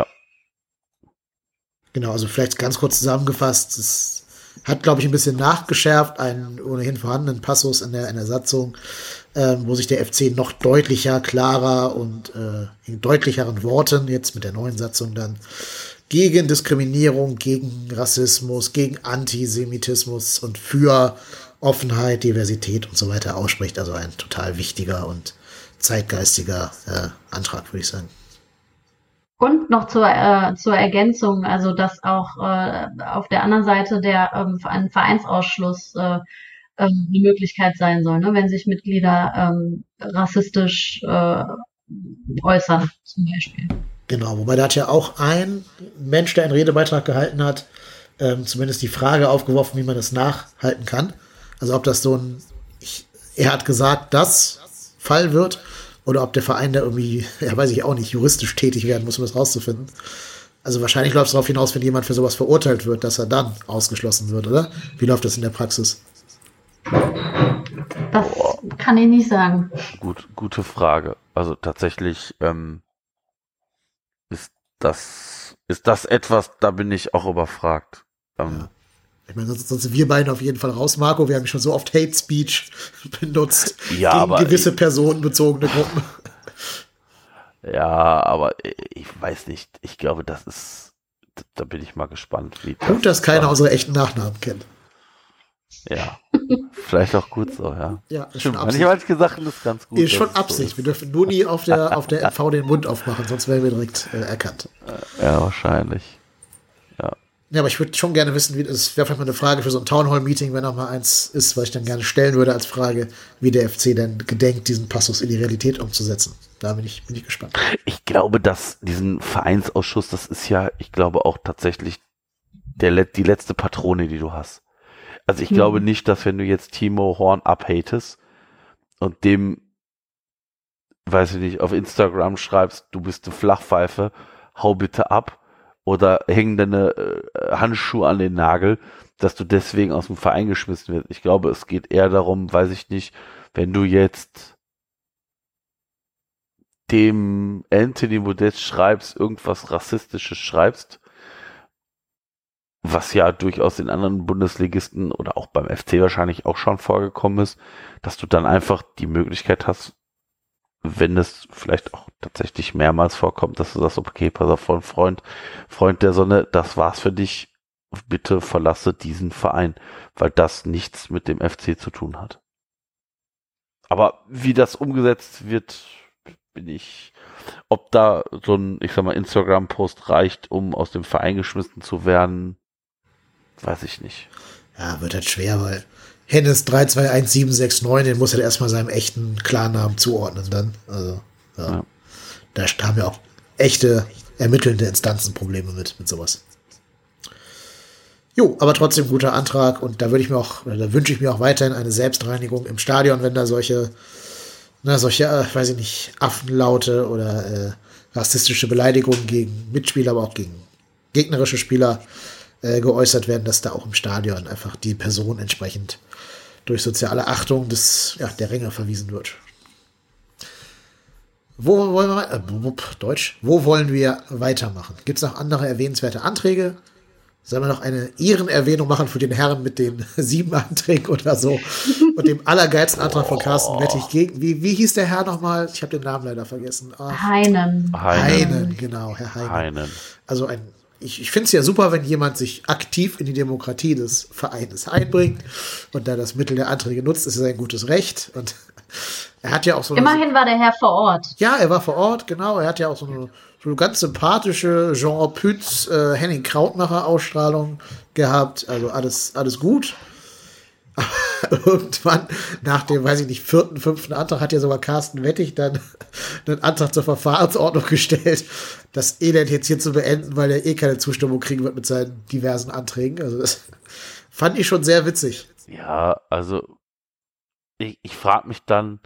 Genau, also vielleicht ganz kurz zusammengefasst, es hat, glaube ich, ein bisschen nachgeschärft, einen ohnehin vorhandenen Passus in der, in der Satzung, ähm, wo sich der F C noch deutlicher, klarer und äh, in deutlicheren Worten, jetzt mit der neuen Satzung dann, gegen Diskriminierung, gegen Rassismus, gegen Antisemitismus und für Offenheit, Diversität und so weiter ausspricht. Also ein total wichtiger und zeitgeistiger äh, Antrag, würde ich sagen. Und noch zur, äh, zur Ergänzung, also dass auch äh, auf der anderen Seite der ähm, ein Vereinsausschluss äh, ähm, eine Möglichkeit sein soll, ne? Wenn sich Mitglieder ähm, rassistisch äh, äußern, zum Beispiel. Genau, wobei da hat ja auch ein Mensch, der einen Redebeitrag gehalten hat, ähm, zumindest die Frage aufgeworfen, wie man das nachhalten kann. Also ob das so ein, ich, er hat gesagt, das Fall wird, oder ob der Verein da irgendwie, ja weiß ich auch nicht, juristisch tätig werden muss, um das rauszufinden. Also wahrscheinlich läuft es darauf hinaus, wenn jemand für sowas verurteilt wird, dass er dann ausgeschlossen wird, oder? Wie läuft das in der Praxis? Das kann ich nicht sagen. Gut, gute Frage. Also tatsächlich ähm, ist das ist das etwas, da bin ich auch überfragt. Ähm, Ja. Ich meine, sonst, sonst sind wir beiden auf jeden Fall raus, Marco. Wir haben schon so oft Hate Speech benutzt Ja, gegen aber gewisse ich- personenbezogene Gruppen. Ja, aber ich weiß nicht. Ich glaube, das ist, da bin ich mal gespannt, wie das. Gut, dass keiner dann- unsere echten Nachnamen kennt. Ja, vielleicht auch gut so, ja. Ja, ist schon Stimmt, Absicht. manche Sachen ist ganz gut. Ist schon dass es so Absicht. Wir ist. dürfen nur nie auf der, auf der M V den Mund aufmachen, sonst werden wir direkt äh, erkannt. Ja, wahrscheinlich. Ja, aber ich würde schon gerne wissen, wie das wäre vielleicht mal eine Frage für so ein Townhall-Meeting, wenn noch mal eins ist, was ich dann gerne stellen würde als Frage, wie der F C denn gedenkt, diesen Passus in die Realität umzusetzen. Da bin ich, bin ich gespannt. Ich glaube, dass diesen Vereinsausschuss, das ist ja, ich glaube auch tatsächlich der, let- die letzte Patrone, die du hast. Also ich Hm. glaube nicht, dass wenn du jetzt Timo Horn abhatest und dem, weiß ich nicht, auf Instagram schreibst, du bist eine Flachpfeife, hau bitte ab oder häng deine äh, Handschuhe an den Nagel, dass du deswegen aus dem Verein geschmissen wirst. Ich glaube, es geht eher darum, weiß ich nicht, wenn du jetzt dem Anthony Modest schreibst, irgendwas Rassistisches schreibst, was ja durchaus in anderen Bundesligisten oder auch beim F C wahrscheinlich auch schon vorgekommen ist, dass du dann einfach die Möglichkeit hast, wenn es vielleicht auch tatsächlich mehrmals vorkommt, dass du sagst, okay, pass auf, Freund, Freund der Sonne, das war's für dich, bitte verlasse diesen Verein, weil das nichts mit dem F C zu tun hat. Aber wie das umgesetzt wird, bin ich, ob da so ein, ich sag mal, Instagram-Post reicht, um aus dem Verein geschmissen zu werden, weiß ich nicht. Ja, wird halt schwer, weil Hennes drei zwei eins sieben sechs neun, den muss er erstmal seinem echten Klarnamen zuordnen dann. Also, ja. Ja. Da haben ja auch echte ermittelnde Instanzen Probleme mit, mit sowas. Jo, aber trotzdem guter Antrag und da würde ich mir auch, oder da wünsche ich mir auch weiterhin eine Selbstreinigung im Stadion, wenn da solche, na, solche, äh, weiß ich nicht, Affenlaute oder äh, rassistische Beleidigungen gegen Mitspieler, aber auch gegen gegnerische Spieler äh, geäußert werden, dass da auch im Stadion einfach die Person entsprechend durch soziale Achtung des, ja, der Ränge verwiesen wird. Wo wollen wir, äh, Deutsch, wo wollen wir weitermachen? Gibt es noch andere erwähnenswerte Anträge? Sollen wir noch eine Ehrenerwähnung machen für den Herrn mit den sieben Anträgen oder so und dem allergeilsten Antrag von Carsten Wettig gegen, wie, wie hieß der Herr nochmal? Ich habe den Namen leider vergessen. Ach, Heinen. Heinen. Heinen, genau, Herr Heinen. Heinen. Also ein, ich, ich finde es ja super, wenn jemand sich aktiv in die Demokratie des Vereines einbringt und da das Mittel der Anträge nutzt, ist es ein gutes Recht. Und er hat ja auch so eine, Immerhin war der Herr vor Ort. ja, er war vor Ort, genau. Er hat ja auch so eine, so eine ganz sympathische Jean Pütz, äh, Henning Krautmacher Ausstrahlung gehabt. Also alles, alles gut. Aber irgendwann, nach dem, weiß ich nicht, vierten, fünften Antrag, hat ja sogar Carsten Wettig dann einen Antrag zur Verfahrensordnung gestellt, das Elend jetzt hier zu beenden, weil er eh keine Zustimmung kriegen wird mit seinen diversen Anträgen. Also das fand ich schon sehr witzig. Ja, also ich, ich frage mich dann,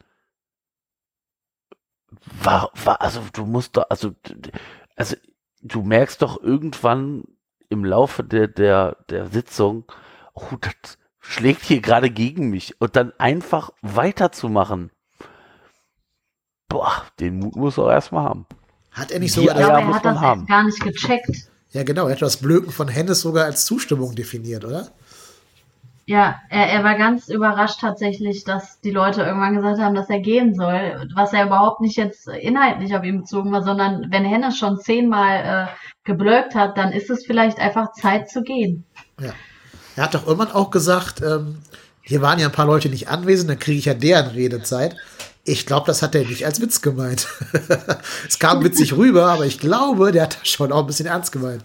war, war, also du musst doch, also, also du merkst doch irgendwann im Laufe der, der, der Sitzung, oh, das schlägt hier gerade gegen mich und dann einfach weiterzumachen. Boah, den Mut muss er auch erstmal haben. Hat er nicht Die sogar Ich Eier das, glaube, er muss hat man das haben. gar nicht gecheckt. ja genau, er hat das Blöken von Hennes sogar als Zustimmung definiert, oder? Ja, er, er war ganz überrascht tatsächlich, dass die Leute irgendwann gesagt haben, dass er gehen soll, was ja überhaupt nicht jetzt inhaltlich auf ihn bezogen war, sondern wenn Hennes schon zehnmal äh, geblökt hat, dann ist es vielleicht einfach Zeit zu gehen. Ja. Er hat doch irgendwann auch gesagt, ähm, hier waren ja ein paar Leute nicht anwesend, dann kriege ich ja deren Redezeit. Ich glaube, das hat er nicht als Witz gemeint. Es kam witzig rüber, aber ich glaube, der hat das schon auch ein bisschen ernst gemeint.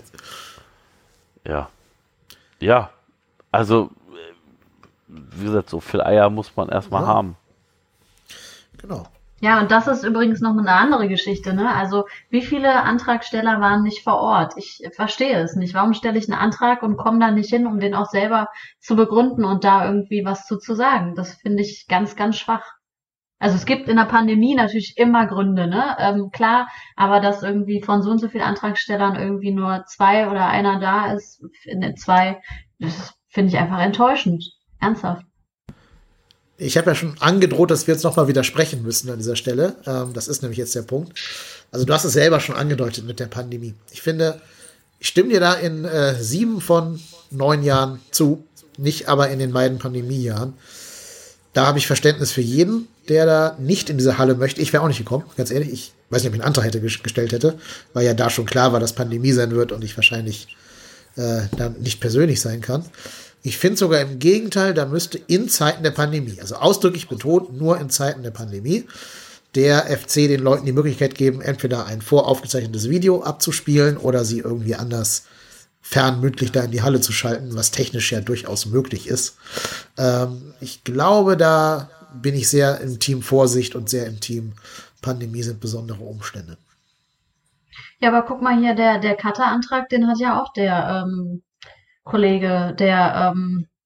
Ja. Ja. Also, äh, wie gesagt, so viel Eier muss man erstmal Ja. haben. Genau. Ja, und das ist übrigens noch eine andere Geschichte, ne? Also, wie viele Antragsteller waren nicht vor Ort? Ich verstehe es nicht. Warum stelle ich einen Antrag und komme da nicht hin, um den auch selber zu begründen und da irgendwie was zu, zu sagen? Das finde ich ganz, ganz schwach. Also es gibt in der Pandemie natürlich immer Gründe, ne? Ähm, klar, aber dass irgendwie von so und so vielen Antragstellern irgendwie nur zwei oder einer da ist, ne, zwei, das finde ich einfach enttäuschend. Ernsthaft. Ich habe ja schon angedroht, dass wir jetzt nochmal widersprechen müssen an dieser Stelle. Ähm, das ist nämlich jetzt der Punkt. Also du hast es selber schon angedeutet mit der Pandemie. Ich finde, ich stimme dir da in äh, sieben von neun Jahren zu, nicht aber in den beiden Pandemiejahren. Da habe ich Verständnis für jeden, der da nicht in diese Halle möchte. Ich wäre auch nicht gekommen, ganz ehrlich. Ich weiß nicht, ob ich einen Antrag hätte ges- gestellt hätte, weil ja da schon klar war, dass Pandemie sein wird und ich wahrscheinlich äh, dann nicht persönlich sein kann. Ich finde sogar im Gegenteil, da müsste in Zeiten der Pandemie, also ausdrücklich betont, nur in Zeiten der Pandemie, der F C den Leuten die Möglichkeit geben, entweder ein voraufgezeichnetes Video abzuspielen oder sie irgendwie anders fernmündlich da in die Halle zu schalten, was technisch ja durchaus möglich ist. Ähm, ich glaube, da bin ich sehr im Team Vorsicht und sehr im Team Pandemie sind besondere Umstände. Ja, aber guck mal hier, der, der Cutter-Antrag, den hat ja auch der ähm, Kollege, der ähm,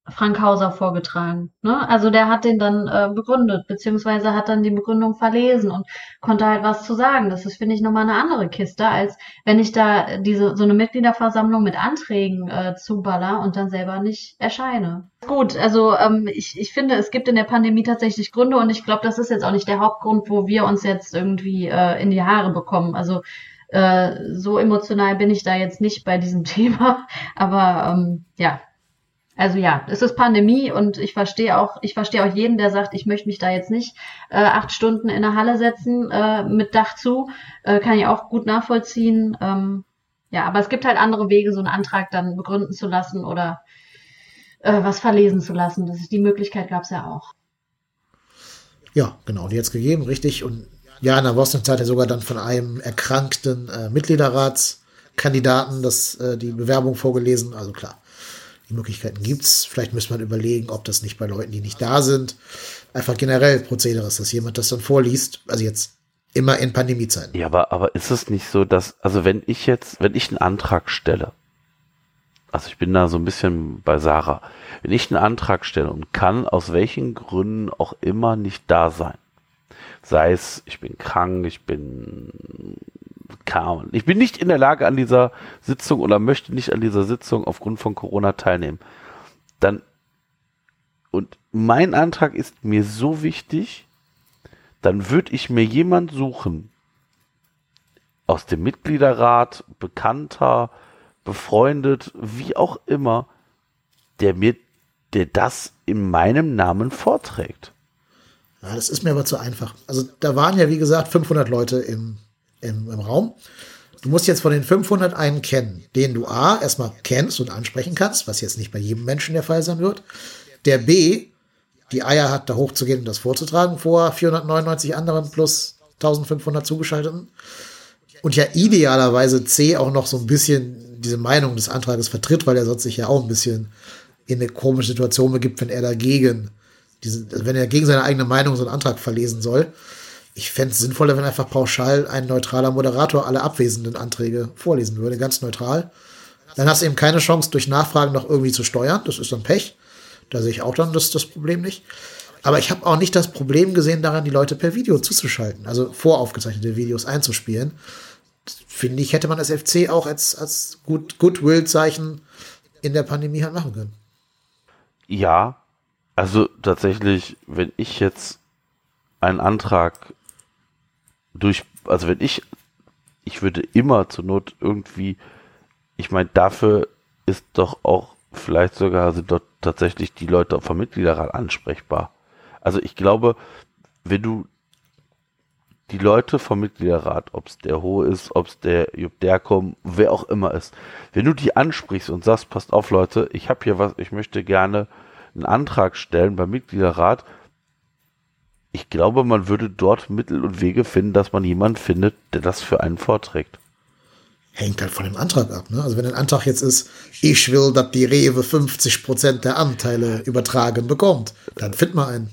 Frank Hauser vorgetragen. Ne? Also der hat den dann äh, begründet, beziehungsweise hat dann die Begründung verlesen und konnte halt was zu sagen. Das ist, finde ich, nochmal eine andere Kiste, als wenn ich da diese so eine Mitgliederversammlung mit Anträgen äh, zuballer und dann selber nicht erscheine. Gut, also ähm, ich, ich finde, es gibt in der Pandemie tatsächlich Gründe und ich glaube, das ist jetzt auch nicht der Hauptgrund, wo wir uns jetzt irgendwie äh, in die Haare bekommen. Also äh, so emotional bin ich da jetzt nicht bei diesem Thema, aber ähm, ja. Also ja, es ist Pandemie und ich verstehe auch, ich verstehe auch jeden, der sagt, ich möchte mich da jetzt nicht äh, acht Stunden in der Halle setzen äh, mit Dach zu, äh, kann ich auch gut nachvollziehen. Ähm, ja, aber es gibt halt andere Wege, so einen Antrag dann begründen zu lassen oder äh, was verlesen zu lassen. Das ist, die Möglichkeit gab es ja auch. Ja, genau, die jetzt gegeben, richtig. Und Jana Wosnitz hat ja sogar dann von einem erkrankten äh, Mitgliederratskandidaten das, äh, die Bewerbung vorgelesen. Also klar. Die Möglichkeiten gibt's. Vielleicht müsste man überlegen, ob das nicht bei Leuten, die nicht da sind, einfach generell Prozedere ist, dass jemand das dann vorliest. Also jetzt immer in Pandemiezeiten. Ja, aber, aber ist es nicht so, dass, also wenn ich jetzt, wenn ich einen Antrag stelle, also ich bin da so ein bisschen bei Sarah, wenn ich einen Antrag stelle und kann aus welchen Gründen auch immer nicht da sein, sei es, ich bin krank, ich bin Kann. Ich bin nicht in der Lage an dieser Sitzung oder möchte nicht an dieser Sitzung aufgrund von Corona teilnehmen. Dann, und mein Antrag ist mir so wichtig, dann würde ich mir jemand suchen, aus dem Mitgliederrat, Bekannter, befreundet, wie auch immer, der mir, der das in meinem Namen vorträgt. Ja, das ist mir aber zu einfach. Also da waren ja, wie gesagt, fünfhundert Leute im Im, im Raum. Du musst jetzt von den fünfhundert einen kennen, den du A, erstmal kennst und ansprechen kannst, was jetzt nicht bei jedem Menschen der Fall sein wird, der B, die Eier hat, da hochzugehen und das vorzutragen vor vierhundertneunundneunzig anderen plus eintausendfünfhundert Zugeschalteten und ja idealerweise C auch noch so ein bisschen diese Meinung des Antrages vertritt, weil er sonst sich ja auch ein bisschen in eine komische Situation begibt, wenn er dagegen, diese, wenn er gegen seine eigene Meinung so einen Antrag verlesen soll. Ich fände es sinnvoller, wenn einfach pauschal ein neutraler Moderator alle abwesenden Anträge vorlesen würde, ganz neutral. Dann hast du eben keine Chance, durch Nachfragen noch irgendwie zu steuern. Das ist dann Pech. Da sehe ich auch dann das, das Problem nicht. Aber ich habe auch nicht das Problem gesehen, daran die Leute per Video zuzuschalten, also voraufgezeichnete Videos einzuspielen. Finde ich, hätte man das F C auch als, als gut, Goodwill-Zeichen in der Pandemie halt machen können. Ja, also tatsächlich, wenn ich jetzt einen Antrag durch, also wenn ich, ich würde immer zur Not irgendwie, ich meine, dafür ist doch auch vielleicht sogar sind dort tatsächlich die Leute vom Mitgliederrat ansprechbar. Also ich glaube, wenn du die Leute vom Mitgliederrat, ob es der Hohe ist, ob es der Jupp Derkom, wer auch immer ist, wenn du die ansprichst und sagst, passt auf Leute, ich habe hier was, ich möchte gerne einen Antrag stellen beim Mitgliederrat, ich glaube, man würde dort Mittel und Wege finden, dass man jemanden findet, der das für einen vorträgt. Hängt halt von dem Antrag ab. Ne? Also wenn ein Antrag jetzt ist, ich will, dass die Rewe fünfzig Prozent der Anteile übertragen bekommt, dann find mal einen.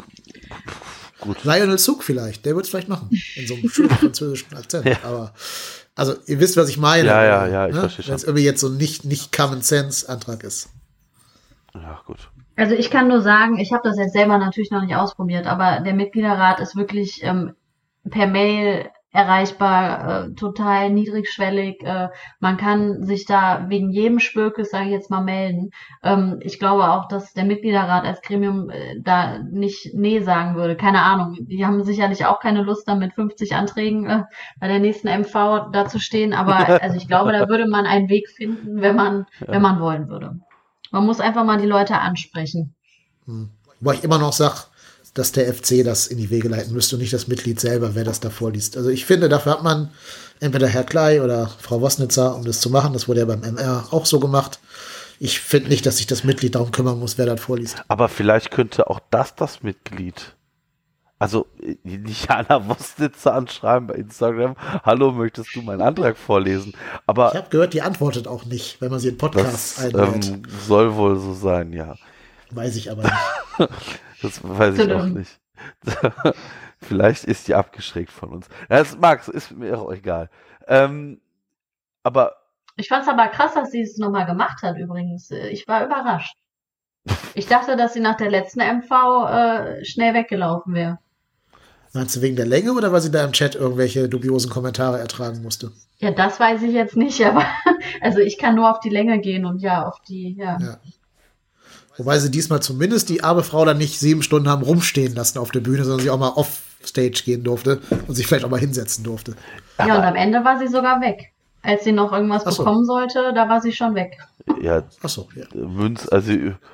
Gut. Lionel Zug vielleicht, der wird es vielleicht machen. In so einem schönen französischen Akzent. Ja. Aber, also ihr wisst, was ich meine. Ja, ja, aber, ja, ich ne? verstehe schon. Wenn es irgendwie jetzt so nicht, nicht Common Sense Antrag ist. Ja, gut. Also ich kann nur sagen, ich habe das jetzt selber natürlich noch nicht ausprobiert, aber der Mitgliederrat ist wirklich ähm, per Mail erreichbar, äh, total niedrigschwellig. Äh, man kann sich da wegen jedem Spökes, sage ich jetzt mal, melden. Ähm, ich glaube auch, dass der Mitgliederrat als Gremium äh, da nicht nee sagen würde. Keine Ahnung. Die haben sicherlich auch keine Lust, dann mit fünfzig Anträgen äh, bei der nächsten M V da zu stehen. Aber also ich glaube, da würde man einen Weg finden, wenn man, Ja. wenn man wollen würde. Man muss einfach mal die Leute ansprechen. Hm. Wobei ich immer noch sage, dass der F C das in die Wege leiten müsste und nicht das Mitglied selber, wer das da vorliest. Also ich finde, dafür hat man entweder Herr Klei oder Frau Wosnitzer, um das zu machen. Das wurde ja beim M R auch so gemacht. Ich finde nicht, dass sich das Mitglied darum kümmern muss, wer das vorliest. Aber vielleicht könnte auch das das Mitglied, also nicht Jana Wosnitzer anschreiben bei Instagram, hallo, möchtest du meinen Antrag vorlesen? Aber Ich habe gehört, die antwortet auch nicht, wenn man sie in Podcasts das einlädt. ähm, soll wohl so sein, ja. Weiß ich aber nicht. Das weiß ich auch nicht. Vielleicht ist die abgeschreckt von uns. Das Max, ist mir auch egal. Ähm, aber Ich fand's aber krass, dass sie es nochmal gemacht hat übrigens. Ich war überrascht. Ich dachte, dass sie nach der letzten M V äh, schnell weggelaufen wäre. Meinst du wegen der Länge oder weil sie da im Chat irgendwelche dubiosen Kommentare ertragen musste? Ja, das weiß ich jetzt nicht, aber also ich kann nur auf die Länge gehen und ja, auf die, ja. Ja. Wobei sie diesmal zumindest die arme Frau dann nicht sieben Stunden haben rumstehen lassen auf der Bühne, sondern sie auch mal off-stage gehen durfte und sich vielleicht auch mal hinsetzen durfte. Ja, und am Ende war sie sogar weg. Als sie noch irgendwas Ach so. bekommen sollte, da war sie schon weg. Ja, Ach so, ja. Münz, also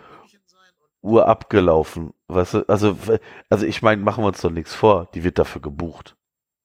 Uhr abgelaufen. Weißt du? Also, also ich meine, machen wir uns doch nichts vor. Die wird dafür gebucht.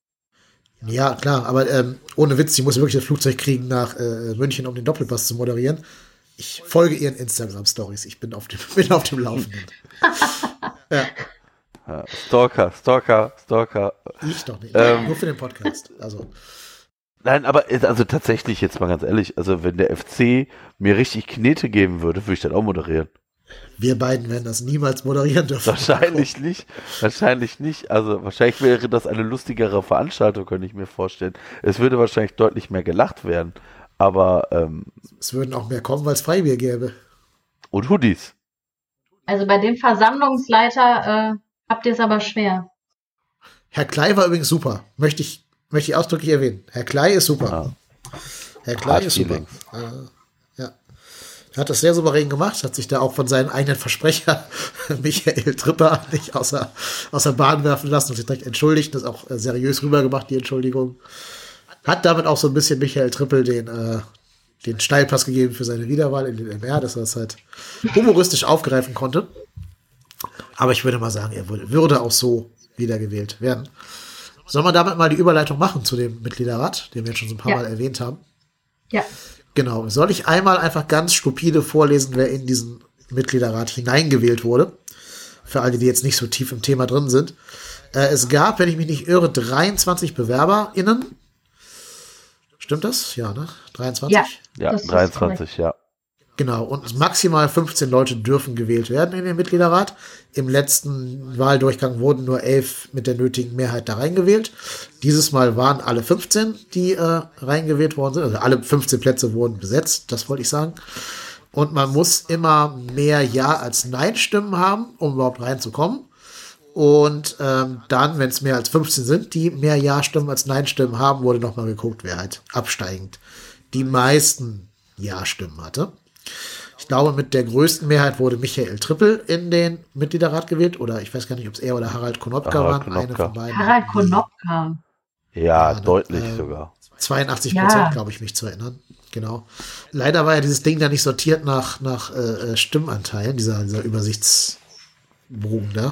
Ja, klar, aber ähm, ohne Witz, sie muss wirklich das Flugzeug kriegen nach äh, München, um den Doppelpass zu moderieren. Ich folge ihren Instagram-Stories. Ich bin auf dem, bin auf dem Laufenden. Ja. Ja, Stalker, Stalker, Stalker. Ich doch nicht. Ähm, Nur für den Podcast. Also, Nein, aber also tatsächlich, jetzt mal ganz ehrlich, also wenn der F C mir richtig Knete geben würde, würde ich das auch moderieren. wir beiden werden das niemals moderieren dürfen. Wahrscheinlich nicht. Wahrscheinlich nicht. Also wahrscheinlich wäre das eine lustigere Veranstaltung, könnte ich mir vorstellen. Es würde wahrscheinlich deutlich mehr gelacht werden. Aber, ähm, Es würden auch mehr kommen, weil es Freibier gäbe. und Hoodies. Also bei dem Versammlungsleiter äh, habt ihr es aber schwer. Herr Klei war übrigens super. Möchte ich, möchte ich ausdrücklich erwähnen. Herr Klei ist super. Ja. Herr Klei Hard ist super. feelings. Äh, ja. Er hat das sehr souverän gemacht, hat sich da auch von seinem eigenen Versprecher Michael Tripper nicht außer, außer Bahn werfen lassen und sich direkt entschuldigt. Das ist auch äh, seriös rübergemacht, die Entschuldigung. Hat damit auch so ein bisschen Michael Trippel den, äh, den Steilpass gegeben für seine Wiederwahl in den M R, dass er das halt humoristisch aufgreifen konnte. Aber ich würde mal sagen, er würde, würde auch so wiedergewählt werden. Sollen wir damit mal die Überleitung machen zu dem Mitgliederrat, den wir jetzt schon so ein paar Ja. Mal erwähnt haben? Ja. Genau. Soll ich einmal einfach ganz stupide vorlesen, wer in diesen Mitgliederrat hineingewählt wurde? Für alle, die jetzt nicht so tief im Thema drin sind. Äh, es gab, wenn ich mich nicht irre, dreiundzwanzig BewerberInnen. Stimmt das? Ja, ne? dreiundzwanzig? Ja. Ja, Das ist dreiundzwanzig, ja. Genau, und maximal fünfzehn Leute dürfen gewählt werden in den Mitgliederrat. Im letzten Wahldurchgang wurden nur elf mit der nötigen Mehrheit da reingewählt. Dieses Mal waren alle fünfzehn, die äh, reingewählt worden sind. Also alle fünfzehn Plätze wurden besetzt, das wollte ich sagen. Und man muss immer mehr Ja als Nein-Stimmen haben, um überhaupt reinzukommen. Und ähm, dann, wenn es mehr als fünfzehn sind, die mehr Ja-Stimmen als Nein-Stimmen haben, wurde nochmal geguckt, wer halt absteigend die meisten Ja-Stimmen hatte. Ich glaube, mit der größten Mehrheit wurde Michael Trippel in den Mitgliederrat gewählt. Oder ich weiß gar nicht, ob es er oder Harald Konopka Harald waren. Eine Konopka. von beiden. Harald Konopka. Ja, Ja, deutlich äh, sogar. zweiundachtzig Prozent, Ja. glaube ich, mich zu erinnern. Genau. Leider war ja dieses Ding da nicht sortiert nach, nach äh, Stimmanteilen, dieser, dieser Übersichtsbogen da.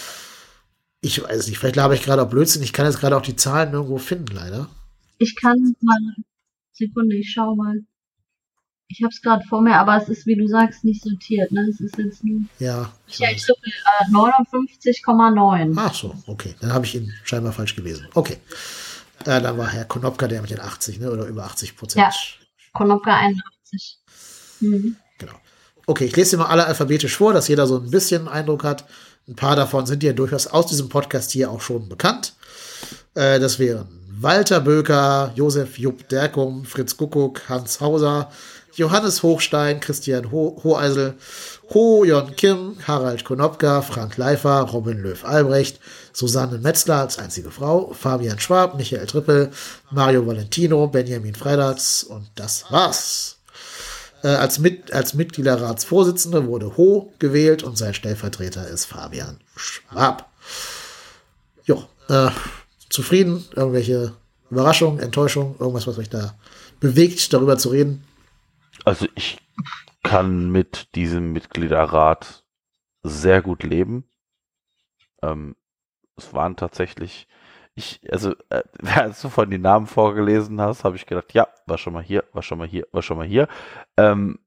Ich weiß nicht, vielleicht laber ich gerade auch Blödsinn. Ich kann jetzt gerade auch die Zahlen irgendwo finden, leider. Ich kann mal, Sekunde, ich schau mal. Ich hab's gerade vor mir, aber es ist, wie du sagst, nicht sortiert, ne? Es ist jetzt nur Ja. ich Michael weiß. Trippel, äh, neunundfünfzig Komma neun. Ach so, okay. Dann habe ich ihn scheinbar falsch gelesen. Okay. Äh, dann war Herr Konopka der mit den achtzig, ne? Oder über achtzig Prozent. Ja. Konopka einundachtzig. Mhm. Genau. Okay, ich lese dir mal alle alphabetisch vor, dass jeder so ein bisschen einen Eindruck hat. Ein paar davon sind ja durchaus aus diesem Podcast hier auch schon bekannt. Äh, das wären Walter Böker, Josef Jupp Derkum, Fritz Kuckuck, Hans Hauser, Johannes Hochstein, Christian Ho Hoheisel, Ho Jon Kim, Harald Konopka, Frank Leifer, Robin Löw-Albrecht, Susanne Metzler als einzige Frau, Fabian Schwab, Michael Trippel, Mario Valentino, Benjamin Freidatz und das war's. Äh, als, Mit als Mitgliederratsvorsitzende wurde Ho gewählt und sein Stellvertreter ist Fabian Schwab. Jo, äh, zufrieden? Irgendwelche Überraschungen, Enttäuschungen, irgendwas, was euch da bewegt, darüber zu reden? Also ich kann mit diesem Mitgliederrat sehr gut leben. Ähm, es waren tatsächlich, ich, also äh, als du von den Namen vorgelesen hast, habe ich gedacht, ja, war schon mal hier, war schon mal hier, war schon mal hier. Ähm,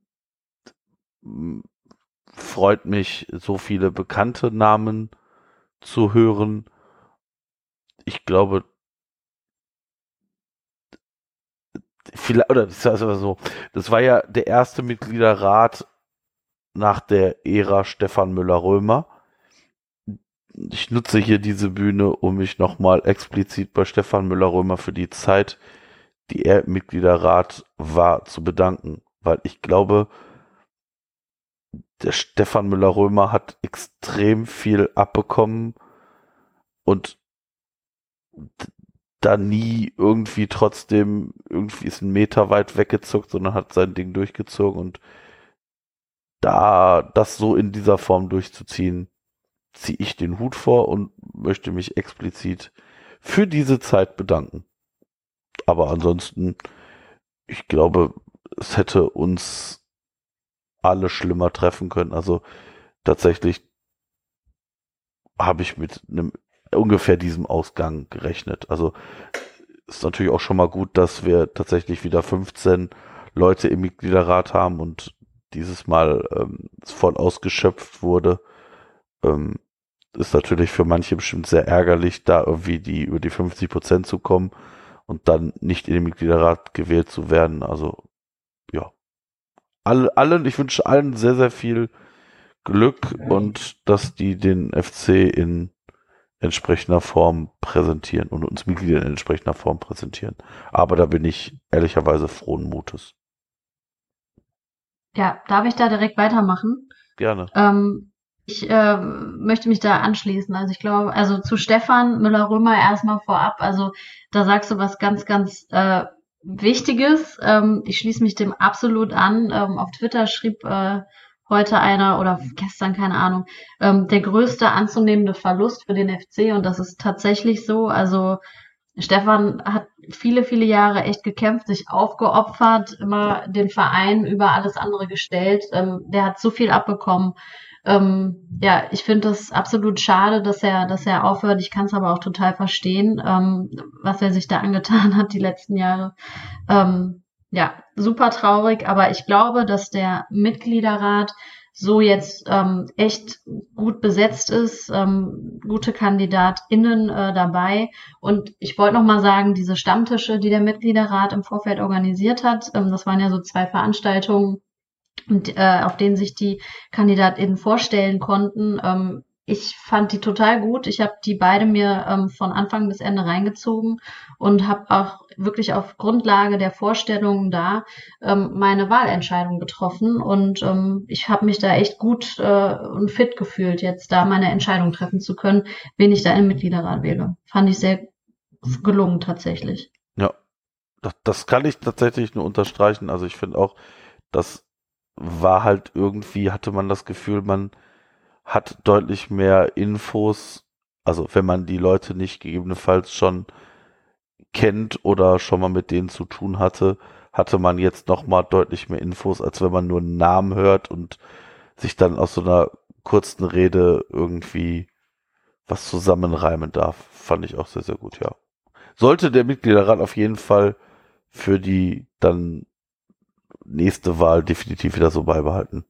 m- freut mich, so viele bekannte Namen zu hören. Ich glaube, vielleicht, oder das war so, das war ja der erste Mitgliederrat nach der Ära Stefan Müller-Römer. Ich nutze hier diese Bühne, um mich nochmal explizit bei Stefan Müller-Römer für die Zeit, die er im Mitgliederrat war, zu bedanken, weil ich glaube, der Stefan Müller-Römer hat extrem viel abbekommen und da nie irgendwie trotzdem irgendwie ist ein Meter weit weggezuckt, sondern hat sein Ding durchgezogen und da das so in dieser Form durchzuziehen, ziehe ich den Hut vor und möchte mich explizit für diese Zeit bedanken. Aber ansonsten, ich glaube, es hätte uns alle schlimmer treffen können. Also tatsächlich habe ich mit einem ungefähr diesem Ausgang gerechnet. Also ist natürlich auch schon mal gut, dass wir tatsächlich wieder fünfzehn Leute im Mitgliederrat haben und dieses Mal ähm, voll ausgeschöpft wurde. Ähm, ist natürlich für manche bestimmt sehr ärgerlich, da irgendwie die über die fünfzig Prozent zu kommen und dann nicht in den Mitgliederrat gewählt zu werden. Also ja, alle, allen, ich wünsche allen sehr, sehr viel Glück und dass die den F C in entsprechender Form präsentieren und uns Mitglieder in entsprechender Form präsentieren. Aber da bin ich ehrlicherweise frohen Mutes. Ja, darf ich da direkt weitermachen? Gerne. Ähm, ich äh, möchte mich da anschließen. Also ich glaube, also zu Stefan Müller-Römer erstmal vorab, also da sagst du was ganz, ganz äh, Wichtiges. Ähm, ich schließe mich dem absolut an. Ähm, auf Twitter schrieb äh, heute einer oder gestern, keine Ahnung, ähm, der größte anzunehmende Verlust für den F C und das ist tatsächlich so. Also Stefan hat viele, viele Jahre echt gekämpft, sich aufgeopfert, immer den Verein über alles andere gestellt. Ähm, der hat so viel abbekommen. Ähm, ja, ich finde das absolut schade, dass er, dass er aufhört. Ich kann es aber auch total verstehen, ähm, was er sich da angetan hat die letzten Jahre. Ähm, ja, super traurig, aber ich glaube, dass der Mitgliederrat so jetzt ähm, echt gut besetzt ist, ähm, gute KandidatInnen äh, dabei. Und ich wollte noch mal sagen, diese Stammtische, die der Mitgliederrat im Vorfeld organisiert hat, ähm, das waren ja so zwei Veranstaltungen, und, äh, auf denen sich die KandidatInnen vorstellen konnten. Ähm, ich fand die total gut. Ich habe die beide mir ähm, von Anfang bis Ende reingezogen und habe auch wirklich auf Grundlage der Vorstellungen da ähm, meine Wahlentscheidung getroffen. Und ähm, ich habe mich da echt gut äh, und fit gefühlt, jetzt da meine Entscheidung treffen zu können, wen ich da im Mitgliederrat wähle. Fand ich sehr gelungen tatsächlich. Ja, das, das kann ich tatsächlich nur unterstreichen. Also ich finde auch, das war halt irgendwie, hatte man das Gefühl, man hat deutlich mehr Infos, also wenn man die Leute nicht gegebenenfalls schon kennt oder schon mal mit denen zu tun hatte, hatte man jetzt nochmal deutlich mehr Infos, als wenn man nur einen Namen hört und sich dann aus so einer kurzen Rede irgendwie was zusammenreimen darf. Fand ich auch sehr, sehr gut, ja. Sollte der Mitgliederrat auf jeden Fall für die dann nächste Wahl definitiv wieder so beibehalten.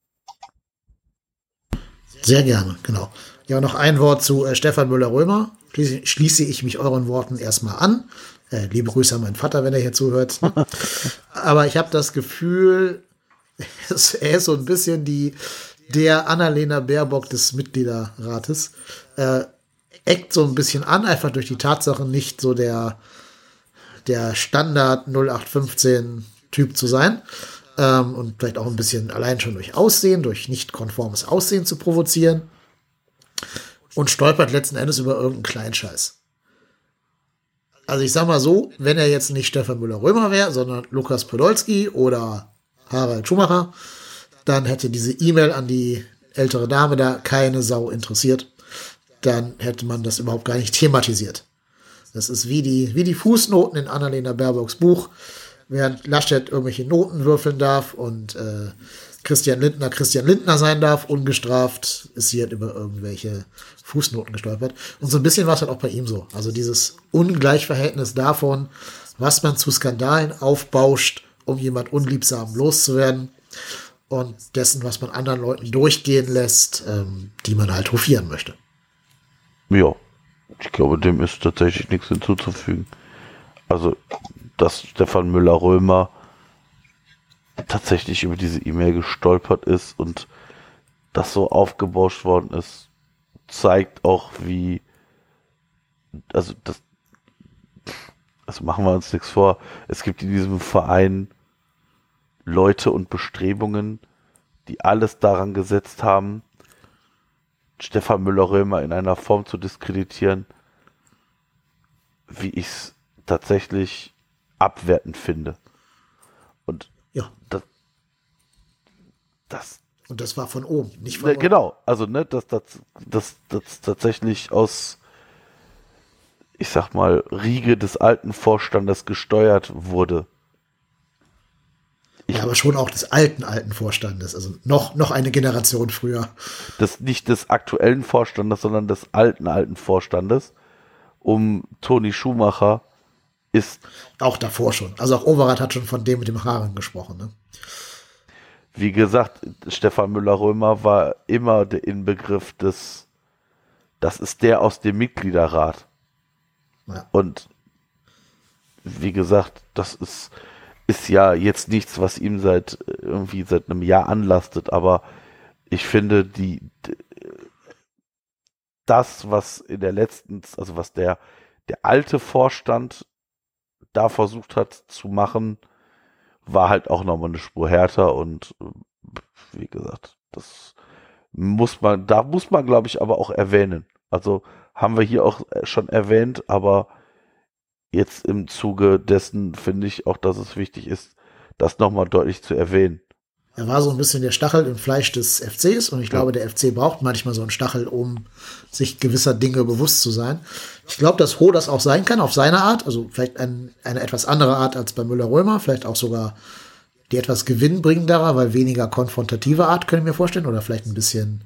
Sehr gerne, genau. Ja, noch ein Wort zu äh, Stefan Müller-Römer. Schließe, schließe ich mich euren Worten erstmal an. Äh, liebe Grüße an meinen Vater, wenn er hier zuhört. Aber ich habe das Gefühl, er ist so ein bisschen die der Annalena Baerbock des Mitgliederrates. Äh, eckt so ein bisschen an, einfach durch die Tatsache, nicht so der, der Standard null acht fünfzehn Typ zu sein. Ähm, und vielleicht auch ein bisschen allein schon durch Aussehen, durch nicht konformes Aussehen zu provozieren. Und stolpert letzten Endes über irgendeinen Kleinscheiß. Also ich sag mal so, wenn er jetzt nicht Stefan Müller-Römer wäre, sondern Lukas Podolski oder Harald Schumacher, dann hätte diese E-Mail an die ältere Dame da keine Sau interessiert. Dann hätte man das überhaupt gar nicht thematisiert. Das ist wie die, wie die Fußnoten in Annalena Baerbocks Buch, während Laschet irgendwelche Noten würfeln darf und äh, Christian Lindner Christian Lindner sein darf, ungestraft, ist sie halt über irgendwelche Fußnoten gestolpert. Und so ein bisschen war es halt auch bei ihm so. Also dieses Ungleichverhältnis davon, was man zu Skandalen aufbauscht, um jemand Unliebsamen loszuwerden, und dessen, was man anderen Leuten durchgehen lässt, ähm, die man halt hofieren möchte. Ja, ich glaube, dem ist tatsächlich nichts hinzuzufügen. Also, dass Stefan Müller-Römer tatsächlich über diese E-Mail gestolpert ist und das so aufgebauscht worden ist, zeigt auch, wie, also das, also machen wir uns nichts vor, es gibt in diesem Verein Leute und Bestrebungen, die alles daran gesetzt haben, Stefan Müller-Römer in einer Form zu diskreditieren, wie ich es tatsächlich abwertend finde. Und Ja. das, das Und das war von oben, nicht von ne, unten. genau, also ne, dass das, das, das tatsächlich aus, ich sag mal, Riege des alten Vorstandes gesteuert wurde. Ja, aber schon auch des alten, alten Vorstandes, also noch, noch eine Generation früher. Das nicht des aktuellen Vorstandes, sondern des alten, alten Vorstandes um Toni Schumacher ist, Auch davor schon. Also auch Overath hat schon von dem mit dem Haaren gesprochen. Ne? wie gesagt, Stefan Müller-Römer war immer der Inbegriff des, das ist der aus dem Mitgliederrat. Ja. Und wie gesagt, das ist, ist ja jetzt nichts, was ihm seit irgendwie seit einem Jahr anlastet, aber ich finde, die d- das, was in der letzten, also was der, der alte Vorstand da versucht hat zu machen, war halt auch nochmal eine Spur härter und äh, wie gesagt, das muss man, da muss man, glaube ich, aber auch erwähnen. Also haben wir hier auch schon erwähnt, aber jetzt im Zuge dessen finde ich auch, dass es wichtig ist, das nochmal deutlich zu erwähnen. Er war so ein bisschen der Stachel im Fleisch des F Cs und ich glaube, Ja. der F C braucht manchmal so einen Stachel, um sich gewisser Dinge bewusst zu sein. Ich glaube, dass Ho das auch sein kann, auf seine Art, also vielleicht ein, eine etwas andere Art als bei Müller-Römer, vielleicht auch sogar die etwas gewinnbringendere, weil weniger konfrontative Art, könnte ich mir vorstellen, oder vielleicht ein bisschen,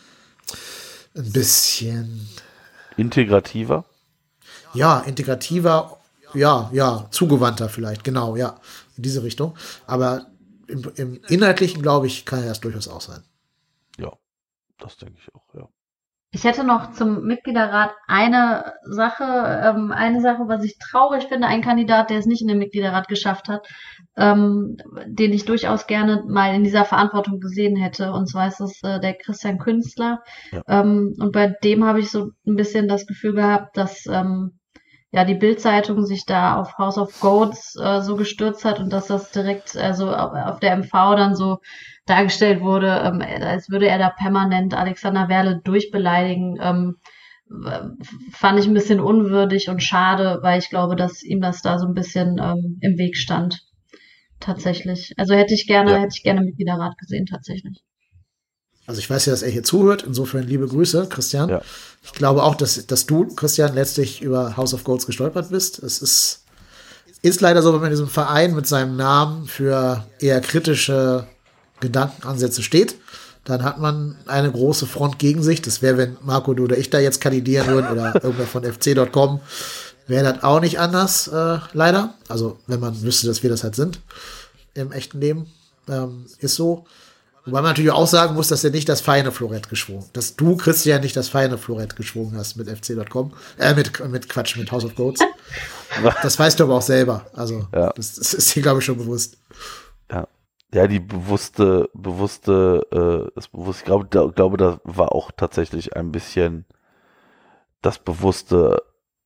ein bisschen, Integrativer. ja, integrativer, ja, ja, zugewandter vielleicht, genau, ja, in diese Richtung. Aber im, im Inhaltlichen, glaube ich, kann er das durchaus auch sein. Ja, das denke ich auch, ja. Ich hätte noch zum Mitgliederrat eine Sache, ähm, eine Sache, was ich traurig finde, ein Kandidat, der es nicht in den Mitgliederrat geschafft hat, ähm, den ich durchaus gerne mal in dieser Verantwortung gesehen hätte. Und zwar ist es äh, der Christian Künstler. Ja. Ähm, und bei dem habe ich so ein bisschen das Gefühl gehabt, dass ähm, ja die Bild-Zeitung sich da auf House of Goats äh, so gestürzt hat und dass das direkt also auf, auf der M V dann so dargestellt wurde, ähm, als würde er da permanent Alexander Werle durchbeleidigen, ähm, w- fand ich ein bisschen unwürdig und schade, weil ich glaube, dass ihm das da so ein bisschen ähm, im Weg stand. Tatsächlich. Also hätte ich gerne, Ja. hätte ich gerne Mitgliederrat gesehen, tatsächlich. Also ich weiß ja, dass er hier zuhört. Insofern liebe Grüße, Christian. Ja. Ich glaube auch, dass, dass du, Christian, letztlich über House of Goats gestolpert bist. Es ist, ist leider so, wenn man in diesem Verein mit seinem Namen für eher kritische Gedankenansätze steht, dann hat man eine große Front gegen sich. Das wäre, wenn Marco, du oder ich da jetzt kandidieren würden oder irgendwer von F C Punkt com, wäre das auch nicht anders, äh, leider. Also wenn man wüsste, dass wir das halt sind im echten Leben. Ähm, ist so. Wobei man natürlich auch sagen muss, dass er nicht das feine Florett geschwungen, dass du, Christian, nicht das feine Florett geschwungen hast mit F C Punkt com, äh, mit, mit Quatsch, mit House of Goats. Das weißt du aber auch selber. Also, Ja. das, das ist dir, glaube ich, schon bewusst. Ja. Ja, die bewusste, bewusste, äh, das bewusste, ich glaube, da, glaube, da war auch tatsächlich ein bisschen das bewusste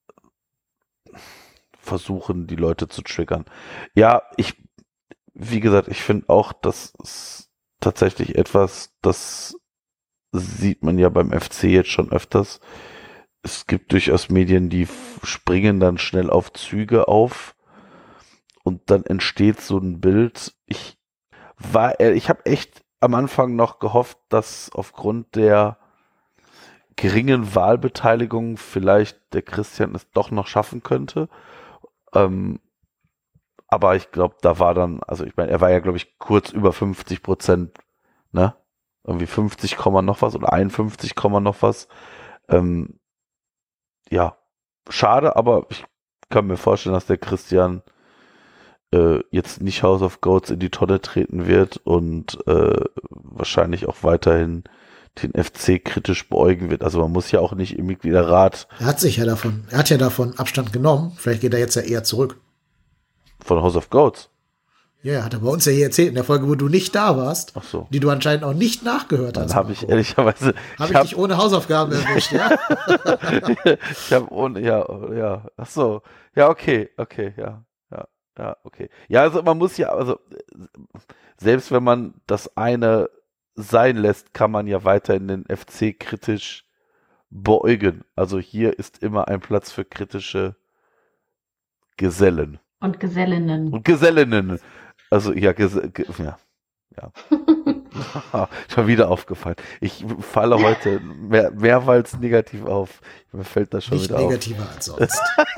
Versuchen, die Leute zu triggern. Ja, ich, wie gesagt, ich finde auch, das ist tatsächlich etwas, das sieht man ja beim F C jetzt schon öfters. Es gibt durchaus Medien, die f- springen dann schnell auf Züge auf und dann entsteht so ein Bild. Ich war, äh, ich habe echt am Anfang noch gehofft, dass aufgrund der geringen Wahlbeteiligung vielleicht der Christian es doch noch schaffen könnte. Ähm, aber ich glaube, da war dann, also ich meine, er war ja, glaube ich, kurz über fünfzig Prozent, ne? Irgendwie fünfzig, Komma noch was oder einundfünfzig, Komma noch was. Ähm, ja, schade, aber ich kann mir vorstellen, dass der Christian äh, jetzt nicht House of Goats in die Tonne treten wird und äh, wahrscheinlich auch weiterhin den F C kritisch beäugen wird. Also man muss ja auch nicht im Mitgliederrat Er hat sich ja davon, er hat ja davon Abstand genommen. Vielleicht geht er jetzt ja eher zurück. von House of Goats. Ja, hat er bei uns ja hier erzählt, in der Folge, wo du nicht da warst, Ach so. die du anscheinend auch nicht nachgehört hast. Dann habe ich Marco. ehrlicherweise, Hab ich, ich habe dich ohne Hausaufgaben erwischt, ja? ich habe ohne, ja, ja, ach so, ja, okay, okay, ja, ja, ja, okay. Ja, also man muss ja, also selbst wenn man das eine sein lässt, kann man ja weiterhin den F C kritisch beäugen. Also hier ist immer ein Platz für kritische Gesellen. Und Gesellinnen. Und Gesellinnen. Also ja, Ges- ge- ja. ja. Schon wieder aufgefallen. Ich falle heute mehr, mehrmals negativ auf. Mir fällt das schon Nicht wieder auf. negativer als sonst.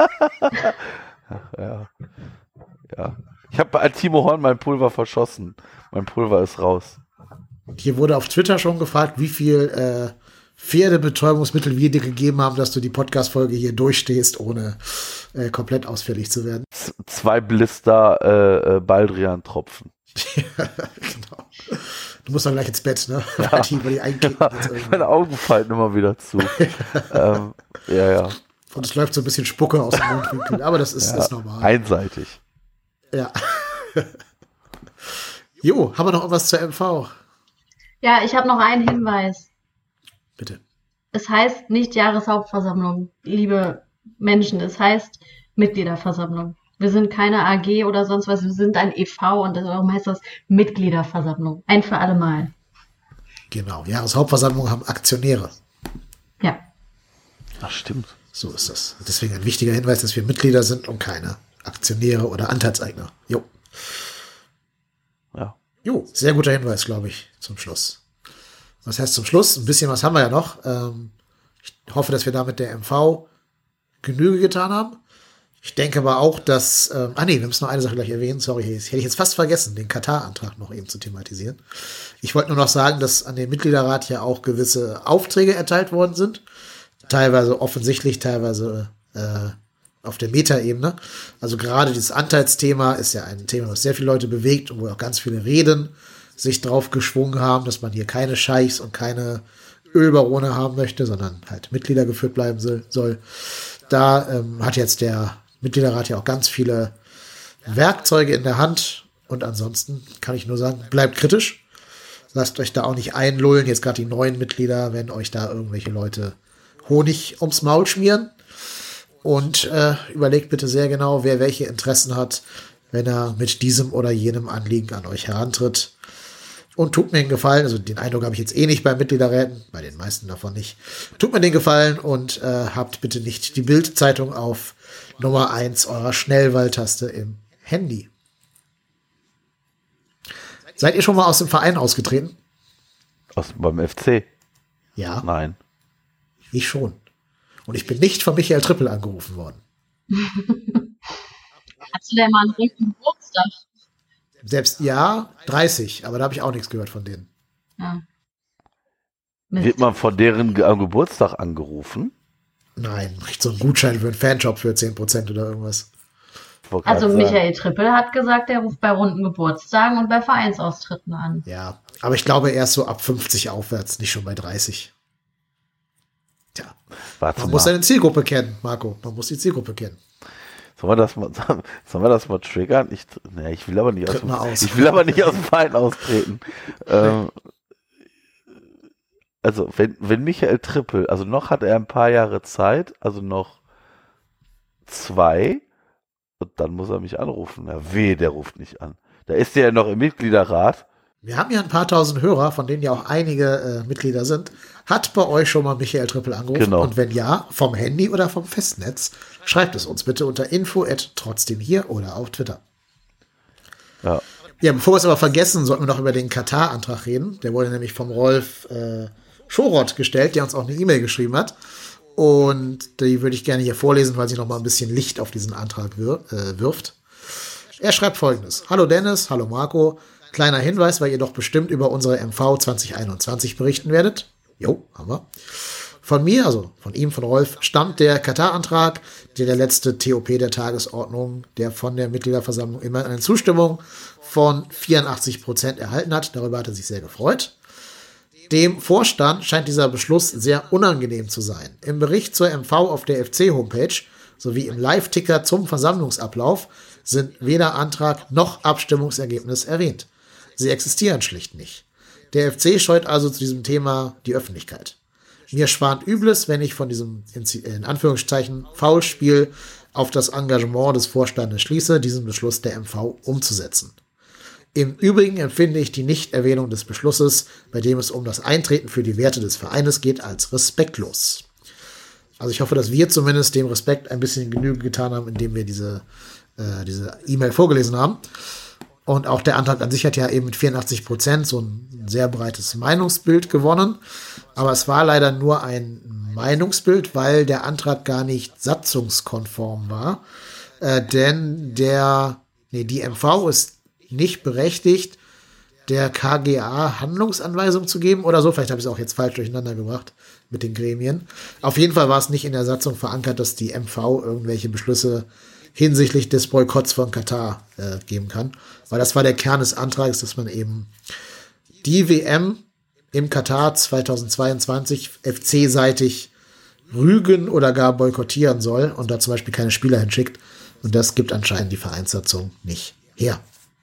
Ja. ja. Ich habe bei Timo Horn mein Pulver verschossen. Mein Pulver ist raus. Hier wurde auf Twitter schon gefragt, wie viel äh, Pferdebetäubungsmittel wir dir gegeben haben, dass du die Podcast-Folge hier durchstehst, ohne äh, komplett ausfällig zu werden. Z- zwei Blister äh, äh, Baldrian-Tropfen. Ja, genau. Du musst dann gleich ins Bett, ne? Ja. Die, die einklicken jetzt irgendwie. Meine Augen fallen immer wieder zu. ähm, ja, ja. Und es läuft so ein bisschen Spucke aus dem Mundwinkel, aber das ist, ja. ist normal. Einseitig. Ja. Jo, haben wir noch irgendwas zur M V? Ja, ich habe noch einen Hinweis. Bitte. Es heißt nicht Jahreshauptversammlung, liebe Menschen. Es heißt Mitgliederversammlung. Wir sind keine A G oder sonst was. Wir sind ein E V und darum heißt das Mitgliederversammlung. Ein für alle Mal. Genau. Jahreshauptversammlung haben Aktionäre. Ja. Ach, stimmt. So ist das. Deswegen ein wichtiger Hinweis, dass wir Mitglieder sind und keine Aktionäre oder Anteilseigner. Jo. Ja. Jo, sehr guter Hinweis, glaube ich, zum Schluss. Was heißt zum Schluss? Ein bisschen was haben wir ja noch. Ähm, ich hoffe, dass wir damit der M V Genüge getan haben. Ich denke aber auch, dass, ähm, ah nee, wir müssen noch eine Sache gleich erwähnen, sorry, hätte ich jetzt fast vergessen, den Katar-Antrag noch eben zu thematisieren. Ich wollte nur noch sagen, dass an den Mitgliederrat ja auch gewisse Aufträge erteilt worden sind. Teilweise offensichtlich, teilweise äh, auf der Meta-Ebene. Also gerade dieses Anteilsthema ist ja ein Thema, was sehr viele Leute bewegt und wo auch ganz viele Reden sich drauf geschwungen haben, dass man hier keine Scheichs und keine Ölbarone haben möchte, sondern halt Mitglieder geführt bleiben soll. Da ähm, hat jetzt der Mitgliederrat ja auch ganz viele Werkzeuge in der Hand und ansonsten kann ich nur sagen, bleibt kritisch. Lasst euch da auch nicht einlullen, jetzt gerade die neuen Mitglieder, wenn euch da irgendwelche Leute Honig ums Maul schmieren. Und äh, überlegt bitte sehr genau, wer welche Interessen hat, wenn er mit diesem oder jenem Anliegen an euch herantritt. Und tut mir den Gefallen, also den Eindruck habe ich jetzt eh nicht bei Mitgliederräten, bei den meisten davon nicht. Tut mir den Gefallen und äh, habt bitte nicht die Bild-Zeitung auf Nummer eins eurer Schnellwahltaste im Handy. Seid ihr schon mal aus dem Verein ausgetreten? Aus, beim F C? Ja. Nein. Ich schon. Und ich bin nicht von Michael Trippel angerufen worden. Hast du denn mal einen runden Geburtstag? Selbst ja, dreißig, aber da habe ich auch nichts gehört von denen. Ja. Wird man von deren Ge- am Geburtstag angerufen? Nein, kriegt so einen Gutschein für einen Fanshop für zehn Prozent oder irgendwas. Ich wollte Also gerade sagen. Michael Trippel hat gesagt, er ruft bei runden Geburtstagen und bei Vereinsaustritten an. Ja, aber ich glaube erst so ab fünfzig aufwärts, nicht schon bei dreißig. Tja, Warte man mal. muss seine Zielgruppe kennen, Marco. Man muss die Zielgruppe kennen. Sollen wir das mal, sollen wir das mal triggern? Ich, nee, ich will aber nicht aus Tritt dem, mal aus. ich will aber nicht aus dem Verein austreten. ähm, also wenn, wenn Michael Trippel, also noch hat er ein paar Jahre Zeit, also noch zwei, und dann muss er mich anrufen. Ja, weh, der ruft nicht an. Da ist der ja noch im Mitgliederrat. Wir haben ja ein paar tausend Hörer, von denen ja auch einige äh, Mitglieder sind. Hat bei euch schon mal Michael Trippel angerufen? Genau. Und wenn ja, vom Handy oder vom Festnetz, schreibt es uns bitte unter info at trotzdem hier oder auf Twitter. Ja. Ja, bevor wir es aber vergessen, sollten wir noch über den Katar-Antrag reden. Der wurde nämlich vom Rolf äh, Schoroth gestellt, der uns auch eine E-Mail geschrieben hat. Und die würde ich gerne hier vorlesen, weil sie noch mal ein bisschen Licht auf diesen Antrag wir, äh, wirft. Er schreibt Folgendes. Hallo Dennis, hallo Marco. Kleiner Hinweis, weil ihr doch bestimmt über unsere M V zwanzig einundzwanzig berichten werdet. Jo, haben wir. Von mir, also von ihm, von Rolf, stammt der Katar-Antrag, der der letzte T O P der Tagesordnung, der von der Mitgliederversammlung immer eine Zustimmung von vierundachtzig Prozent erhalten hat. Darüber hat er sich sehr gefreut. Dem Vorstand scheint dieser Beschluss sehr unangenehm zu sein. Im Bericht zur M V auf der F C-Homepage sowie im Live-Ticker zum Versammlungsablauf sind weder Antrag noch Abstimmungsergebnis erwähnt. Sie existieren schlicht nicht. Der F C scheut also zu diesem Thema die Öffentlichkeit. Mir schwant Übles, wenn ich von diesem, in Anführungszeichen, Foulspiel auf das Engagement des Vorstandes schließe, diesen Beschluss der M V umzusetzen. Im Übrigen empfinde ich die Nichterwähnung des Beschlusses, bei dem es um das Eintreten für die Werte des Vereines geht, als respektlos. Also ich hoffe, dass wir zumindest dem Respekt ein bisschen Genüge getan haben, indem wir diese äh, diese E-Mail vorgelesen haben. Und auch der Antrag an sich hat ja eben mit vierundachtzig Prozent so ein sehr breites Meinungsbild gewonnen. Aber es war leider nur ein Meinungsbild, weil der Antrag gar nicht satzungskonform war. Äh, denn der, nee, die M V ist nicht berechtigt, der K G A Handlungsanweisung zu geben oder so. Vielleicht habe ich es auch jetzt falsch durcheinander gebracht mit den Gremien. Auf jeden Fall war es nicht in der Satzung verankert, dass die M V irgendwelche Beschlüsse hinsichtlich des Boykotts von Katar äh, geben kann. Weil das war der Kern des Antrags, dass man eben die W M im Katar zweitausendzweiundzwanzig F C-seitig rügen oder gar boykottieren soll und da zum Beispiel keine Spieler hinschickt. Und das gibt anscheinend die Vereinssatzung nicht her.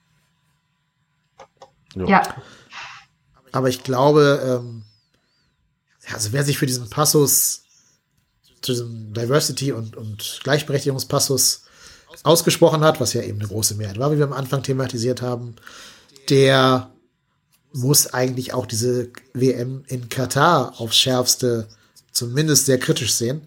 Ja. ja. Aber ich glaube, ähm, also wer sich für diesen Passus, diesen Diversity- und, und Gleichberechtigungspassus ausgesprochen hat, was ja eben eine große Mehrheit war, wie wir am Anfang thematisiert haben, der muss eigentlich auch diese W M in Katar aufs Schärfste zumindest sehr kritisch sehen.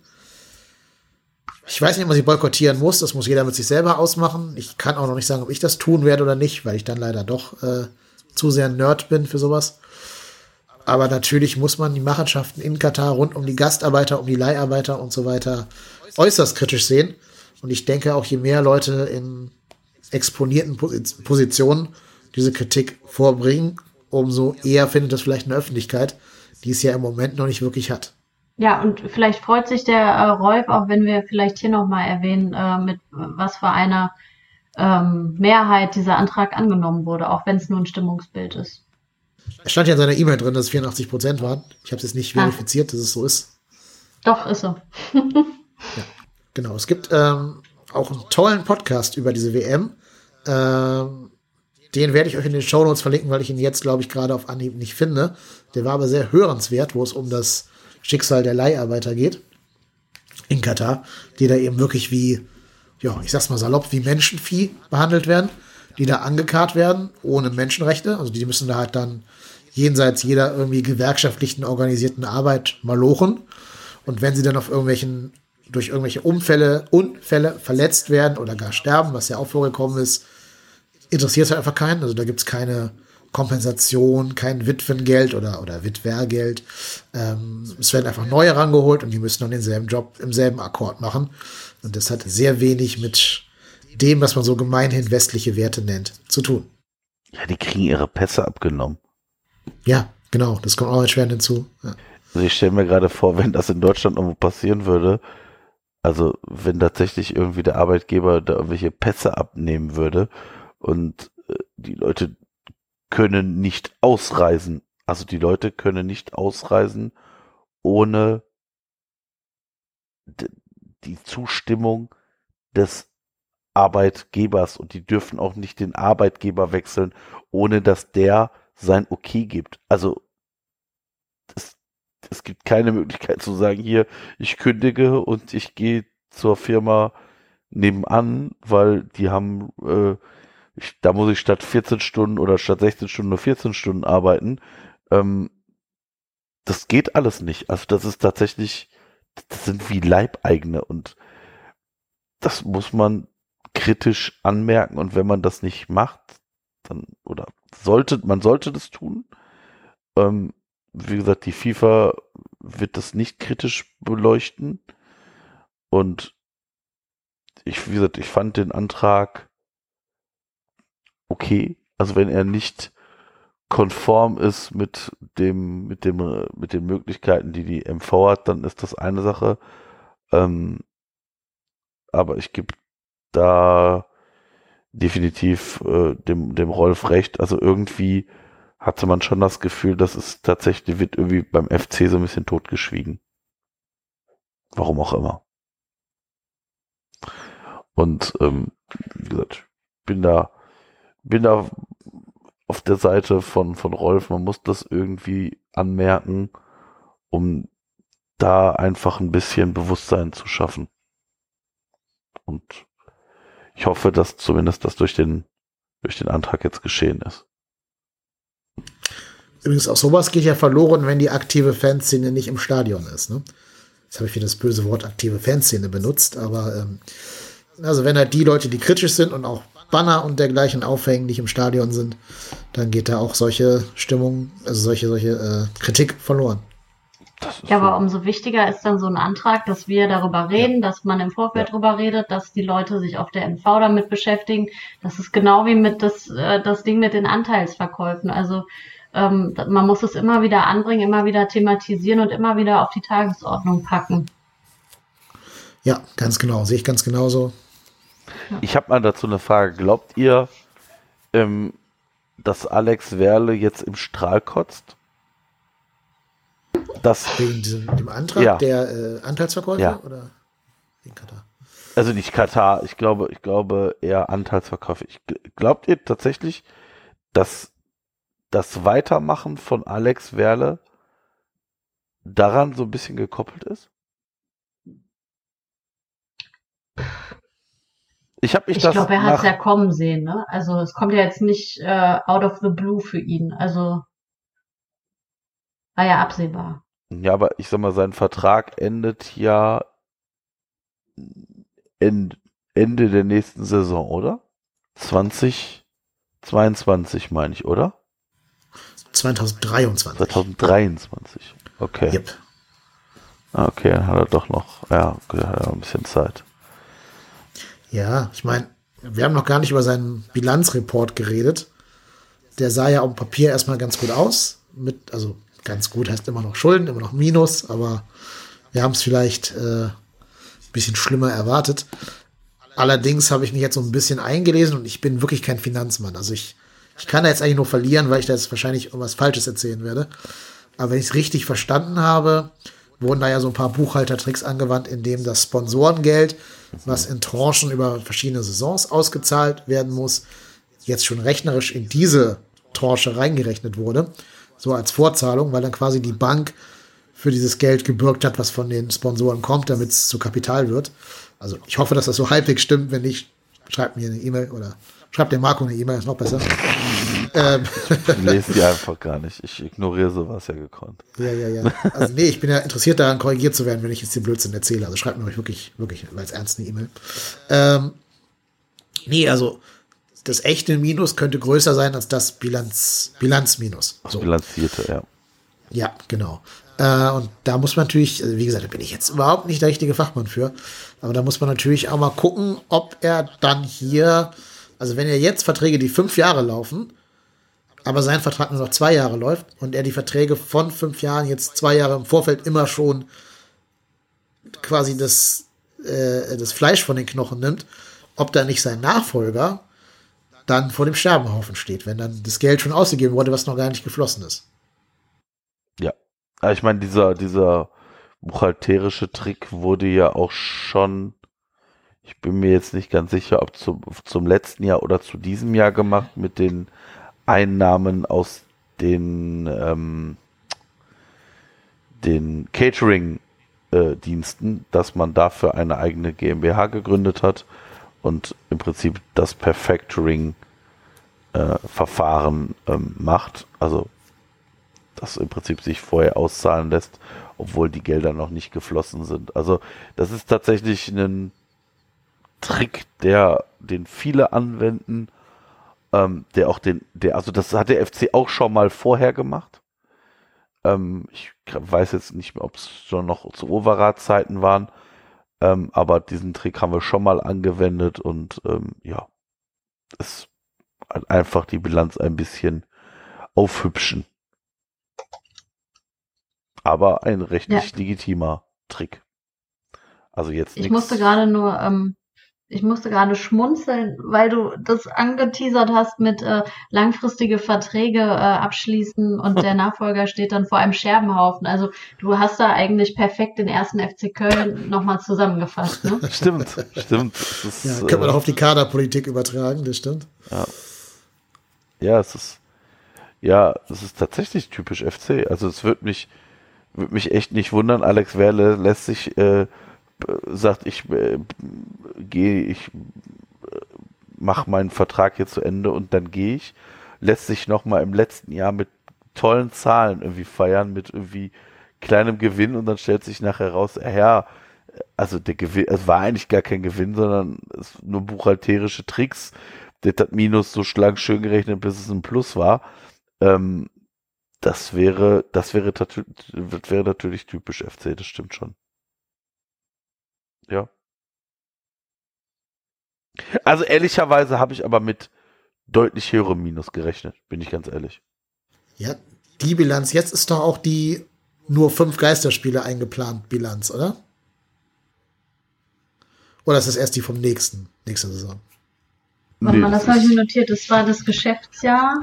Ich weiß nicht, ob man sie boykottieren muss, das muss jeder mit sich selber ausmachen. Ich kann auch noch nicht sagen, ob ich das tun werde oder nicht, weil ich dann leider doch äh, zu sehr ein Nerd bin für sowas. Aber natürlich muss man die Machenschaften in Katar rund um die Gastarbeiter, um die Leiharbeiter und so weiter äußerst kritisch sehen. Und ich denke auch, je mehr Leute in exponierten Positionen diese Kritik vorbringen, umso eher findet das vielleicht eine Öffentlichkeit, die es ja im Moment noch nicht wirklich hat. Ja, und vielleicht freut sich der äh, Rolf, auch wenn wir vielleicht hier nochmal erwähnen, äh, mit was für einer ähm, Mehrheit dieser Antrag angenommen wurde, auch wenn es nur ein Stimmungsbild ist. Es stand ja in seiner E-Mail drin, dass es vierundachtzig Prozent waren. Ich habe es jetzt nicht verifiziert, ah. dass es so ist. Doch, ist so. Ja, genau. Es gibt ähm, auch einen tollen Podcast über diese W M. Ähm, den werde ich euch in den Shownotes verlinken, weil ich ihn jetzt, glaube ich, gerade auf Anhieb nicht finde. Der war aber sehr hörenswert, wo es um das Schicksal der Leiharbeiter geht in Katar, die da eben wirklich wie, ja, ich sag's mal salopp, wie Menschenvieh behandelt werden, die da angekarrt werden, ohne Menschenrechte. Also die müssen da halt dann jenseits jeder irgendwie gewerkschaftlichen organisierten Arbeit malochen. Und wenn sie dann auf irgendwelchen, durch irgendwelche Unfälle, Unfälle verletzt werden oder gar sterben, was ja auch vorgekommen ist, interessiert es halt einfach keinen. Also da gibt's keine Kompensation, kein Witwengeld oder, oder Witwergeld. Ähm, es werden einfach neue rangeholt und die müssen dann denselben Job im selben Akkord machen. Und das hat sehr wenig mit dem, was man so gemeinhin westliche Werte nennt, zu tun. Ja, die kriegen ihre Pässe abgenommen. Ja, genau, das kommt auch erschwerend hinzu. Ja. Also ich stelle mir gerade vor, wenn das in Deutschland irgendwo passieren würde, also wenn tatsächlich irgendwie der Arbeitgeber da irgendwelche Pässe abnehmen würde und äh, die Leute können nicht ausreisen, also die Leute können nicht ausreisen ohne d- die Zustimmung des Arbeitgebers und die dürfen auch nicht den Arbeitgeber wechseln, ohne dass der sein Okay gibt. Also es, es gibt keine Möglichkeit zu sagen, hier, ich kündige und ich gehe zur Firma nebenan, weil die haben, äh, ich, da muss ich statt vierzehn Stunden oder statt sechzehn Stunden nur vierzehn Stunden arbeiten. Ähm, das geht alles nicht. Also das ist tatsächlich, das sind wie Leibeigene und das muss man kritisch anmerken und wenn man das nicht macht, dann, oder sollte, man sollte das tun. Ähm, wie gesagt, die FIFA wird das nicht kritisch beleuchten und ich, wie gesagt, ich fand den Antrag okay. Also wenn er nicht konform ist mit dem, mit dem, mit den Möglichkeiten, die die M V hat, dann ist das eine Sache. Ähm, aber ich gebe da definitiv äh, dem, dem Rolf recht. Also irgendwie hatte man schon das Gefühl, dass es tatsächlich wird irgendwie beim F C so ein bisschen totgeschwiegen. Warum auch immer. Und ähm, wie gesagt, bin da, bin da auf der Seite von, von Rolf. Man muss das irgendwie anmerken, um da einfach ein bisschen Bewusstsein zu schaffen. Und ich hoffe, dass zumindest das durch den durch den Antrag jetzt geschehen ist. Übrigens, auch sowas geht ja verloren, wenn die aktive Fanszene nicht im Stadion ist. Ne? Jetzt habe ich wieder das böse Wort aktive Fanszene benutzt, aber ähm, also wenn halt die Leute, die kritisch sind und auch Banner und dergleichen aufhängen, nicht im Stadion sind, dann geht da auch solche Stimmung, also solche, solche äh, Kritik verloren. Ja, aber umso wichtiger ist dann so ein Antrag, dass wir darüber reden, ja. dass man im Vorfeld Ja. darüber redet, dass die Leute sich auf der M V damit beschäftigen. Das ist genau wie mit das, äh, das Ding mit den Anteilsverkäufen. Also ähm, man muss es immer wieder anbringen, immer wieder thematisieren und immer wieder auf die Tagesordnung packen. Ja, ganz genau. Sehe ich ganz genauso. Ich habe mal dazu eine Frage. Glaubt ihr, ähm, dass Alex Werle jetzt im Strahl kotzt? Das, Wegen diesem, dem Antrag Ja. der äh, Anteilsverkäufe? Ja. Oder wegen Katar? also nicht Katar, ich glaube, ich glaube eher Anteilsverkäufe. Ich, glaubt ihr tatsächlich, dass das Weitermachen von Alex Werle daran so ein bisschen gekoppelt ist? Ich habe mich Ich das glaube, er hat es nach, ja kommen sehen, ne? Also es kommt ja jetzt nicht äh, out of the blue für ihn. Also war ja absehbar. ja, aber ich sag mal, sein Vertrag endet ja End, Ende der nächsten Saison, oder? zwanzig zweiundzwanzig meine ich, oder? zwanzig dreiundzwanzig. zwanzig dreiundzwanzig. Okay. Yep. Ah, Okay, dann hat er doch noch, ja, okay, hat er noch ein bisschen Zeit. Ja, ich meine, wir haben noch gar nicht über seinen Bilanzreport geredet. Der sah ja auf dem Papier erstmal ganz gut aus. Mit, also ganz gut heißt immer noch Schulden, immer noch Minus, aber wir haben es vielleicht äh, ein bisschen schlimmer erwartet. Allerdings habe ich mich jetzt so ein bisschen eingelesen und ich bin wirklich kein Finanzmann. Also ich, ich kann da jetzt eigentlich nur verlieren, weil ich da jetzt wahrscheinlich irgendwas Falsches erzählen werde. Aber wenn ich es richtig verstanden habe, wurden da ja so ein paar Buchhaltertricks angewandt, indem das Sponsorengeld, was in Tranchen über verschiedene Saisons ausgezahlt werden muss, jetzt schon rechnerisch in diese Tranche reingerechnet wurde. So als Vorzahlung, weil dann quasi die Bank für dieses Geld gebürgt hat, was von den Sponsoren kommt, damit es zu Kapital wird. Also ich hoffe, dass das so halbwegs stimmt. Wenn nicht, schreibt mir eine E-Mail oder schreibt dem Marco eine E-Mail, ist noch besser. ähm, Ich lese die einfach gar nicht. Ich ignoriere sowas ja gekonnt. ja, ja, ja. Also nee, ich bin ja interessiert daran, korrigiert zu werden, wenn ich jetzt den Blödsinn erzähle. Also schreibt mir euch wirklich, wirklich als ernst eine E-Mail. Ähm, nee, also das echte Minus könnte größer sein als das Bilanz, Bilanzminus. Das So. Bilanzierte, ja. Ja, genau. Äh, und da muss man natürlich, also wie gesagt, da bin ich jetzt überhaupt nicht der richtige Fachmann für, aber da muss man natürlich auch mal gucken, ob er dann hier, also wenn er jetzt Verträge, die fünf Jahre laufen, aber sein Vertrag nur noch zwei Jahre läuft und er die Verträge von fünf Jahren jetzt zwei Jahre im Vorfeld immer schon quasi das, äh, das Fleisch von den Knochen nimmt, ob da nicht sein Nachfolger dann vor dem Sterbenhaufen steht, wenn dann das Geld schon ausgegeben wurde, was noch gar nicht geflossen ist. Ja. Aber ich meine, dieser, dieser buchhalterische Trick wurde ja auch schon, ich bin mir jetzt nicht ganz sicher, ob zum, zum letzten Jahr oder zu diesem Jahr gemacht, mit den Einnahmen aus den, ähm, den Catering-Diensten, dass man dafür eine eigene GmbH gegründet hat und im Prinzip das per Factoring-Verfahren ähm, macht. Also das im Prinzip sich vorher auszahlen lässt, obwohl die Gelder noch nicht geflossen sind. Also das ist tatsächlich ein Trick, der den viele anwenden, ähm, der auch den, der, also das hat der F C auch schon mal vorher gemacht. Ähm, ich weiß jetzt nicht mehr, ob es schon noch zu Overath-Zeiten waren, ähm, aber diesen Trick haben wir schon mal angewendet und ähm, ja, es hat einfach die Bilanz ein bisschen aufhübschen. Aber ein rechtlich Ja. legitimer Trick. Also jetzt Ich nix- musste gerade nur, ähm, ich musste gerade schmunzeln, weil du das angeteasert hast mit äh, langfristige Verträge äh, abschließen und der Nachfolger steht dann vor einem Scherbenhaufen. Also du hast da eigentlich perfekt den ersten F C Köln nochmal zusammengefasst, ne? Stimmt, stimmt. Es ist, Ja, können wir äh, doch auf die Kaderpolitik übertragen, das stimmt. Ja, es ist, ja, es ist tatsächlich typisch F C. Also es wird mich, wird mich echt nicht wundern. Alex Werle lässt sich, äh, b- sagt, ich äh, gehe, ich äh, mache meinen Vertrag hier zu Ende und dann gehe ich, lässt sich nochmal im letzten Jahr mit tollen Zahlen irgendwie feiern, mit irgendwie kleinem Gewinn und dann stellt sich nachher raus, ja, also der Gewinn, es war eigentlich gar kein Gewinn, sondern es nur buchhalterische Tricks. Der hat Minus so schlank schön gerechnet, bis es ein Plus war. Ähm, das wäre, das wäre, das wäre natürlich typisch F C, das stimmt schon. Ja. Also ehrlicherweise habe ich aber mit deutlich höherem Minus gerechnet, bin ich ganz ehrlich. Ja, die Bilanz, jetzt ist doch auch die nur fünf Geisterspiele eingeplant Bilanz, oder? Oder ist das erst die vom nächsten, nächste Saison? Warte Nee, mal, das das habe ich ist- mir notiert. Das war das Geschäftsjahr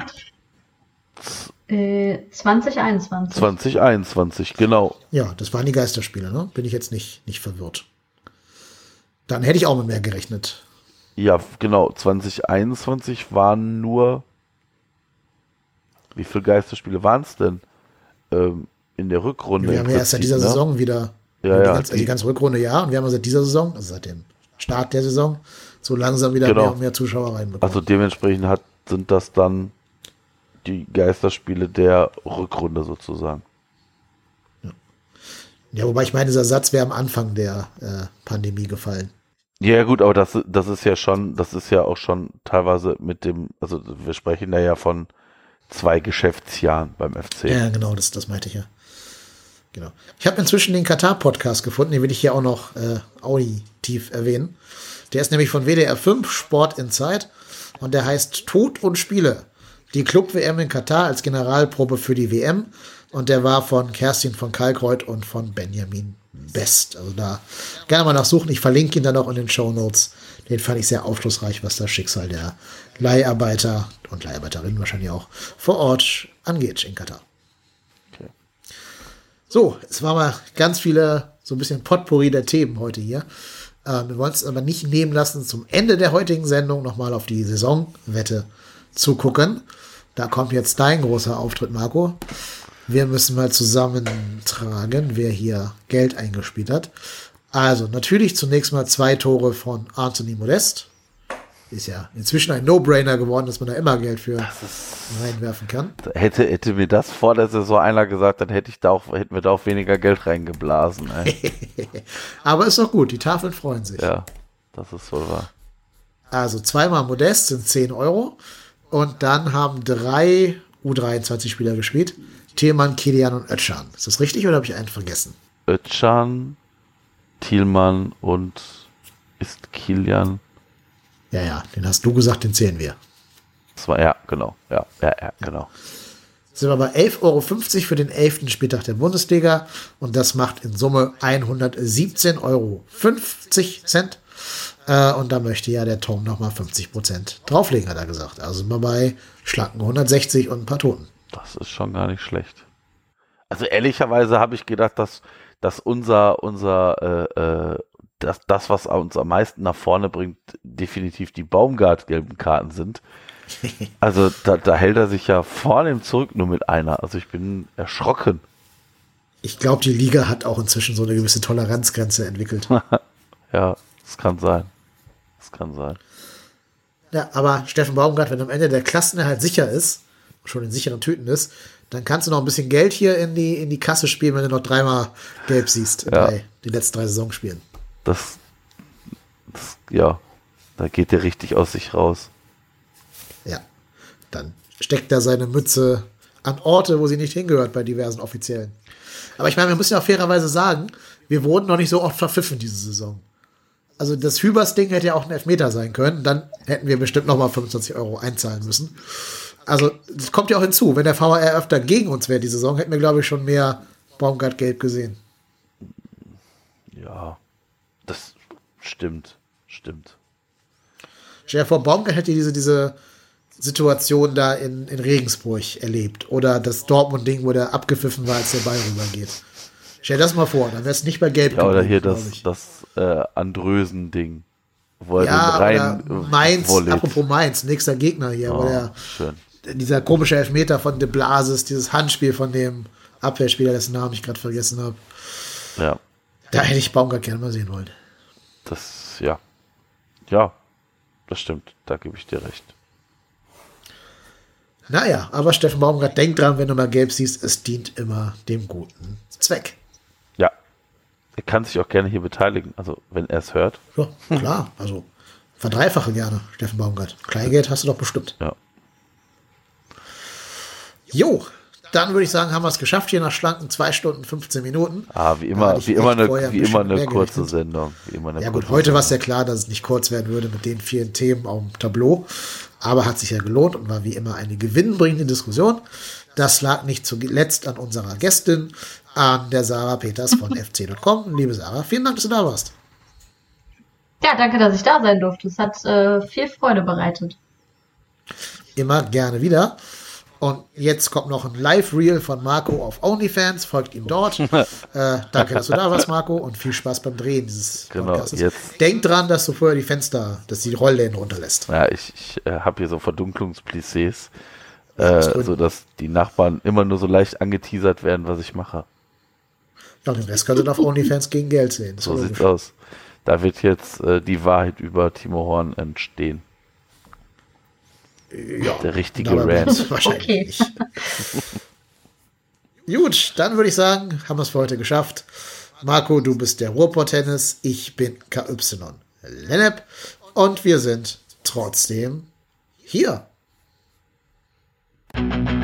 äh, zwanzig einundzwanzig. zwanzig einundzwanzig, genau. Ja, das waren die Geisterspiele, ne? Bin ich jetzt nicht, nicht verwirrt. Dann hätte ich auch mit mehr gerechnet. Ja, genau. zwanzig einundzwanzig waren nur. Wie viele Geisterspiele waren es denn? Ähm, in der Rückrunde. Wir im haben ja erst seit Prinzip, dieser ne? Saison wieder Ja, die, ja, ganze, die- die ganze Rückrunde, ja. Und wir haben ja seit dieser Saison, also seit dem Start der Saison, so langsam wieder Genau. mehr und mehr Zuschauer reinbekommen. Also dementsprechend hat, sind das dann die Geisterspiele der Rückrunde sozusagen. Ja, wobei ich meine, dieser Satz wäre am Anfang der äh, Pandemie gefallen. Ja, gut, aber das, das ist ja schon, das ist ja auch schon teilweise mit dem, also wir sprechen da ja von zwei Geschäftsjahren beim F C. Ja, genau, das, das meinte ich ja. Genau. Ich habe inzwischen den Katar-Podcast gefunden, den will ich hier auch noch äh, auditiv erwähnen. Der ist nämlich von W D R fünf, Sport Insight, und der heißt Tod und Spiele. Die Club-W M in Katar als Generalprobe für die W M. Und der war von Kerstin von Kalkreuth und von Benjamin Best. Also da gerne mal nachsuchen. Ich verlinke ihn dann auch in den Shownotes. Den fand ich sehr aufschlussreich, was das Schicksal der Leiharbeiter und Leiharbeiterinnen wahrscheinlich auch vor Ort angeht in Katar. Okay. So, es war mal ganz viele, so ein bisschen Potpourri der Themen heute hier. Äh, wir wollen es aber nicht nehmen lassen, zum Ende der heutigen Sendung nochmal auf die Saisonwette zu gucken. Da kommt jetzt dein großer Auftritt, Marco. Wir müssen mal zusammentragen, wer hier Geld eingespielt hat. Also natürlich zunächst mal zwei Tore von Anthony Modest. Ist ja inzwischen ein No-Brainer geworden, dass man da immer Geld für reinwerfen kann. Hätte, hätte mir das vor der Saison einer gesagt, dann hätte ich da auch, hätten wir da auch weniger Geld reingeblasen. Ey. Aber ist doch gut, die Tafeln freuen sich. Ja, das ist wohl wahr. Also zweimal Modest sind zehn Euro. Und dann haben drei U dreiundzwanzig-Spieler gespielt. Thielmann, Kilian und Özcan. Ist das richtig oder habe ich einen vergessen? Özcan, Thielmann und ist Kilian. Ja, ja, den hast du gesagt, den zählen wir. Das war, ja, genau. Ja, ja, ja, genau. Sind wir bei elf Euro fünfzig für den elften Spieltag der Bundesliga. Und das macht in Summe hundertsiebzehn Euro fünfzig. Äh, und da möchte ja der Tom nochmal fünfzig Prozent drauflegen, hat er gesagt. Also sind wir bei schlanken hundertsechzig und ein paar Toten. Das ist schon gar nicht schlecht. Also ehrlicherweise habe ich gedacht, dass, dass unser, unser, äh, äh, das, das, was uns am meisten nach vorne bringt, definitiv die Baumgart-gelben Karten sind. Also da, da hält er sich ja vornehm zurück, nur mit einer. Also ich bin erschrocken. Ich glaube, die Liga hat auch inzwischen so eine gewisse Toleranzgrenze entwickelt. Ja, das kann sein. Das kann sein. Ja, aber Steffen Baumgart, wenn am Ende der Klassenerhalt sicher ist, schon in sicheren Tüten ist, dann kannst du noch ein bisschen Geld hier in die, in die Kasse spielen, wenn du noch dreimal gelb siehst in Ja. drei, die letzten drei Saisonspielen. Das, das, ja, da geht der richtig aus sich raus. Ja, dann steckt er seine Mütze an Orte, wo sie nicht hingehört bei diversen Offiziellen. Aber ich meine, wir müssen ja auch fairerweise sagen, wir wurden noch nicht so oft verpfiffen diese Saison. Also das Hübers-Ding hätte ja auch ein Elfmeter sein können. Dann hätten wir bestimmt noch mal fünfundzwanzig Euro einzahlen müssen. Also das kommt ja auch hinzu. Wenn der V A R öfter gegen uns wäre die Saison, hätten wir, glaube ich, schon mehr Baumgart-Gelb gesehen. Ja, das stimmt, stimmt. Stell dir vor, Baumgart hätte diese, diese Situation da in, in Regensburg erlebt. Oder das Dortmund-Ding, wo der abgepfiffen war, als der Ball rübergeht. Stell dir das mal vor, dann wäre es nicht bei Gelb Ja, oder gewesen, hier glaub das, ich. das äh, Andrösen-Ding, wo er Ja, den rein oder äh, Mainz, volleys. apropos Mainz, nächster Gegner hier, wo Oh, der, schön. dieser komische Elfmeter von De Blasis, dieses Handspiel von dem Abwehrspieler, dessen Namen ich gerade vergessen habe. Ja, Da hätte ich Baumgart gerne mal sehen wollen. das, ja. Ja, das stimmt. Da gebe ich dir recht. Naja, aber Steffen Baumgart, denk dran, wenn du mal gelb siehst, es dient immer dem guten Zweck. Ja. Er kann sich auch gerne hier beteiligen, also wenn er es hört. Ja, klar, also verdreifache gerne, Steffen Baumgart. Kleingeld hast du doch bestimmt. Ja. Jo, dann würde ich sagen, haben wir es geschafft hier nach schlanken zwei Stunden, fünfzehn Minuten. Ah, wie immer, wie immer eine, wie immer eine kurze gerechnet. Sendung. Wie immer eine ja kurze gut, heute war es ja Sendung. klar, dass es nicht kurz werden würde mit den vielen Themen auf dem Tableau. Aber hat sich ja gelohnt und war wie immer eine gewinnbringende Diskussion. Das lag nicht zuletzt an unserer Gästin, an der Sarah Peters von f c punkt com. Liebe Sarah, vielen Dank, dass du da warst. Ja, danke, dass ich da sein durfte. Es hat äh, viel Freude bereitet. Immer gerne wieder. Und jetzt kommt noch ein Live-Reel von Marco auf OnlyFans. Folgt ihm dort. äh, danke, dass du da warst, Marco. Und viel Spaß beim Drehen dieses Genau, Podcasts. jetzt. Denk dran, dass du vorher die Fenster, dass die Rollläden runterlässt. Ja, ich, ich äh, habe hier so Verdunklungsplissés, Ja, äh, gut. sodass die Nachbarn immer nur so leicht angeteasert werden, was ich mache. Ja, und den Rest könnt ihr auf OnlyFans gegen Geld sehen. So sieht's aus. Da wird jetzt äh, die Wahrheit über Timo Horn entstehen. Ja, Der richtige dabei Rant. bleibt's wahrscheinlich Okay. nicht. Gut, dann würde ich sagen, haben wir es für heute geschafft. Marco, du bist der Ruhrpott-Tennis, ich bin K Y Lennep und wir sind trotzdem hier.